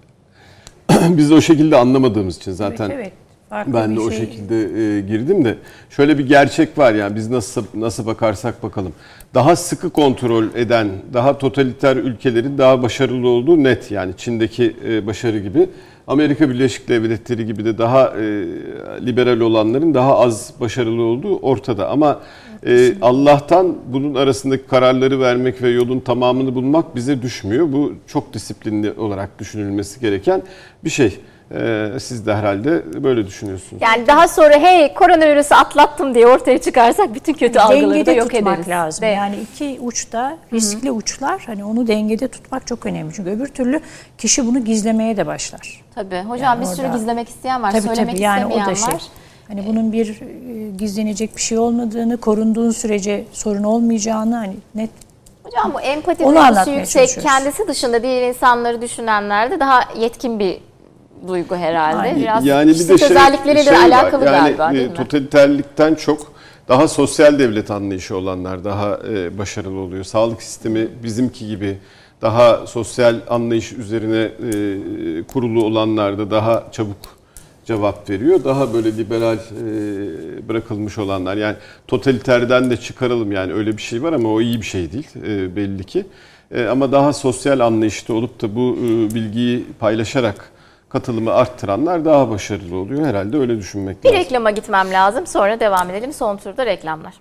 S3: biz o şekilde anlamadığımız için zaten evet, evet. ben de şey. o şekilde e, girdim de şöyle bir gerçek var yani biz nasıl nasıl bakarsak bakalım. Daha sıkı kontrol eden, daha totaliter ülkelerin daha başarılı olduğu net. Yani Çin'deki e, başarı gibi. Amerika Birleşik Devletleri gibi de daha e, liberal olanların daha az başarılı olduğu ortada. Ama e, Allah'tan bunun arasındaki kararları vermek ve yolun tamamını bulmak bize düşmüyor. Bu çok disiplinli olarak düşünülmesi gereken bir şey. Ee, siz de herhalde böyle düşünüyorsunuz.
S1: Yani daha sonra hey koronavirüsü atlattım diye ortaya çıkarsak bütün kötü algıları da
S2: dengede
S1: yok
S2: tutmak
S1: ederiz.
S2: lazım.
S1: De.
S2: Yani iki uçta riskli Hı-hı. uçlar, hani onu dengede tutmak çok önemli. Çünkü öbür türlü kişi bunu gizlemeye de başlar.
S1: Tabii. Hocam
S2: yani
S1: bir
S2: orada,
S1: sürü gizlemek isteyen var,
S2: tabii,
S1: söylemek
S2: tabii, yani
S1: istemeyen
S2: o da şey.
S1: var.
S2: Hani bunun bir e, gizlenecek bir şey olmadığını, korunduğun sürece sorun olmayacağını hani net.
S1: Hocam bu empati
S2: Onu
S1: duygusu yüksek, kendisi dışında diğer insanları düşünenlerde daha yetkin bir duygu herhalde.
S2: Aynen.
S1: Biraz
S3: yani bir de şey,
S1: özellikleriyle
S3: şey
S1: alakalı
S3: var. Yani,
S1: galiba değil mi?
S3: Totaliterlikten çok daha sosyal devlet anlayışı olanlar daha e, başarılı oluyor. Sağlık sistemi bizimki gibi daha sosyal anlayış üzerine e, kurulu olanlar da daha çabuk cevap veriyor. Daha böyle liberal e, bırakılmış olanlar, yani totaliterden de çıkaralım, yani öyle bir şey var ama o iyi bir şey değil e, belli ki. E, ama daha sosyal anlayışta olup da bu e, bilgiyi paylaşarak katılımı arttıranlar daha başarılı oluyor. Herhalde öyle düşünmek
S1: bir
S3: lazım.
S1: Bir reklama gitmem lazım. Sonra devam edelim. Son turda reklamlar.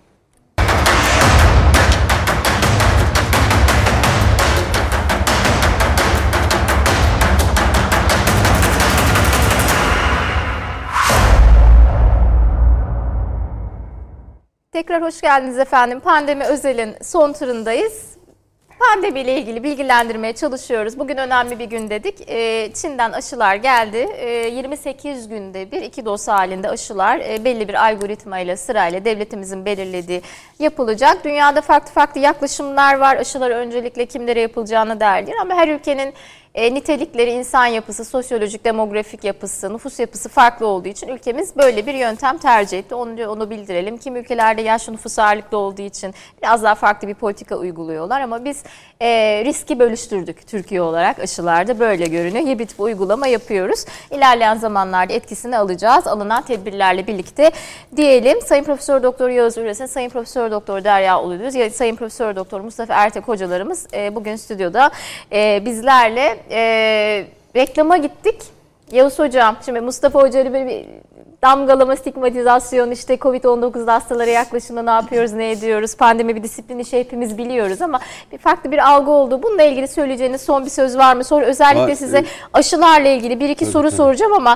S1: Tekrar hoş geldiniz efendim. Pandemi özelin son turundayız. Pandemiyle ilgili bilgilendirmeye çalışıyoruz. Bugün önemli bir gün dedik. Çin'den aşılar geldi. yirmi sekiz günde bir iki doz halinde aşılar belli bir algoritmayla sırayla devletimizin belirlediği yapılacak. Dünyada farklı farklı yaklaşımlar var. Aşılar öncelikle kimlere yapılacağına dair ama her ülkenin E, nitelikleri, insan yapısı, sosyolojik, demografik yapısı, nüfus yapısı farklı olduğu için ülkemiz böyle bir yöntem tercih etti. Onu, onu bildirelim. Kim ülkelerde yaşlı nüfus ağırlıklı olduğu için biraz daha farklı bir politika uyguluyorlar ama biz e, riski bölüştürdük Türkiye olarak, aşılarda böyle görünüyor. Hibrit bir uygulama yapıyoruz. İlerleyen zamanlarda etkisini alacağız. Alınan tedbirlerle birlikte diyelim. Sayın Profesör Doktor Yağız Üresen, Sayın Profesör Doktor Derya Uludüz, Sayın Profesör Doktor Mustafa Ertek hocalarımız e, bugün stüdyoda e, bizlerle. E, reklama gittik. Yavuz Hocam, şimdi Mustafa Hoca ile bir damgalama, stigmatizasyon, işte kovid on dokuz hastalara yaklaşımda ne yapıyoruz, ne ediyoruz, pandemi bir disiplin işi hepimiz biliyoruz ama bir farklı bir algı oldu. Bununla ilgili söyleyeceğiniz son bir söz var mı? Sonra özellikle var, size aşılarla ilgili bir iki tabii, soru tabii. soracağım ama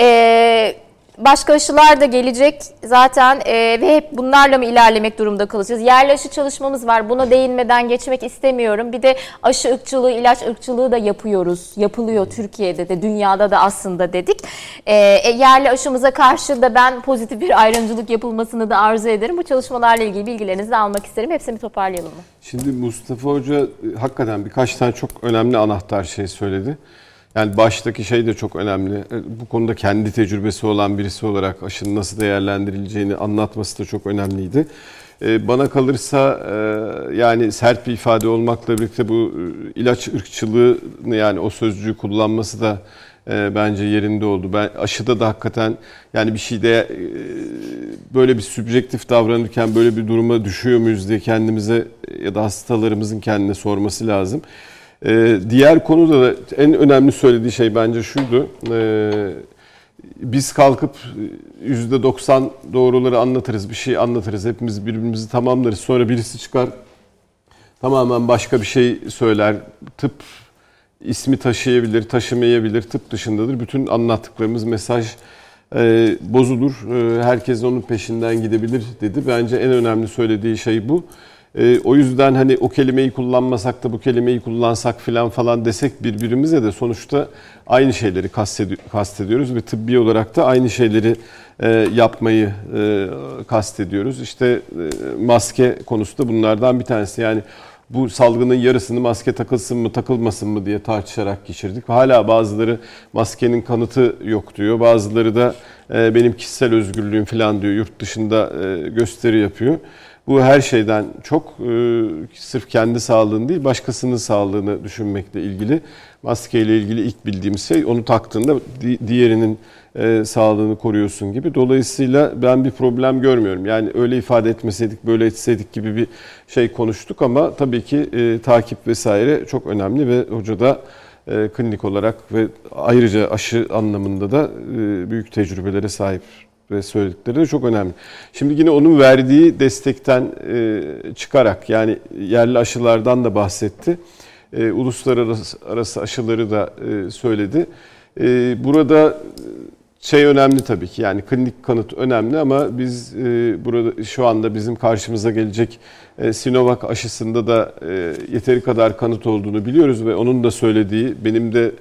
S1: e, başka aşılar da gelecek zaten e, ve hep bunlarla mı ilerlemek durumunda kalacağız? Yerli aşı çalışmamız var. Buna değinmeden geçmek istemiyorum. Bir de aşı ırkçılığı, ilaç ırkçılığı da yapıyoruz. Yapılıyor Türkiye'de de, dünyada da aslında dedik. E, yerli aşımıza karşı da ben pozitif bir ayrımcılık yapılmasını da arzu ederim. Bu çalışmalarla ilgili bilgilerinizi de almak isterim. Hepsini toparlayalım mı?
S3: Şimdi Mustafa Hoca hakikaten birkaç tane çok önemli anahtar şey söyledi. Yani baştaki şey de çok önemli. Bu konuda kendi tecrübesi olan birisi olarak aşının nasıl değerlendirileceğini anlatması da çok önemliydi. Bana kalırsa yani sert bir ifade olmakla birlikte bu ilaç ırkçılığını, yani o sözcüğü kullanması da bence yerinde oldu. Ben aşıda da hakikaten yani bir şeyde böyle bir sübjektif davranırken böyle bir duruma düşüyor muyuz diye kendimize ya da hastalarımızın kendine sorması lazım. Ee, diğer konuda da en önemli söylediği şey bence şuydu. Ee, biz kalkıp yüzde doksan doğruları anlatırız, bir şey anlatırız. Hepimiz birbirimizi tamamlarız. Sonra birisi çıkar, tamamen başka bir şey söyler. Tıp ismi taşıyabilir, taşımayabilir, tıp dışındadır. Bütün anlattıklarımız mesaj e, bozulur. E, herkes onun peşinden gidebilir dedi. Bence en önemli söylediği şey bu. E, o yüzden hani o kelimeyi kullanmasak da bu kelimeyi kullansak filan falan desek birbirimize de sonuçta aynı şeyleri kastedi- kastediyoruz ve tıbbi olarak da aynı şeyleri e, yapmayı e, kastediyoruz. İşte e, maske konusu da bunlardan bir tanesi. Yani bu salgının yarısını maske takılsın mı takılmasın mı diye tartışarak geçirdik. Hala bazıları maskenin kanıtı yok diyor. Bazıları da e, benim kişisel özgürlüğüm falan diyor. Yurt dışında e, gösteri yapıyor. Bu her şeyden çok e, sırf kendi sağlığını değil başkasının sağlığını düşünmekle ilgili. Maskeyle ilgili ilk bildiğimiz şey onu taktığında di- diğerinin e, sağlığını koruyorsun gibi. Dolayısıyla ben bir problem görmüyorum. Yani öyle ifade etmeseydik böyle etseydik gibi bir şey konuştuk ama tabii ki e, takip vesaire çok önemli ve hoca da e, klinik olarak ve ayrıca aşı anlamında da e, büyük tecrübelere sahip. Ve söyledikleri de çok önemli. Şimdi yine onun verdiği destekten e, çıkarak yani yerli aşılardan da bahsetti. E, uluslararası arası aşıları da e, söyledi. Burada şey önemli tabii ki, yani klinik kanıt önemli ama biz burada şu anda bizim karşımıza gelecek Sinovac aşısında da yeteri kadar kanıt olduğunu biliyoruz ve onun da söylediği, benim de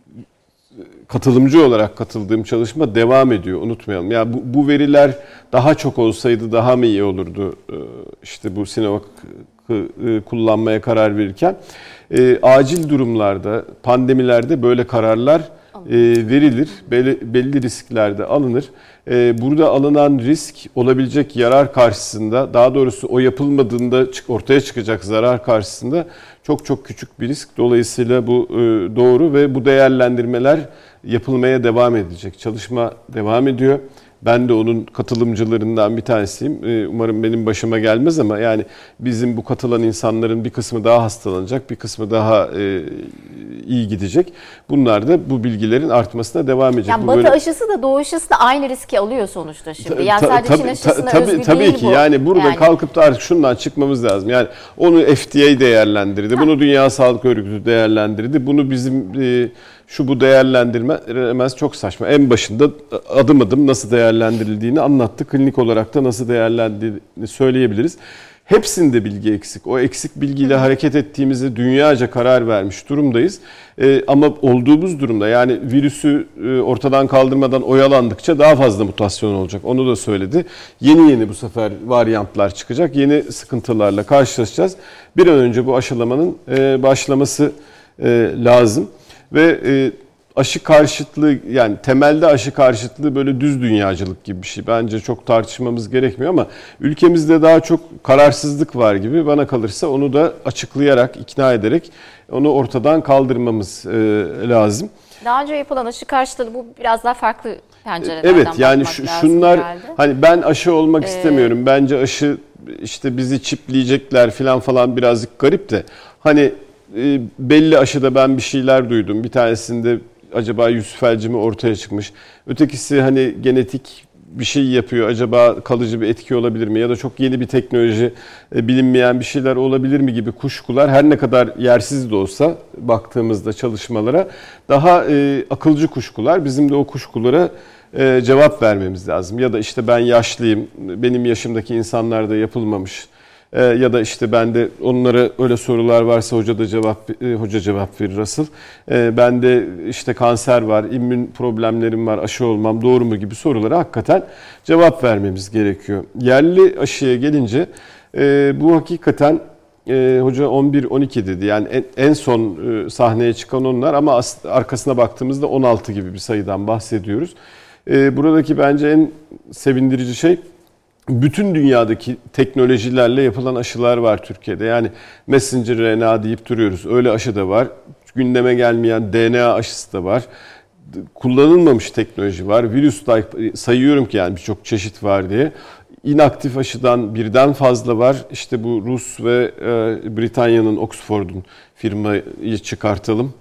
S3: katılımcı olarak katıldığım çalışma devam ediyor, unutmayalım. Ya yani bu, bu veriler daha çok olsaydı daha mı iyi olurdu? İşte bu Sinovac'ı kullanmaya karar verirken e, acil durumlarda, pandemilerde böyle kararlar e, verilir, belli, belli risklerde alınır. E, burada alınan risk olabilecek yarar karşısında, daha doğrusu o yapılmadığında ortaya çıkacak zarar karşısında çok çok küçük bir risk. Dolayısıyla bu e, doğru ve bu değerlendirmeler yapılmaya devam edecek. Çalışma devam ediyor. Ben de onun katılımcılarından bir tanesiyim. Umarım benim başıma gelmez ama yani bizim bu katılan insanların bir kısmı daha hastalanacak, bir kısmı daha e, iyi gidecek. Bunlar da bu bilgilerin artmasına devam edecek.
S1: Yani
S3: bu
S1: Batı
S3: böyle...
S1: aşısı da Doğu aşısı da aynına riski alıyor sonuçta şimdi. Yani
S3: ta,
S1: sadece
S3: tabii,
S1: Çin aşısına
S3: ta,
S1: özgü
S3: tabii, tabii
S1: değil
S3: ki
S1: bu.
S3: yani burada
S1: yani.
S3: kalkıp da artık şundan çıkmamız lazım. Yani onu F D A değerlendirdi, bunu Dünya Sağlık Örgütü değerlendirdi, bunu bizim e, şu bu değerlendirmez, çok saçma. En başında adım adım nasıl değerlendirildiğini anlattı. Klinik olarak da nasıl değerlendirildiğini söyleyebiliriz. Hepsinde bilgi eksik. O eksik bilgiyle hareket ettiğimize dünyaca karar vermiş durumdayız. Ee, ama olduğumuz durumda, yani virüsü e, ortadan kaldırmadan oyalandıkça daha fazla mutasyon olacak. Onu da söyledi. Yeni yeni bu sefer varyantlar çıkacak. Yeni sıkıntılarla karşılaşacağız. Bir an önce bu aşılamanın e, başlaması e, lazım. Ve e, aşı karşıtlığı, yani temelde aşı karşıtlığı böyle düz dünyacılık gibi bir şey. Bence çok tartışmamız gerekmiyor ama ülkemizde daha çok kararsızlık var gibi. Bana kalırsa onu da açıklayarak, ikna ederek onu ortadan kaldırmamız e, lazım.
S1: Daha önce yapılan aşı karşıtlığı bu biraz daha farklı pencerelerden
S3: evet, yani şu, şunlar
S1: geldi.
S3: Hani ben aşı olmak
S1: ee,
S3: istemiyorum. Bence aşı işte bizi çipleyecekler falan falan birazcık garip de. Hani e, belli aşıda ben bir şeyler duydum. Bir tanesinde acaba yüz felci mi ortaya çıkmış. Ötekisi hani genetik bir şey yapıyor. Acaba kalıcı bir etki olabilir mi? Ya da çok yeni bir teknoloji, bilinmeyen bir şeyler olabilir mi gibi kuşkular, her ne kadar yersiz de olsa baktığımızda çalışmalara, daha e, akılcı kuşkular. Bizim de o kuşkulara e, cevap vermemiz lazım. Ya da işte ben yaşlıyım, benim yaşımdaki insanlarda yapılmamış. Ee, ya da işte bende, onlara öyle sorular varsa hoca da cevap e, hoca cevap verir asıl. Ee, bende işte kanser var, immün problemlerim var, aşı olmam doğru mu gibi sorulara hakikaten cevap vermemiz gerekiyor. Yerli aşıya gelince e, bu hakikaten e, hoca on bir on iki dedi. Yani en, en son e, sahneye çıkan onlar ama as, arkasına baktığımızda on altı gibi bir sayıdan bahsediyoruz. E, buradaki bence en sevindirici şey, bütün dünyadaki teknolojilerle yapılan aşılar var Türkiye'de. Yani messenger R N A deyip duruyoruz. Öyle aşı da var. Gündeme gelmeyen D N A aşısı da var. Kullanılmamış teknoloji var. Virüs sayıyorum ki yani birçok çeşit var diye. İnaktif aşıdan birden fazla var. İşte bu Rus ve e, Britanya'nın, Oxford'un firmayı çıkartalım.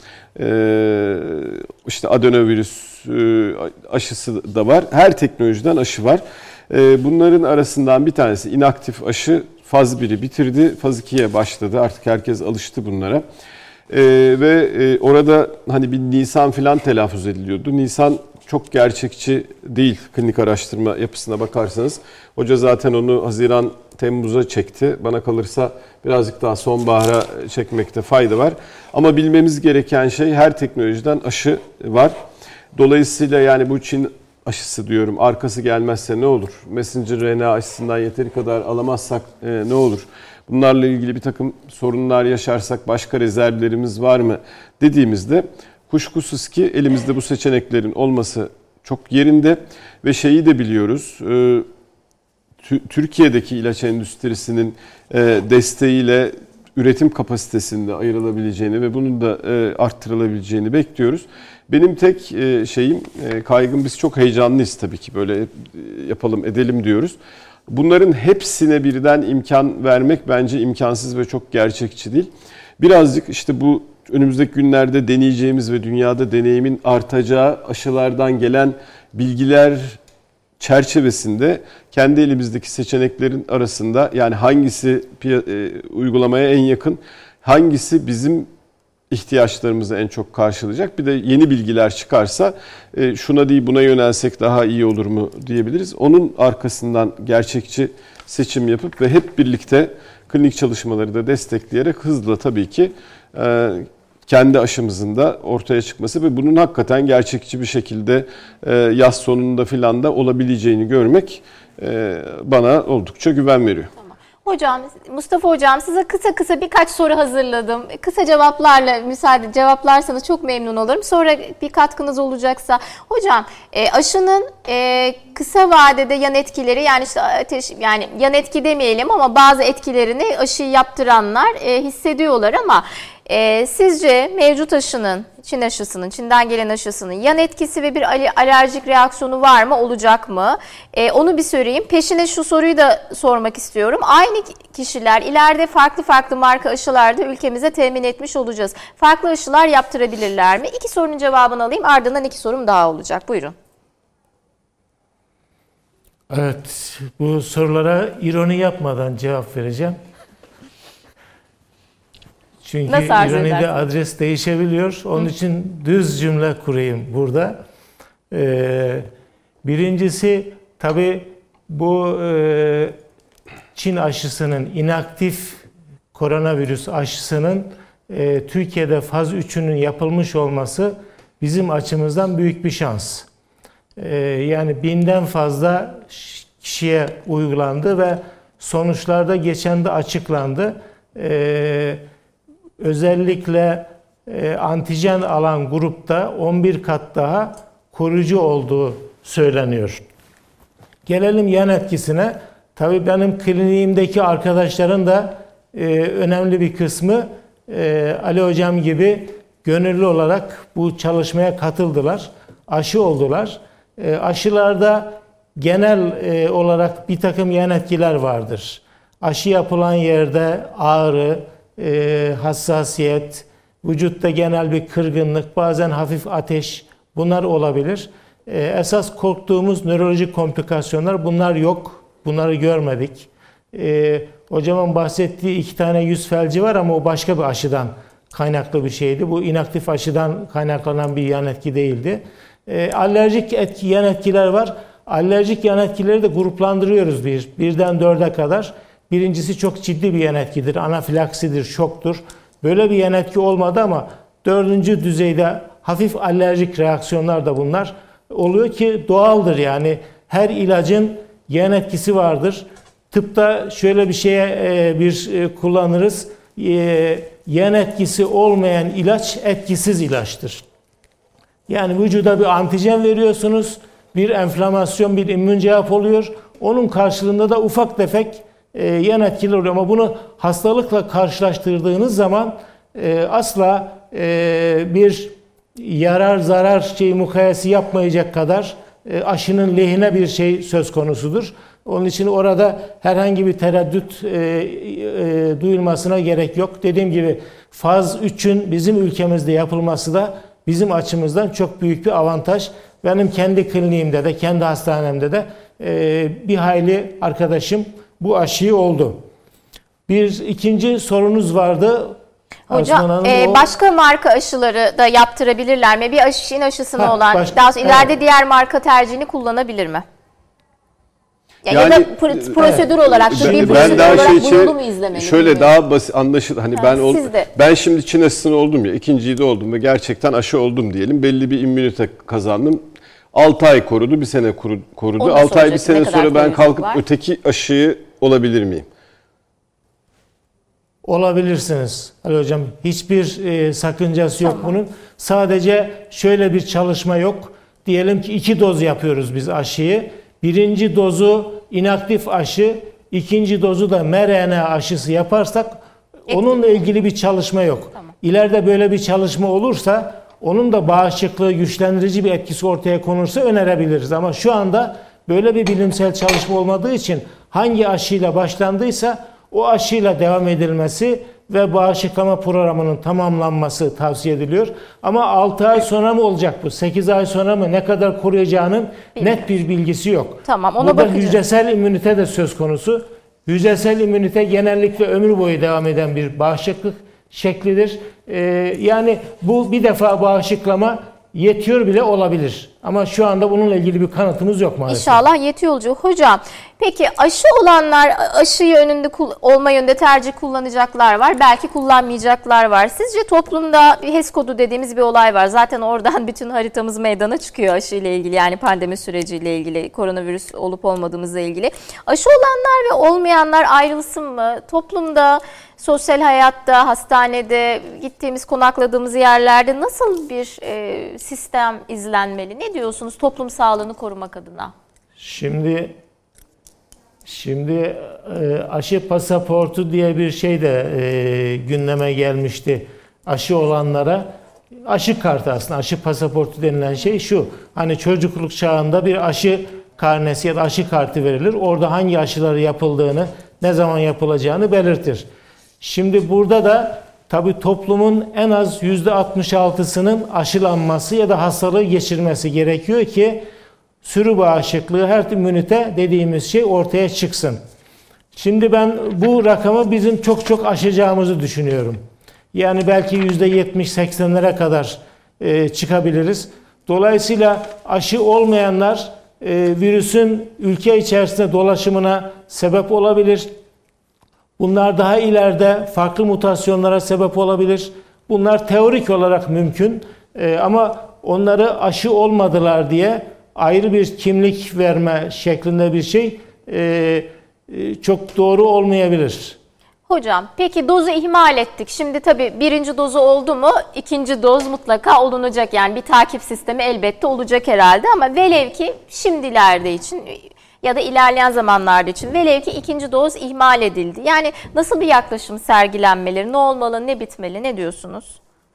S3: E, işte adenovirüs e, aşısı da var. Her teknolojiden aşı var. Bunların arasından bir tanesi inaktif aşı, faz biri bitirdi, faz ikiye başladı. Artık herkes alıştı bunlara. Ee, ve e, orada hani bir Nisan falan telaffuz ediliyordu. Nisan çok gerçekçi değil klinik araştırma yapısına bakarsanız. Hoca zaten onu Haziran, Temmuz'a çekti. Bana kalırsa birazcık daha sonbahara çekmekte fayda var. Ama bilmemiz gereken şey, her teknolojiden aşı var. Dolayısıyla yani bu Çin aşısı diyorum, arkası gelmezse ne olur? Messenger R N A aşısından yeteri kadar alamazsak e, ne olur? Bunlarla ilgili bir takım sorunlar yaşarsak başka rezervlerimiz var mı dediğimizde, kuşkusuz ki elimizde bu seçeneklerin olması çok yerinde ve şeyi de biliyoruz. E, Türkiye'deki ilaç endüstrisinin e, desteğiyle üretim kapasitesinde ayrılabileceğini ve bunun da e, arttırılabileceğini bekliyoruz. Benim tek şeyim, kaygım, biz çok heyecanlıyız tabii ki, böyle yapalım edelim diyoruz. Bunların hepsine birden imkan vermek bence imkansız ve çok gerçekçi değil. Birazcık işte bu önümüzdeki günlerde deneyeceğimiz ve dünyada deneyimin artacağı aşılardan gelen bilgiler çerçevesinde kendi elimizdeki seçeneklerin arasında, yani hangisi uygulamaya en yakın, hangisi bizim ihtiyaçlarımızı en çok karşılayacak. Bir de yeni bilgiler çıkarsa e, şuna değil buna yönelsek daha iyi olur mu diyebiliriz. Onun arkasından gerçekçi seçim yapıp ve hep birlikte klinik çalışmaları da destekleyerek hızla tabii ki e, kendi aşımızın da ortaya çıkması ve bunun hakikaten gerçekçi bir şekilde e, yaz sonunda filan da olabileceğini görmek e, bana oldukça güven veriyor.
S1: Hocam, Mustafa Hocam size kısa kısa birkaç soru hazırladım. Kısa cevaplarla müsaade cevaplarsanız çok memnun olurum. Sonra bir katkınız olacaksa. Hocam e, aşının e, kısa vadede yan etkileri yani işte ateş yani yan etki demeyelim ama bazı etkilerini aşıyı yaptıranlar e, hissediyorlar ama e, sizce mevcut aşının, Çin aşısının, Çin'den gelen aşısının yan etkisi ve bir alerjik reaksiyonu var mı, olacak mı? E, onu bir sorayım. Peşine şu soruyu da sormak istiyorum. Aynı kişiler ileride farklı farklı marka aşılarda ülkemize temin etmiş olacağız. Farklı aşılar yaptırabilirler mi? İki sorunun cevabını alayım. Ardından iki sorum daha olacak. Buyurun.
S4: Evet, bu sorulara ironi yapmadan cevap vereceğim. Çünkü ironide adres değişebiliyor. Onun Hı. için düz cümle kurayım burada. Ee, birincisi tabii bu e, Çin aşısının, inaktif koronavirüs aşısının e, Türkiye'de faz üçünün yapılmış olması bizim açımızdan büyük bir şans. E, yani binden fazla kişiye uygulandı ve sonuçlarda geçen de açıklandı. E, Özellikle e, antijen alan grupta on bir kat daha koruyucu olduğu söyleniyor. Gelelim yan etkisine. Tabii benim kliniğimdeki arkadaşların da e, önemli bir kısmı e, Ali Hocam gibi gönüllü olarak bu çalışmaya katıldılar. Aşı oldular. E, aşılarda genel e, olarak bir takım yan etkiler vardır. Aşı yapılan yerde ağrı, E, hassasiyet, vücutta genel bir kırgınlık, bazen hafif ateş, bunlar olabilir. E, esas korktuğumuz nörolojik komplikasyonlar bunlar yok. Bunları görmedik. E, hocamın bahsettiği iki tane yüz felci var ama o başka bir aşıdan kaynaklı bir şeydi. Bu inaktif aşıdan kaynaklanan bir yan etki değildi. E, alerjik etki, yan etkiler var. Alerjik yan etkileri de gruplandırıyoruz bir, birden dörde kadar. Birincisi çok ciddi bir yan etkidir, anafilaksidir, şoktur. Böyle bir yan etki olmadı ama dördüncü düzeyde hafif alerjik reaksiyonlar da bunlar oluyor ki doğaldır yani. Her ilacın yan etkisi vardır. Tıpta şöyle bir şeye bir kullanırız. Yan etkisi olmayan ilaç etkisiz ilaçtır. Yani vücuda bir antijen veriyorsunuz, bir enflamasyon, bir immün cevap oluyor. Onun karşılığında da ufak tefek E, yan etkiler oluyor ama bunu hastalıkla karşılaştırdığınız zaman e, asla e, bir yarar zarar şey mukayese yapmayacak kadar e, aşının lehine bir şey söz konusudur. Onun için orada herhangi bir tereddüt e, e, duyulmasına gerek yok. Dediğim gibi faz üçün bizim ülkemizde yapılması da bizim açımızdan çok büyük bir avantaj. Benim kendi kliniğimde de kendi hastanemde de e, bir hayli arkadaşım bu aşıyı oldu. Bir ikinci sorunuz vardı.
S1: Hocam
S4: Hanım,
S1: e,
S4: o...
S1: başka marka aşıları da yaptırabilirler mi? Bir aşının aşısına
S4: ha,
S1: olan
S4: başka,
S1: daha sonra ileride
S4: evet.
S1: diğer marka tercihini kullanabilir mi? Ya,
S3: yani,
S1: ya da pr- prosedür evet. olarak
S3: ben,
S1: bir
S3: ben daha
S1: olarak
S3: şey için,
S1: bunu mu izlemeli?
S3: şöyle daha basit anlaşıl hani ha, ben ol, ben şimdi Çin aşısını oldum ya, ikinciyi de oldum ve gerçekten aşı oldum diyelim. Belli bir immünite kazandım. altı ay korudu, bir sene korudu. altı ay bir sene sonra ben kalkıp var? öteki aşıyı olabilir miyim?
S4: Olabilirsiniz Ali Hocam. Hiçbir e, sakıncası yok tamam. bunun. Sadece şöyle bir çalışma yok. Diyelim ki iki doz yapıyoruz biz aşıyı. Birinci dozu inaktif aşı, ikinci dozu da M R N A aşısı yaparsak Etkili. onunla ilgili bir çalışma yok. Tamam. İleride böyle bir çalışma olursa onun da bağışıklığı güçlendirici bir etkisi ortaya konursa önerebiliriz. Ama şu anda böyle bir bilimsel çalışma olmadığı için hangi aşıyla başlandıysa o aşıyla devam edilmesi ve bağışıklama programının tamamlanması tavsiye ediliyor. Ama altı ay sonra mı olacak bu? sekiz ay sonra mı? Ne kadar koruyacağının Bilmiyorum. net bir bilgisi yok.
S1: Tamam, ona
S4: Burada
S1: bakacağız.
S4: hücresel immünite de söz konusu. Hücresel immünite genellikle ömür boyu devam eden bir bağışıklık şeklidir. Ee, yani bu bir defa bağışıklama yetiyor bile olabilir. Ama şu anda bununla ilgili bir kanıtımız yok maalesef.
S1: İnşallah yetiyor olacak. Hocam peki aşı olanlar aşı yönünde olma yönünde tercih kullanacaklar var. Belki kullanmayacaklar var. Sizce toplumda bir H E S kodu dediğimiz bir olay var. Zaten oradan bütün haritamız meydana çıkıyor aşı ile ilgili. Yani pandemi süreciyle ilgili, koronavirüs olup olmadığımızla ilgili. Aşı olanlar ve olmayanlar ayrılsın mı? Toplumda, sosyal hayatta, hastanede, gittiğimiz, konakladığımız yerlerde nasıl bir e, sistem izlenmeli? Ne diyorsunuz toplum sağlığını korumak adına?
S4: Şimdi şimdi e, aşı pasaportu diye bir şey de e, gündeme gelmişti. Aşı olanlara aşı kartı, aslında aşı pasaportu denilen şey şu. Hani çocukluk çağında bir aşı karnesi ya da aşı kartı verilir. Orada hangi aşıları yapıldığını, ne zaman yapılacağını belirtir. Şimdi burada da tabii toplumun en az yüzde altmış altısının aşılanması ya da hastalığı geçirmesi gerekiyor ki sürü bağışıklığı, herd immunite dediğimiz şey ortaya çıksın. Şimdi ben bu rakamı bizim çok çok aşacağımızı düşünüyorum. Yani belki yüzde yetmiş seksenlere kadar e, çıkabiliriz. Dolayısıyla aşı olmayanlar e, virüsün ülke içerisinde dolaşımına sebep olabilir. Bunlar daha ileride farklı mutasyonlara sebep olabilir. Bunlar teorik olarak mümkün. Ee, ama onları aşı olmadılar diye ayrı bir kimlik verme şeklinde bir şey e, e, çok doğru olmayabilir.
S1: Hocam peki dozu ihmal ettik. Şimdi tabii birinci dozu oldu mu ikinci doz mutlaka olunacak. Yani bir takip sistemi elbette olacak herhalde ama velev ki şimdilerde için ya da ilerleyen zamanlarda için velev ki ikinci doz ihmal edildi. Yani nasıl bir yaklaşım sergilenmeleri, ne olmalı, ne bitmeli, ne diyorsunuz?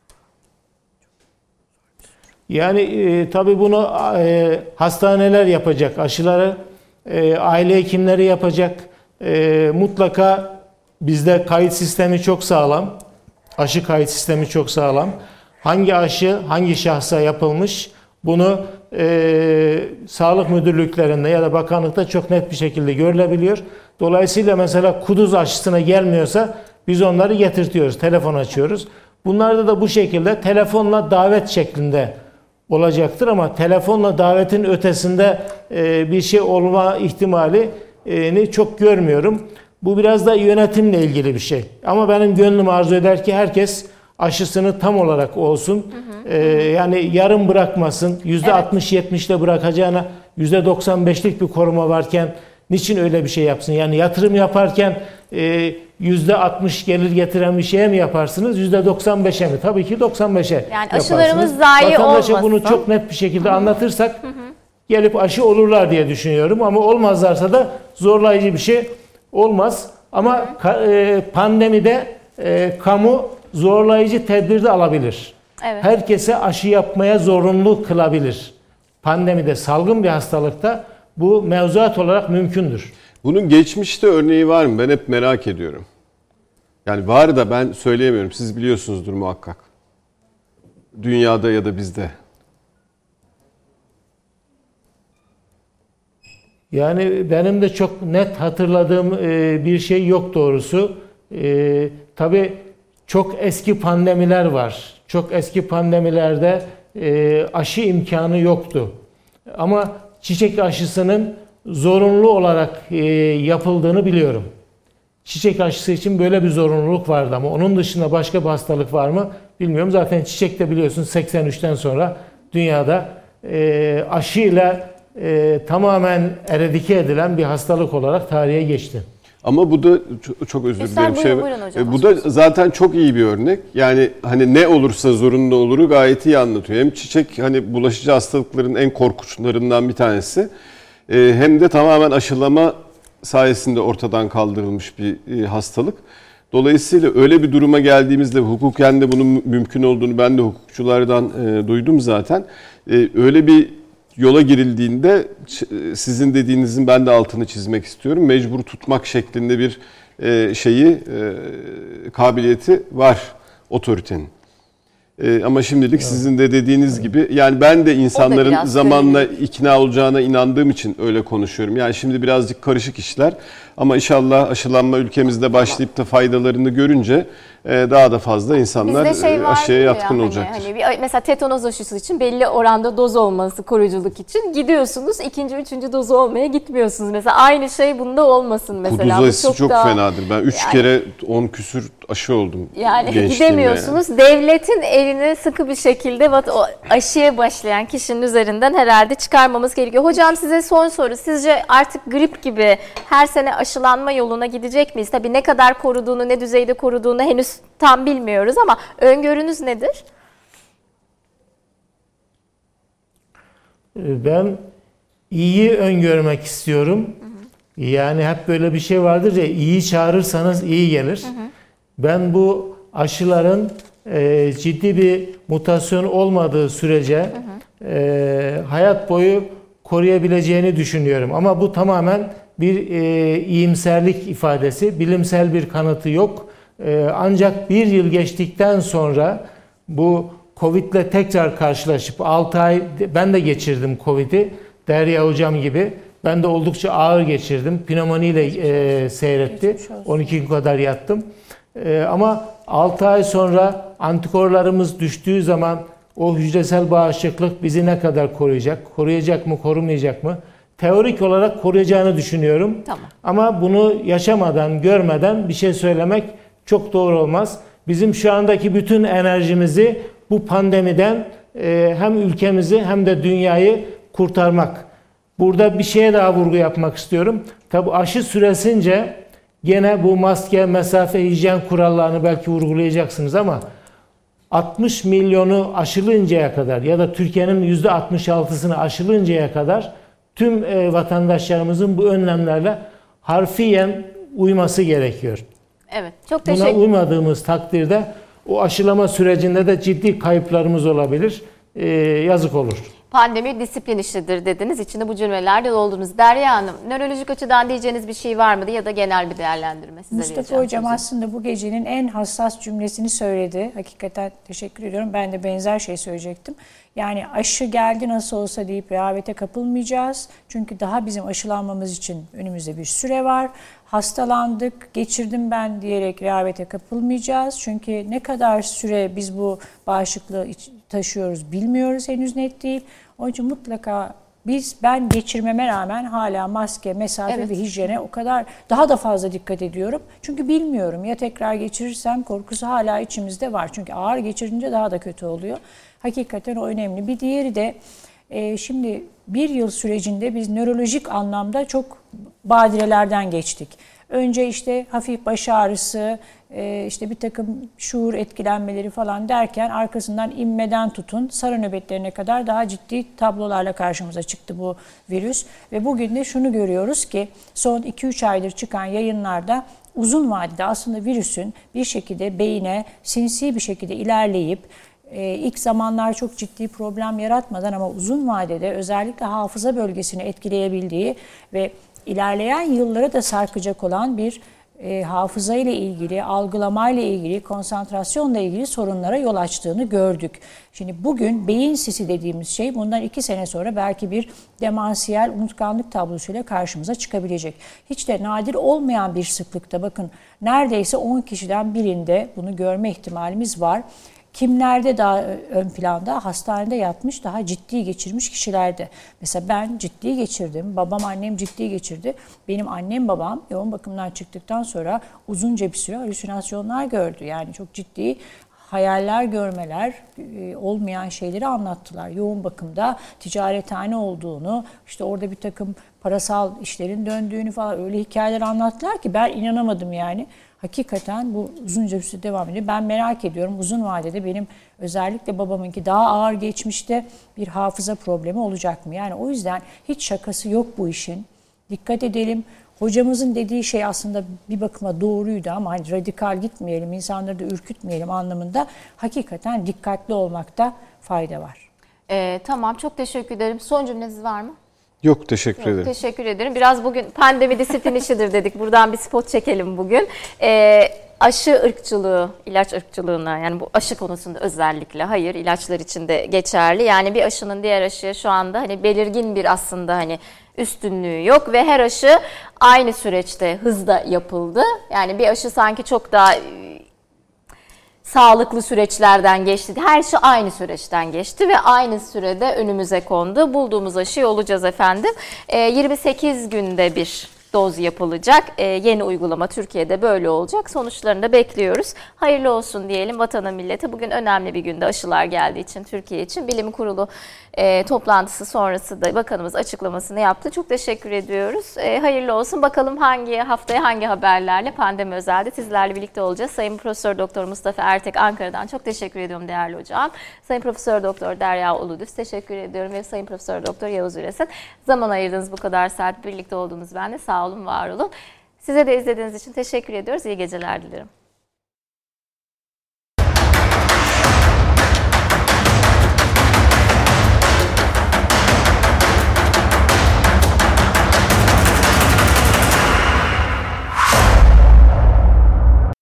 S4: Yani e, tabii bunu e, hastaneler yapacak, aşıları e, aile hekimleri yapacak. E, mutlaka bizde kayıt sistemi çok sağlam, aşı kayıt sistemi çok sağlam. Hangi aşı hangi şahsa yapılmış bunu e, sağlık müdürlüklerinde ya da bakanlıkta çok net bir şekilde görülebiliyor. Dolayısıyla mesela kuduz aşısına gelmiyorsa biz onları getirtiyoruz, telefon açıyoruz. Bunlarda da bu şekilde telefonla davet şeklinde olacaktır ama telefonla davetin ötesinde e, bir şey olma ihtimalini çok görmüyorum. Bu biraz da yönetimle ilgili bir şey. Ama benim gönlüm arzu eder ki herkes aşısını tam olarak olsun. Hı hı. Ee, yani yarım bırakmasın. yüzde altmış yetmişle bırakacağına yüzde doksan beşlik bir koruma varken niçin öyle bir şey yapsın? Yani yatırım yaparken e, yüzde altmış gelir getiren bir şeye mi yaparsınız? yüzde doksan beşe mi? Tabii ki doksan beşe
S1: yani
S4: yaparsınız.
S1: Aşılarımız zayi
S4: Vatandaşa
S1: olmasın.
S4: bunu çok net bir şekilde
S1: Hı hı.
S4: anlatırsak
S1: hı hı.
S4: gelip aşı olurlar diye düşünüyorum. Ama olmazlarsa da zorlayıcı bir şey olmaz. Ama hı hı. E, pandemide e, kamu zorlayıcı tedbir de alabilir. Evet. Herkese aşı yapmaya zorunlu kılabilir. Pandemide, salgın bir hastalıkta bu mevzuat olarak mümkündür.
S3: Bunun geçmişte örneği var mı? Ben hep merak ediyorum. Yani var da ben söyleyemiyorum. Siz biliyorsunuzdur muhakkak. Dünyada ya da bizde.
S4: Yani benim de çok net hatırladığım bir şey yok doğrusu. E, tabii çok eski pandemiler var. Çok eski pandemilerde e, aşı imkanı yoktu. Ama çiçek aşısının zorunlu olarak e, yapıldığını biliyorum. Çiçek aşısı için böyle bir zorunluluk vardı ama onun dışında başka bir hastalık var mı bilmiyorum. Zaten çiçek de biliyorsunuz seksen üçten sonra dünyada e, aşıyla e, tamamen eradike edilen bir hastalık olarak tarihe geçti.
S3: Ama bu da çok, çok özür
S1: Lütfen
S3: dilerim.
S1: buyurun,
S3: şey,
S1: buyurun hocam,
S3: bu da zaten çok iyi bir örnek. Yani hani ne olursa zorunlu oluru gayet iyi anlatıyor. Hem çiçek hani bulaşıcı hastalıkların en korkunçlarından bir tanesi. Ee, hem de tamamen aşılama sayesinde ortadan kaldırılmış bir e, hastalık. Dolayısıyla öyle bir duruma geldiğimizde hukuken de bunun mümkün olduğunu ben de hukukçulardan e, duydum zaten. E, öyle bir yola girildiğinde sizin dediğinizin ben de altını çizmek istiyorum. Mecbur tutmak şeklinde bir şeyi, kabiliyeti var otoritenin. Ama şimdilik evet. Sizin de dediğiniz gibi yani ben de insanların zamanla söyleyeyim. ikna olacağına inandığım için öyle konuşuyorum. Yani şimdi birazcık karışık işler ama inşallah aşılanma ülkemizde başlayıp da faydalarını görünce daha da fazla insanlar
S1: Bizde şey
S3: aşıya
S1: vardır
S3: yatkın
S1: ya,
S3: olacaktır.
S1: Hani, hani bir, mesela tetanoz aşısı için belli oranda doz olması koruyuculuk için gidiyorsunuz. İkinci, üçüncü dozu olmaya gitmiyorsunuz. Mesela aynı şey bunda olmasın mesela.
S3: Kuduz aşısı çok, çok
S1: daha,
S3: fenadır. Ben üç yani, kere on küsür aşı oldum.
S1: Yani gidemiyorsunuz. Yani. Devletin elini sıkı bir şekilde o aşıya başlayan kişinin üzerinden herhalde çıkarmamız gerekiyor. Hocam size son soru. Sizce artık grip gibi her sene aşılanma yoluna gidecek miyiz? Tabii ne kadar koruduğunu, ne düzeyde koruduğunu henüz tam bilmiyoruz ama öngörünüz nedir?
S4: Ben iyiyi öngörmek istiyorum. Hı hı. Yani hep böyle bir şey vardır ya, iyi çağırırsanız iyi gelir. Hı hı. Ben bu aşıların e, ciddi bir mutasyon olmadığı sürece hı hı. E, hayat boyu koruyabileceğini düşünüyorum. Ama bu tamamen bir e, iyimserlik ifadesi. Bilimsel bir kanıtı yok. E, ancak bir yıl geçtikten sonra bu Covid'le tekrar karşılaşıp altı ay ben de geçirdim Covid'i. Derya hocam gibi. Ben de oldukça ağır geçirdim. Pnömoniyle e, seyretti. on iki gün kadar yattım. E, ama altı ay sonra antikorlarımız düştüğü zaman o hücresel bağışıklık bizi ne kadar koruyacak? Koruyacak mı, korumayacak mı? Teorik olarak koruyacağını düşünüyorum. Tamam. Ama bunu yaşamadan, görmeden bir şey söylemek çok doğru olmaz. Bizim şu andaki bütün enerjimizi bu pandemiden e, hem ülkemizi hem de dünyayı kurtarmak. Burada bir şeye daha vurgu yapmak istiyorum. Tabii aşı süresince gene bu maske, mesafe, hijyen kurallarını belki vurgulayacaksınız ama altmış milyonu aşılıncaya kadar ya da Türkiye'nin yüzde altmış altısını aşılıncaya kadar tüm e, vatandaşlarımızın bu önlemlerle harfiyen uyması gerekiyor.
S1: Evet, çok teşekkür
S4: ederim. Buna uymadığımız takdirde o aşılama sürecinde de ciddi kayıplarımız olabilir. E, yazık olur.
S1: Pandemi disiplin işidir dediniz. İçinde bu cümlelerle doldunuz. Derya Hanım, nörolojik açıdan diyeceğiniz bir şey var mıydı ya da genel bir değerlendirme size vereceğim.
S2: Mustafa Hocam size. Aslında bu gecenin en hassas cümlesini söyledi. Hakikaten teşekkür ediyorum. Ben de benzer şey söyleyecektim. Yani aşı geldi nasıl olsa deyip rehavete kapılmayacağız. Çünkü daha bizim aşılanmamız için önümüzde bir süre var. Hastalandık, geçirdim ben diyerek rehavete kapılmayacağız. Çünkü ne kadar süre biz bu bağışıklığı taşıyoruz bilmiyoruz, henüz net değil. Onun için mutlaka biz, ben geçirmeme rağmen hala maske, mesafe evet. ve hijyene o kadar daha da fazla dikkat ediyorum. Çünkü bilmiyorum, ya tekrar geçirirsem korkusu hala içimizde var. Çünkü ağır geçirince daha da kötü oluyor. Hakikaten o önemli. Bir diğeri de e, şimdi bir yıl sürecinde biz nörolojik anlamda çok badirelerden geçtik. Önce işte hafif baş ağrısı, işte bir takım şuur etkilenmeleri falan derken arkasından inmeden tutun sarı nöbetlerine kadar daha ciddi tablolarla karşımıza çıktı bu virüs. Ve bugün de şunu görüyoruz ki son iki üç aydır çıkan yayınlarda uzun vadede aslında virüsün bir şekilde beyine sinsi bir şekilde ilerleyip ilk zamanlar çok ciddi problem yaratmadan ama uzun vadede özellikle hafıza bölgesini etkileyebildiği ve ilerleyen yıllara da sarkacak olan bir e, hafıza ile ilgili, algılama ile ilgili, konsantrasyonla ilgili sorunlara yol açtığını gördük. Şimdi bugün beyin sisi dediğimiz şey bundan iki sene sonra belki bir demansiyel unutkanlık tablosuyla karşımıza çıkabilecek. Hiç de nadir olmayan bir sıklıkta bakın neredeyse on kişiden birinde bunu görme ihtimalimiz var. Kimlerde daha ön planda? Hastanede yatmış, daha ciddi geçirmiş kişilerde. Mesela ben ciddi geçirdim, babam annem ciddi geçirdi. Benim annem babam yoğun bakımdan çıktıktan sonra uzunca bir süre halüsinasyonlar gördü. Yani çok ciddi hayaller görmeler, olmayan şeyleri anlattılar. Yoğun bakımda ticarethane olduğunu, işte orada bir takım parasal işlerin döndüğünü falan öyle hikayeler anlattılar ki ben inanamadım yani. Hakikaten bu uzunca bir süre devam ediyor. Ben merak ediyorum uzun vadede benim özellikle babamınki daha ağır geçmişte bir hafıza problemi olacak mı? Yani o yüzden hiç şakası yok bu işin. Dikkat edelim. Hocamızın dediği şey aslında bir bakıma doğruydu ama hani radikal gitmeyelim, insanları da ürkütmeyelim anlamında hakikaten dikkatli olmakta fayda var.
S1: Ee, tamam, çok teşekkür ederim. Son cümleniz var mı?
S3: Yok, teşekkür
S1: Yok,
S3: ederim.
S1: Teşekkür ederim. Biraz bugün pandemi disiplin işidir dedik. Buradan bir spot çekelim bugün. Ee, aşı ırkçılığı, ilaç ırkçılığına yani bu aşı konusunda özellikle hayır ilaçlar için de geçerli. Yani bir aşının diğer aşıya şu anda hani belirgin bir aslında hani üstünlüğü yok ve her aşı aynı süreçte hızda yapıldı. Yani bir aşı sanki çok daha sağlıklı süreçlerden geçti. Her şey aynı süreçten geçti ve aynı sürede önümüze kondu. Bulduğumuz aşıyı olacağız efendim. E, yirmi sekiz günde bir doz yapılacak. Ee, yeni uygulama Türkiye'de böyle olacak. Sonuçlarını da bekliyoruz. Hayırlı olsun diyelim vatana millete. Bugün önemli bir günde aşılar geldiği için Türkiye için. Bilim Kurulu e, toplantısı sonrası da bakanımız açıklamasını yaptı. Çok teşekkür ediyoruz. E, hayırlı olsun. Bakalım hangi haftaya hangi haberlerle pandemi özelde sizlerle birlikte olacağız. Sayın Profesör Doktor Mustafa Ertek Ankara'dan çok teşekkür ediyorum değerli hocam. Sayın Profesör Doktor Derya Uludüz teşekkür ediyorum ve Sayın Profesör Doktor Yavuz Üresin. Zaman ayırdınız bu kadar saat birlikte olduğunuz ben de sağ olun, var olun. Size de izlediğiniz için teşekkür ediyoruz. İyi geceler dilerim.